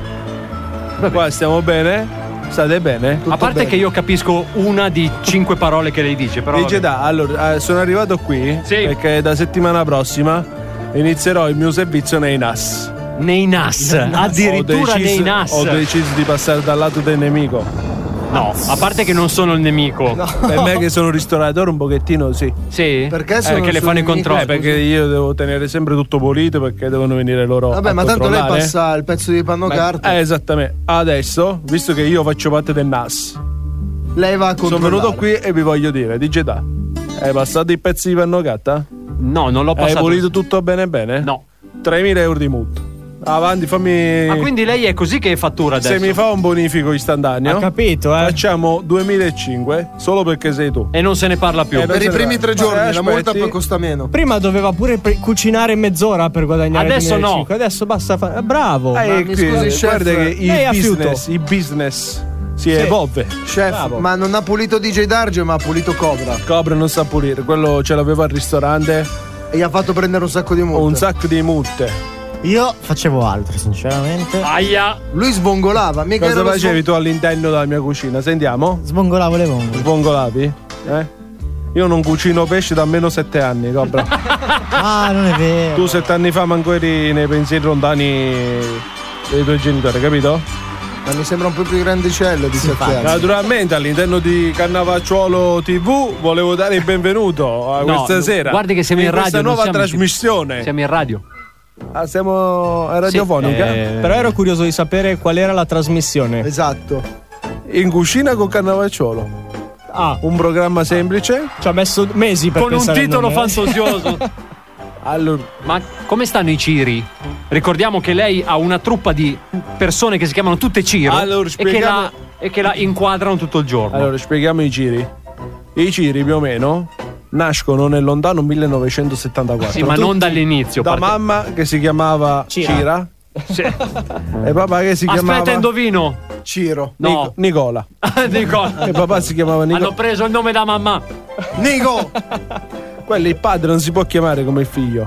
Speaker 7: Qua stiamo bene? State bene?
Speaker 6: Tutto a parte bene. Che io capisco una di cinque parole che lei dice, però.
Speaker 7: Dice da, allora, sono arrivato qui
Speaker 6: sì.
Speaker 7: perché da settimana prossima inizierò il mio servizio nei N A S.
Speaker 6: Nei N A S? Addirittura
Speaker 7: deciso,
Speaker 6: nei N A S.
Speaker 7: Ho deciso di passare dal lato del nemico.
Speaker 6: No, a parte che non sono il nemico.
Speaker 7: No. Per me che sono ristoratore un pochettino sì.
Speaker 6: Sì?
Speaker 9: Perché sono
Speaker 6: eh, le fanno i controlli?
Speaker 7: Eh, perché io devo tenere sempre tutto pulito perché devono venire loro.
Speaker 9: Vabbè,
Speaker 7: a
Speaker 9: ma tanto lei
Speaker 7: controllare.
Speaker 9: passa il pezzo di panno carta.
Speaker 7: Eh, esattamente. Adesso, visto che io faccio parte del N A S,
Speaker 9: lei va a controllare.
Speaker 7: Sono venuto qui e vi voglio dire, D J Da, hai passato i pezzi di panno carta?
Speaker 6: No, non l'ho passato.
Speaker 7: Hai pulito tutto bene bene?
Speaker 6: No.
Speaker 7: tremila euro di multa. Avanti, fammi.
Speaker 6: Ma quindi lei è così che fattura adesso?
Speaker 7: Se mi fa un bonifico istantaneo,
Speaker 15: ha capito, eh?
Speaker 7: Facciamo duemilacinquecento solo perché sei tu.
Speaker 6: E non se ne parla più.
Speaker 9: Eh, per i primi tre giorni,
Speaker 7: eh,
Speaker 9: la multa poi costa meno.
Speaker 15: Prima doveva pure pre- cucinare mezz'ora per guadagnare
Speaker 6: adesso no.
Speaker 15: Adesso basta fare. Bravo.
Speaker 7: Eh,
Speaker 9: ma mi
Speaker 7: qui,
Speaker 9: scusi, chef,
Speaker 7: guarda che il business, il business si
Speaker 9: sì.
Speaker 7: evolve.
Speaker 9: Chef, bravo. Ma non ha pulito D J Darge, ma ha pulito Cobra.
Speaker 7: Cobra non sa pulire, quello ce l'aveva al ristorante.
Speaker 9: E gli ha fatto prendere un sacco di multe.
Speaker 7: Un sacco di multe.
Speaker 17: Io facevo altro, sinceramente.
Speaker 6: Aia!
Speaker 9: Lui svongolava. Mica
Speaker 7: cosa facevi
Speaker 9: svong-
Speaker 7: tu all'interno della mia cucina? Sentiamo.
Speaker 17: Sbongolavo le vongole.
Speaker 7: Sbongolavi? Eh? Io non cucino pesce da almeno sette anni, Cobra.
Speaker 17: Ah, non è vero.
Speaker 7: Tu sette anni fa manco eri nei pensieri lontani dei tuoi genitori, capito?
Speaker 9: Ma mi sembra un po' più grandicello di sette anni.
Speaker 7: Naturalmente all'interno di Cannavacciuolo tivù volevo dare il benvenuto a
Speaker 6: no,
Speaker 7: questa sera.
Speaker 6: Guardi che siamo in, in radio.
Speaker 7: Questa nuova
Speaker 6: siamo
Speaker 7: trasmissione.
Speaker 6: In... Siamo in radio.
Speaker 7: Ah, siamo a radiofonica.
Speaker 15: Sì, eh... Però ero curioso di sapere qual era la trasmissione.
Speaker 9: Esatto.
Speaker 7: In cucina con Cannavacciuolo.
Speaker 15: Ah,
Speaker 7: un programma semplice.
Speaker 15: Ci ha messo mesi per
Speaker 6: con un titolo
Speaker 15: nome,
Speaker 6: fantasioso.
Speaker 7: Allora,
Speaker 6: ma come stanno i Ciri? Ricordiamo che lei ha una truppa di persone che si chiamano tutte Ciro
Speaker 7: allora, spieghiamo...
Speaker 6: e, che la, e che la inquadrano tutto il giorno.
Speaker 7: Allora, spieghiamo i Ciri. I Ciri più o meno nascono nel lontano millenovecentosettantaquattro.
Speaker 6: Sì, ma non dall'inizio.
Speaker 7: Da
Speaker 6: parte...
Speaker 7: mamma che si chiamava Cira, Cira.
Speaker 6: Sì.
Speaker 7: E papà che si
Speaker 6: Aspetta,
Speaker 7: chiamava
Speaker 6: Aspetta, indovino.
Speaker 9: Ciro.
Speaker 6: No.
Speaker 7: Nico... Nicola.
Speaker 6: Nicola.
Speaker 7: E papà si chiamava Nicola.
Speaker 6: Hanno preso il nome da mamma.
Speaker 9: Nico.
Speaker 7: Quello il padre non si può chiamare come il figlio.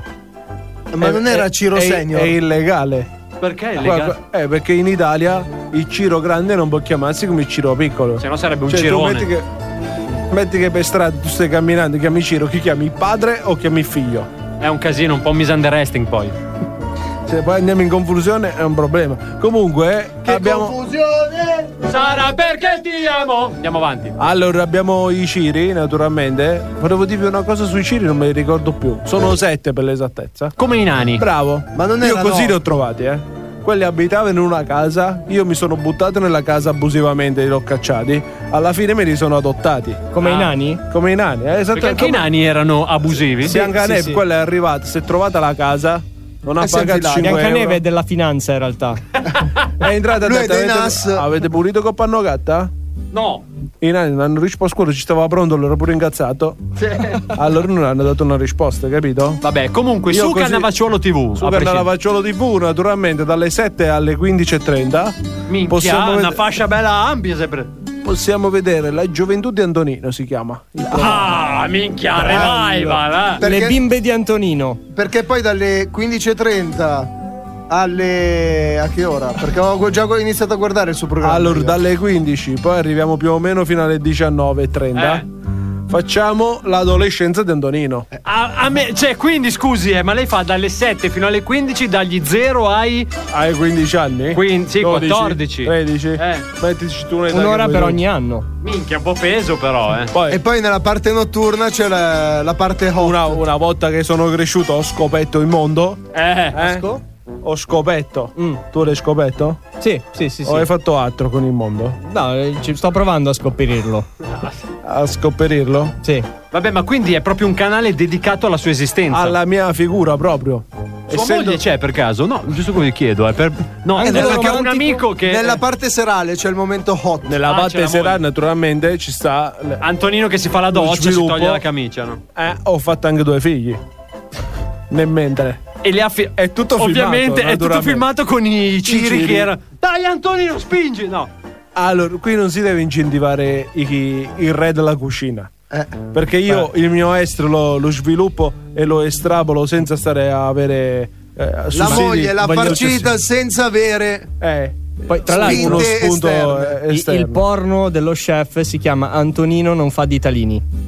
Speaker 9: Ma
Speaker 7: è,
Speaker 9: non era
Speaker 7: è,
Speaker 9: Ciro
Speaker 7: è,
Speaker 9: Senior?
Speaker 7: È illegale.
Speaker 6: Perché è illegale?
Speaker 7: Eh, perché in Italia il Ciro grande non può chiamarsi come il Ciro piccolo.
Speaker 6: Se no sarebbe un
Speaker 7: cioè,
Speaker 6: cirone.
Speaker 7: Tu metti che, metti che per strada tu stai camminando, chiami Ciro, chi chiami il padre o chiami il figlio?
Speaker 6: È un casino, un po' misunderstanding poi.
Speaker 7: Se poi andiamo in confusione è un problema. Comunque
Speaker 9: che
Speaker 7: abbiamo...
Speaker 9: confusione!
Speaker 6: Sarà perché ti amo! Andiamo avanti.
Speaker 7: Allora abbiamo i Ciri, naturalmente. Volevo dirvi una cosa sui Ciri, non me li ricordo più. Sono sette per l'esattezza.
Speaker 6: Come i nani.
Speaker 7: Bravo.
Speaker 9: Ma non
Speaker 7: Io
Speaker 9: erano...
Speaker 7: così li ho trovati, eh. quelli abitavano in una casa, io mi sono buttato nella casa abusivamente, li ho cacciati, alla fine me li sono adottati.
Speaker 15: Come
Speaker 6: Ah.
Speaker 15: i nani?
Speaker 7: Come i nani, eh,
Speaker 6: Perché anche i nani erano abusivi.
Speaker 7: Biancaneve,
Speaker 15: sì, sì.
Speaker 7: quella è arrivata, si è trovata la casa, non ha
Speaker 9: E si è
Speaker 7: pagato
Speaker 9: infilata.
Speaker 7: cinque
Speaker 15: Biancaneve
Speaker 7: euro.
Speaker 15: è della finanza in realtà.
Speaker 7: È entrata e ha
Speaker 9: Lui è
Speaker 7: detto,
Speaker 9: dei
Speaker 7: avete,
Speaker 9: Nas.
Speaker 7: avete pulito con panno gatta?
Speaker 6: No.
Speaker 7: I nani non hanno risposto, quello ci stava pronto, l'ero pure incazzato. Allora non hanno dato una risposta, capito?
Speaker 6: Vabbè, comunque
Speaker 7: Io
Speaker 6: su
Speaker 7: così-
Speaker 6: Cannavacciuolo tivù.
Speaker 7: Su
Speaker 6: a prescindere.
Speaker 7: Cannavacciolo tivù, naturalmente dalle sette alle quindici e trenta.
Speaker 6: Minchia,
Speaker 7: possiamo,
Speaker 6: una
Speaker 7: ved-
Speaker 6: fascia bella ampia sempre.
Speaker 7: possiamo vedere La gioventù di Antonino, si chiama. Il programma.
Speaker 6: Ah, minchia, revival, eh.
Speaker 9: Perché-
Speaker 15: Le bimbe di Antonino.
Speaker 9: Perché poi dalle quindici e trenta alle. A che ora? Perché ho già iniziato a guardare il suo programma.
Speaker 7: Allora,
Speaker 9: io.
Speaker 7: dalle quindici, poi arriviamo più o meno fino alle diciannove e trenta.
Speaker 6: Eh.
Speaker 7: Facciamo l'adolescenza di Antonino.
Speaker 6: A, a me, cioè, quindi scusi, eh, ma lei fa dalle sette fino alle quindici, dagli zero ai.
Speaker 7: Hai quindici anni?
Speaker 6: Quindi, sì,
Speaker 7: dodici,
Speaker 6: quattordici.
Speaker 7: tredici.
Speaker 6: Eh.
Speaker 7: Mettici tu un'età
Speaker 15: Un'ora
Speaker 7: che
Speaker 15: per
Speaker 7: vuoi tu.
Speaker 15: ogni anno.
Speaker 6: Minchia, un po' peso, però, eh.
Speaker 7: Poi,
Speaker 9: E poi nella parte notturna c'è la, la parte hot.
Speaker 7: una, una volta che sono cresciuto ho scoperto il mondo.
Speaker 6: Eh.
Speaker 7: Eh? Ho scoperto.
Speaker 15: Mm.
Speaker 7: Tu l'hai scoperto?
Speaker 15: Sì, sì, sì.
Speaker 7: O
Speaker 15: sì.
Speaker 7: hai fatto altro con il mondo?
Speaker 15: No, eh, ci sto provando a scoprirlo.
Speaker 7: A scoprirlo?
Speaker 15: Sì.
Speaker 6: Vabbè, ma quindi è proprio un canale dedicato alla sua esistenza.
Speaker 7: Alla mia figura proprio.
Speaker 6: Sua
Speaker 7: Essendo-
Speaker 6: moglie c'è per caso? No, giusto come vi chiedo. Eh, per... No,
Speaker 9: Anche
Speaker 6: è
Speaker 9: nella
Speaker 6: perché ho un
Speaker 9: parte-
Speaker 6: amico che.
Speaker 9: Nella parte serale c'è il momento hot.
Speaker 7: Nella
Speaker 6: Ah, c'è
Speaker 7: parte
Speaker 6: la
Speaker 7: serale,
Speaker 6: moglie.
Speaker 7: naturalmente, ci sta.
Speaker 6: Antonino che si fa la
Speaker 7: Lo
Speaker 6: doccia e si
Speaker 7: sviluppo.
Speaker 6: toglie la camicia, no?
Speaker 7: Eh, ho fatto anche due figli. Nel mentre.
Speaker 6: E le ha fi-
Speaker 7: È tutto
Speaker 6: Ovviamente
Speaker 7: filmato.
Speaker 6: è tutto
Speaker 7: naturalmente.
Speaker 6: filmato con i ciri,
Speaker 7: ciri.
Speaker 6: che era. Dai, Antonino, spingi! No.
Speaker 7: Allora, qui non si deve incentivare i- il re della cucina.
Speaker 9: Eh.
Speaker 7: Perché io il mio estro lo, lo sviluppo e lo estrapolo senza stare a avere. Eh,
Speaker 9: La
Speaker 7: sussidi,
Speaker 9: moglie l'ha
Speaker 7: sbagliati.
Speaker 9: farcita senza avere.
Speaker 7: Eh.
Speaker 15: Poi, tra l'altro,
Speaker 9: Spinte
Speaker 7: uno spunto
Speaker 9: esterne.
Speaker 7: eh,
Speaker 15: il,
Speaker 7: esterno.
Speaker 15: il porno dello chef si chiama Antonino non fa ditalini.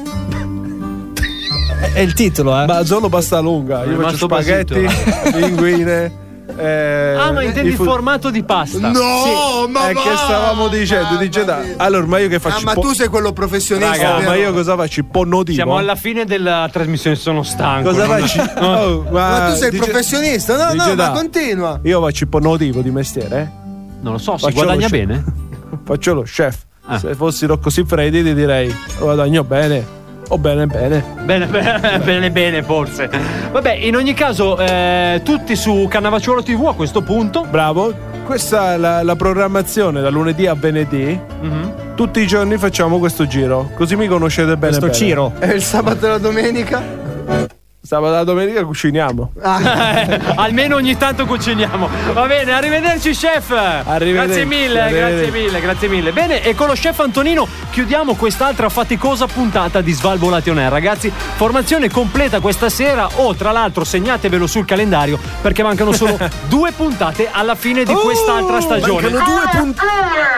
Speaker 15: È, è il titolo, eh.
Speaker 7: Ma solo pasta lunga. Io faccio
Speaker 6: rimasto
Speaker 7: spaghetti,
Speaker 6: basito.
Speaker 7: linguine. Eh,
Speaker 6: Ah, ma intendi
Speaker 7: i
Speaker 6: il
Speaker 7: fu-
Speaker 6: formato di pasta?
Speaker 9: No, ma
Speaker 7: È
Speaker 9: va!
Speaker 7: che stavamo dicendo, dice da. Allora, ma io che faccio?
Speaker 9: Ah, ma
Speaker 7: po-
Speaker 9: tu sei quello professionista.
Speaker 7: Raga,
Speaker 9: vero?
Speaker 7: ma io cosa faccio? Ponnotivo.
Speaker 6: Siamo alla fine della trasmissione, sono stanco.
Speaker 7: Cosa
Speaker 6: non-
Speaker 7: faccio? Oh,
Speaker 9: Ma tu sei il
Speaker 7: dice-
Speaker 9: professionista? No,
Speaker 7: dice
Speaker 9: no,
Speaker 7: da.
Speaker 9: ma continua.
Speaker 7: Io faccio il ponnotivo di mestiere. eh?
Speaker 6: Non lo so, si
Speaker 7: Faccio
Speaker 6: guadagna
Speaker 7: lo chef.
Speaker 6: bene?
Speaker 7: Faccio lo chef.
Speaker 6: Ah.
Speaker 7: Se fossero così freddi ti direi guadagno bene. O bene bene.
Speaker 6: Bene, bene, bene, bene, forse. Vabbè, in ogni caso, eh, tutti su Cannavacciuolo tivù a questo punto.
Speaker 7: Bravo. Questa è la, la programmazione da lunedì a venerdì.
Speaker 6: Mhm.
Speaker 7: Tutti i giorni facciamo questo giro. Così mi conoscete bene.
Speaker 15: Questo
Speaker 7: bene.
Speaker 15: Ciro.
Speaker 9: E il sabato e la domenica?
Speaker 7: Sabato e la domenica cuciniamo.
Speaker 6: Eh, almeno ogni tanto cuciniamo. Va bene, arrivederci chef.
Speaker 7: Arrivederci,
Speaker 6: Grazie mille,
Speaker 7: arrivederci.
Speaker 6: grazie mille, grazie mille. Bene, e con lo chef Antonino chiudiamo quest'altra faticosa puntata di Svalvolati On Air, ragazzi. Formazione completa questa sera. Oh, tra l'altro, segnatevelo sul calendario perché mancano solo due puntate alla fine di quest'altra stagione.
Speaker 7: Mancano due puntate.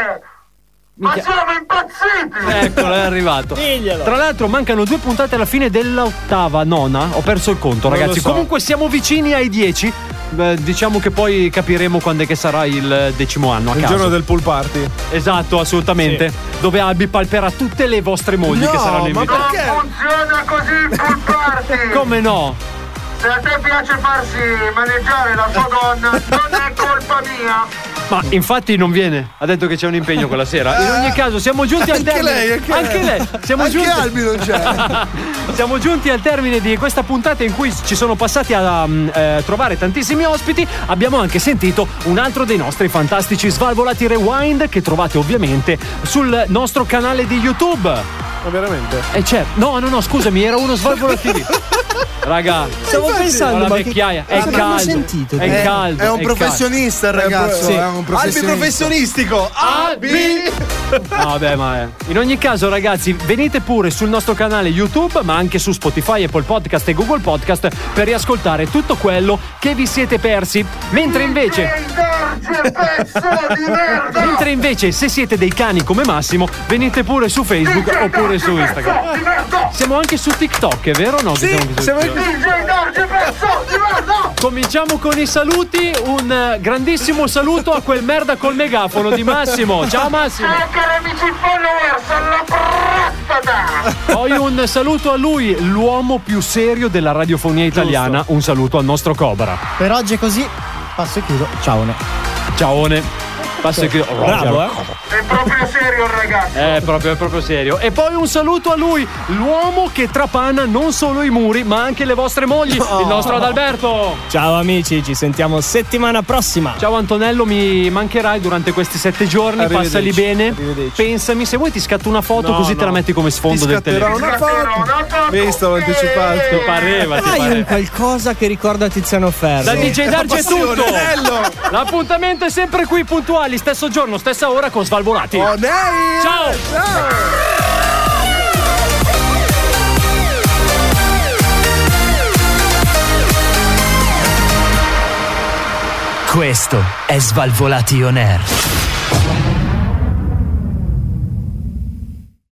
Speaker 4: Ma siamo impazziti!
Speaker 6: Eccolo, è arrivato. Tra l'altro mancano due puntate alla fine dell'ottava, nona. Ho perso il conto,
Speaker 7: Non
Speaker 6: ragazzi.
Speaker 7: lo so.
Speaker 6: Comunque siamo vicini ai dieci. Beh, diciamo che poi capiremo quando è che sarà il decimo anno a
Speaker 7: Il
Speaker 6: caso.
Speaker 7: giorno del pool party.
Speaker 6: Esatto, assolutamente. Dove Albi palperà tutte le vostre mogli
Speaker 7: No,
Speaker 6: che saranno
Speaker 7: ma
Speaker 6: invitate.
Speaker 7: perché?
Speaker 4: Non funziona così il pool party!
Speaker 6: Come no?
Speaker 4: Se a te piace farsi maneggiare la sua donna, non è colpa mia!
Speaker 6: Ma infatti non viene. Ha detto che c'è un impegno quella sera. In ogni caso, siamo giunti al
Speaker 9: Anche
Speaker 6: termine.
Speaker 9: lei, anche
Speaker 6: anche
Speaker 9: lei.
Speaker 6: lei. Siamo
Speaker 9: Anche
Speaker 6: giunti...
Speaker 9: Albi non c'è.
Speaker 6: Siamo giunti al termine di questa puntata in cui ci sono passati a um, eh, trovare tantissimi ospiti. Abbiamo anche sentito un altro dei nostri fantastici Svalvolati Rewind che trovate ovviamente sul nostro canale di YouTube.
Speaker 7: Ma veramente?
Speaker 6: E c'è. No, no, no, scusami, era uno Svalvolati. Raga,
Speaker 15: Stavo pensando,
Speaker 6: la
Speaker 15: ma che-
Speaker 6: vecchiaia. È
Speaker 15: cosa abbiamo
Speaker 6: caldo.
Speaker 15: sentito?
Speaker 6: È
Speaker 9: È-
Speaker 6: caldo.
Speaker 9: È un
Speaker 6: è
Speaker 9: professionista il ragazzo.
Speaker 7: Sì.
Speaker 9: È un
Speaker 7: Albi
Speaker 9: professionista.
Speaker 7: professionistico.
Speaker 6: Albi! No, vabbè, ma è. In ogni caso, ragazzi, venite pure sul nostro canale YouTube, ma anche su Spotify, Apple Podcast e Google Podcast per riascoltare tutto quello che vi siete persi. Mentre invece.
Speaker 4: Darge, pezzo di merda!
Speaker 6: Mentre invece, se siete dei cani come Massimo, venite pure su Facebook oppure su Instagram.
Speaker 4: Di merda!
Speaker 6: Siamo anche su TikTok, è vero o no? Che siamo anche su
Speaker 7: siamo
Speaker 6: TikTok?
Speaker 4: D J Darge, pezzo di merda!
Speaker 6: Cominciamo con i saluti. Un eh, grandissimo saluto a quel merda col megafono di Massimo. Ciao Massimo.
Speaker 4: Ciao cari amici followers, alla prostata!
Speaker 6: Poi un saluto a lui, l'uomo più serio della radiofonia italiana. Un saluto al nostro Cobra.
Speaker 17: Per oggi è così. Passo e chiudo. Ciaone.
Speaker 6: Ciaone. Passo e chiudo.
Speaker 15: Bravo, eh?
Speaker 16: È proprio serio il ragazzo.
Speaker 6: È proprio, è proprio serio. E poi un saluto a lui, l'uomo che trapana non solo i muri, ma anche le vostre mogli, il nostro Adalberto.
Speaker 15: Ciao amici, ci sentiamo settimana prossima.
Speaker 6: Ciao Antonello, mi mancherai durante questi sette giorni,
Speaker 7: Arrivederci.
Speaker 6: passali bene.
Speaker 7: Arrivederci.
Speaker 6: Pensami, se vuoi ti scatto una foto
Speaker 7: No,
Speaker 6: così
Speaker 7: no.
Speaker 6: te la metti come sfondo
Speaker 7: Ti
Speaker 6: del
Speaker 7: scatterò
Speaker 6: telefono.
Speaker 7: una foto. Visto, l'ho anticipato.
Speaker 6: Ti pareva, ti
Speaker 15: Dai
Speaker 6: pareva.
Speaker 15: un qualcosa che ricorda Tiziano Ferro.
Speaker 6: Da D J Darge è
Speaker 7: passione,
Speaker 6: tutto.
Speaker 7: bello.
Speaker 6: L'appuntamento è sempre qui puntuali, stesso giorno, stessa ora con Svalvolati.
Speaker 7: Oh, dai.
Speaker 6: Ciao.
Speaker 7: Ciao.
Speaker 1: Questo è Svalvolati On Air.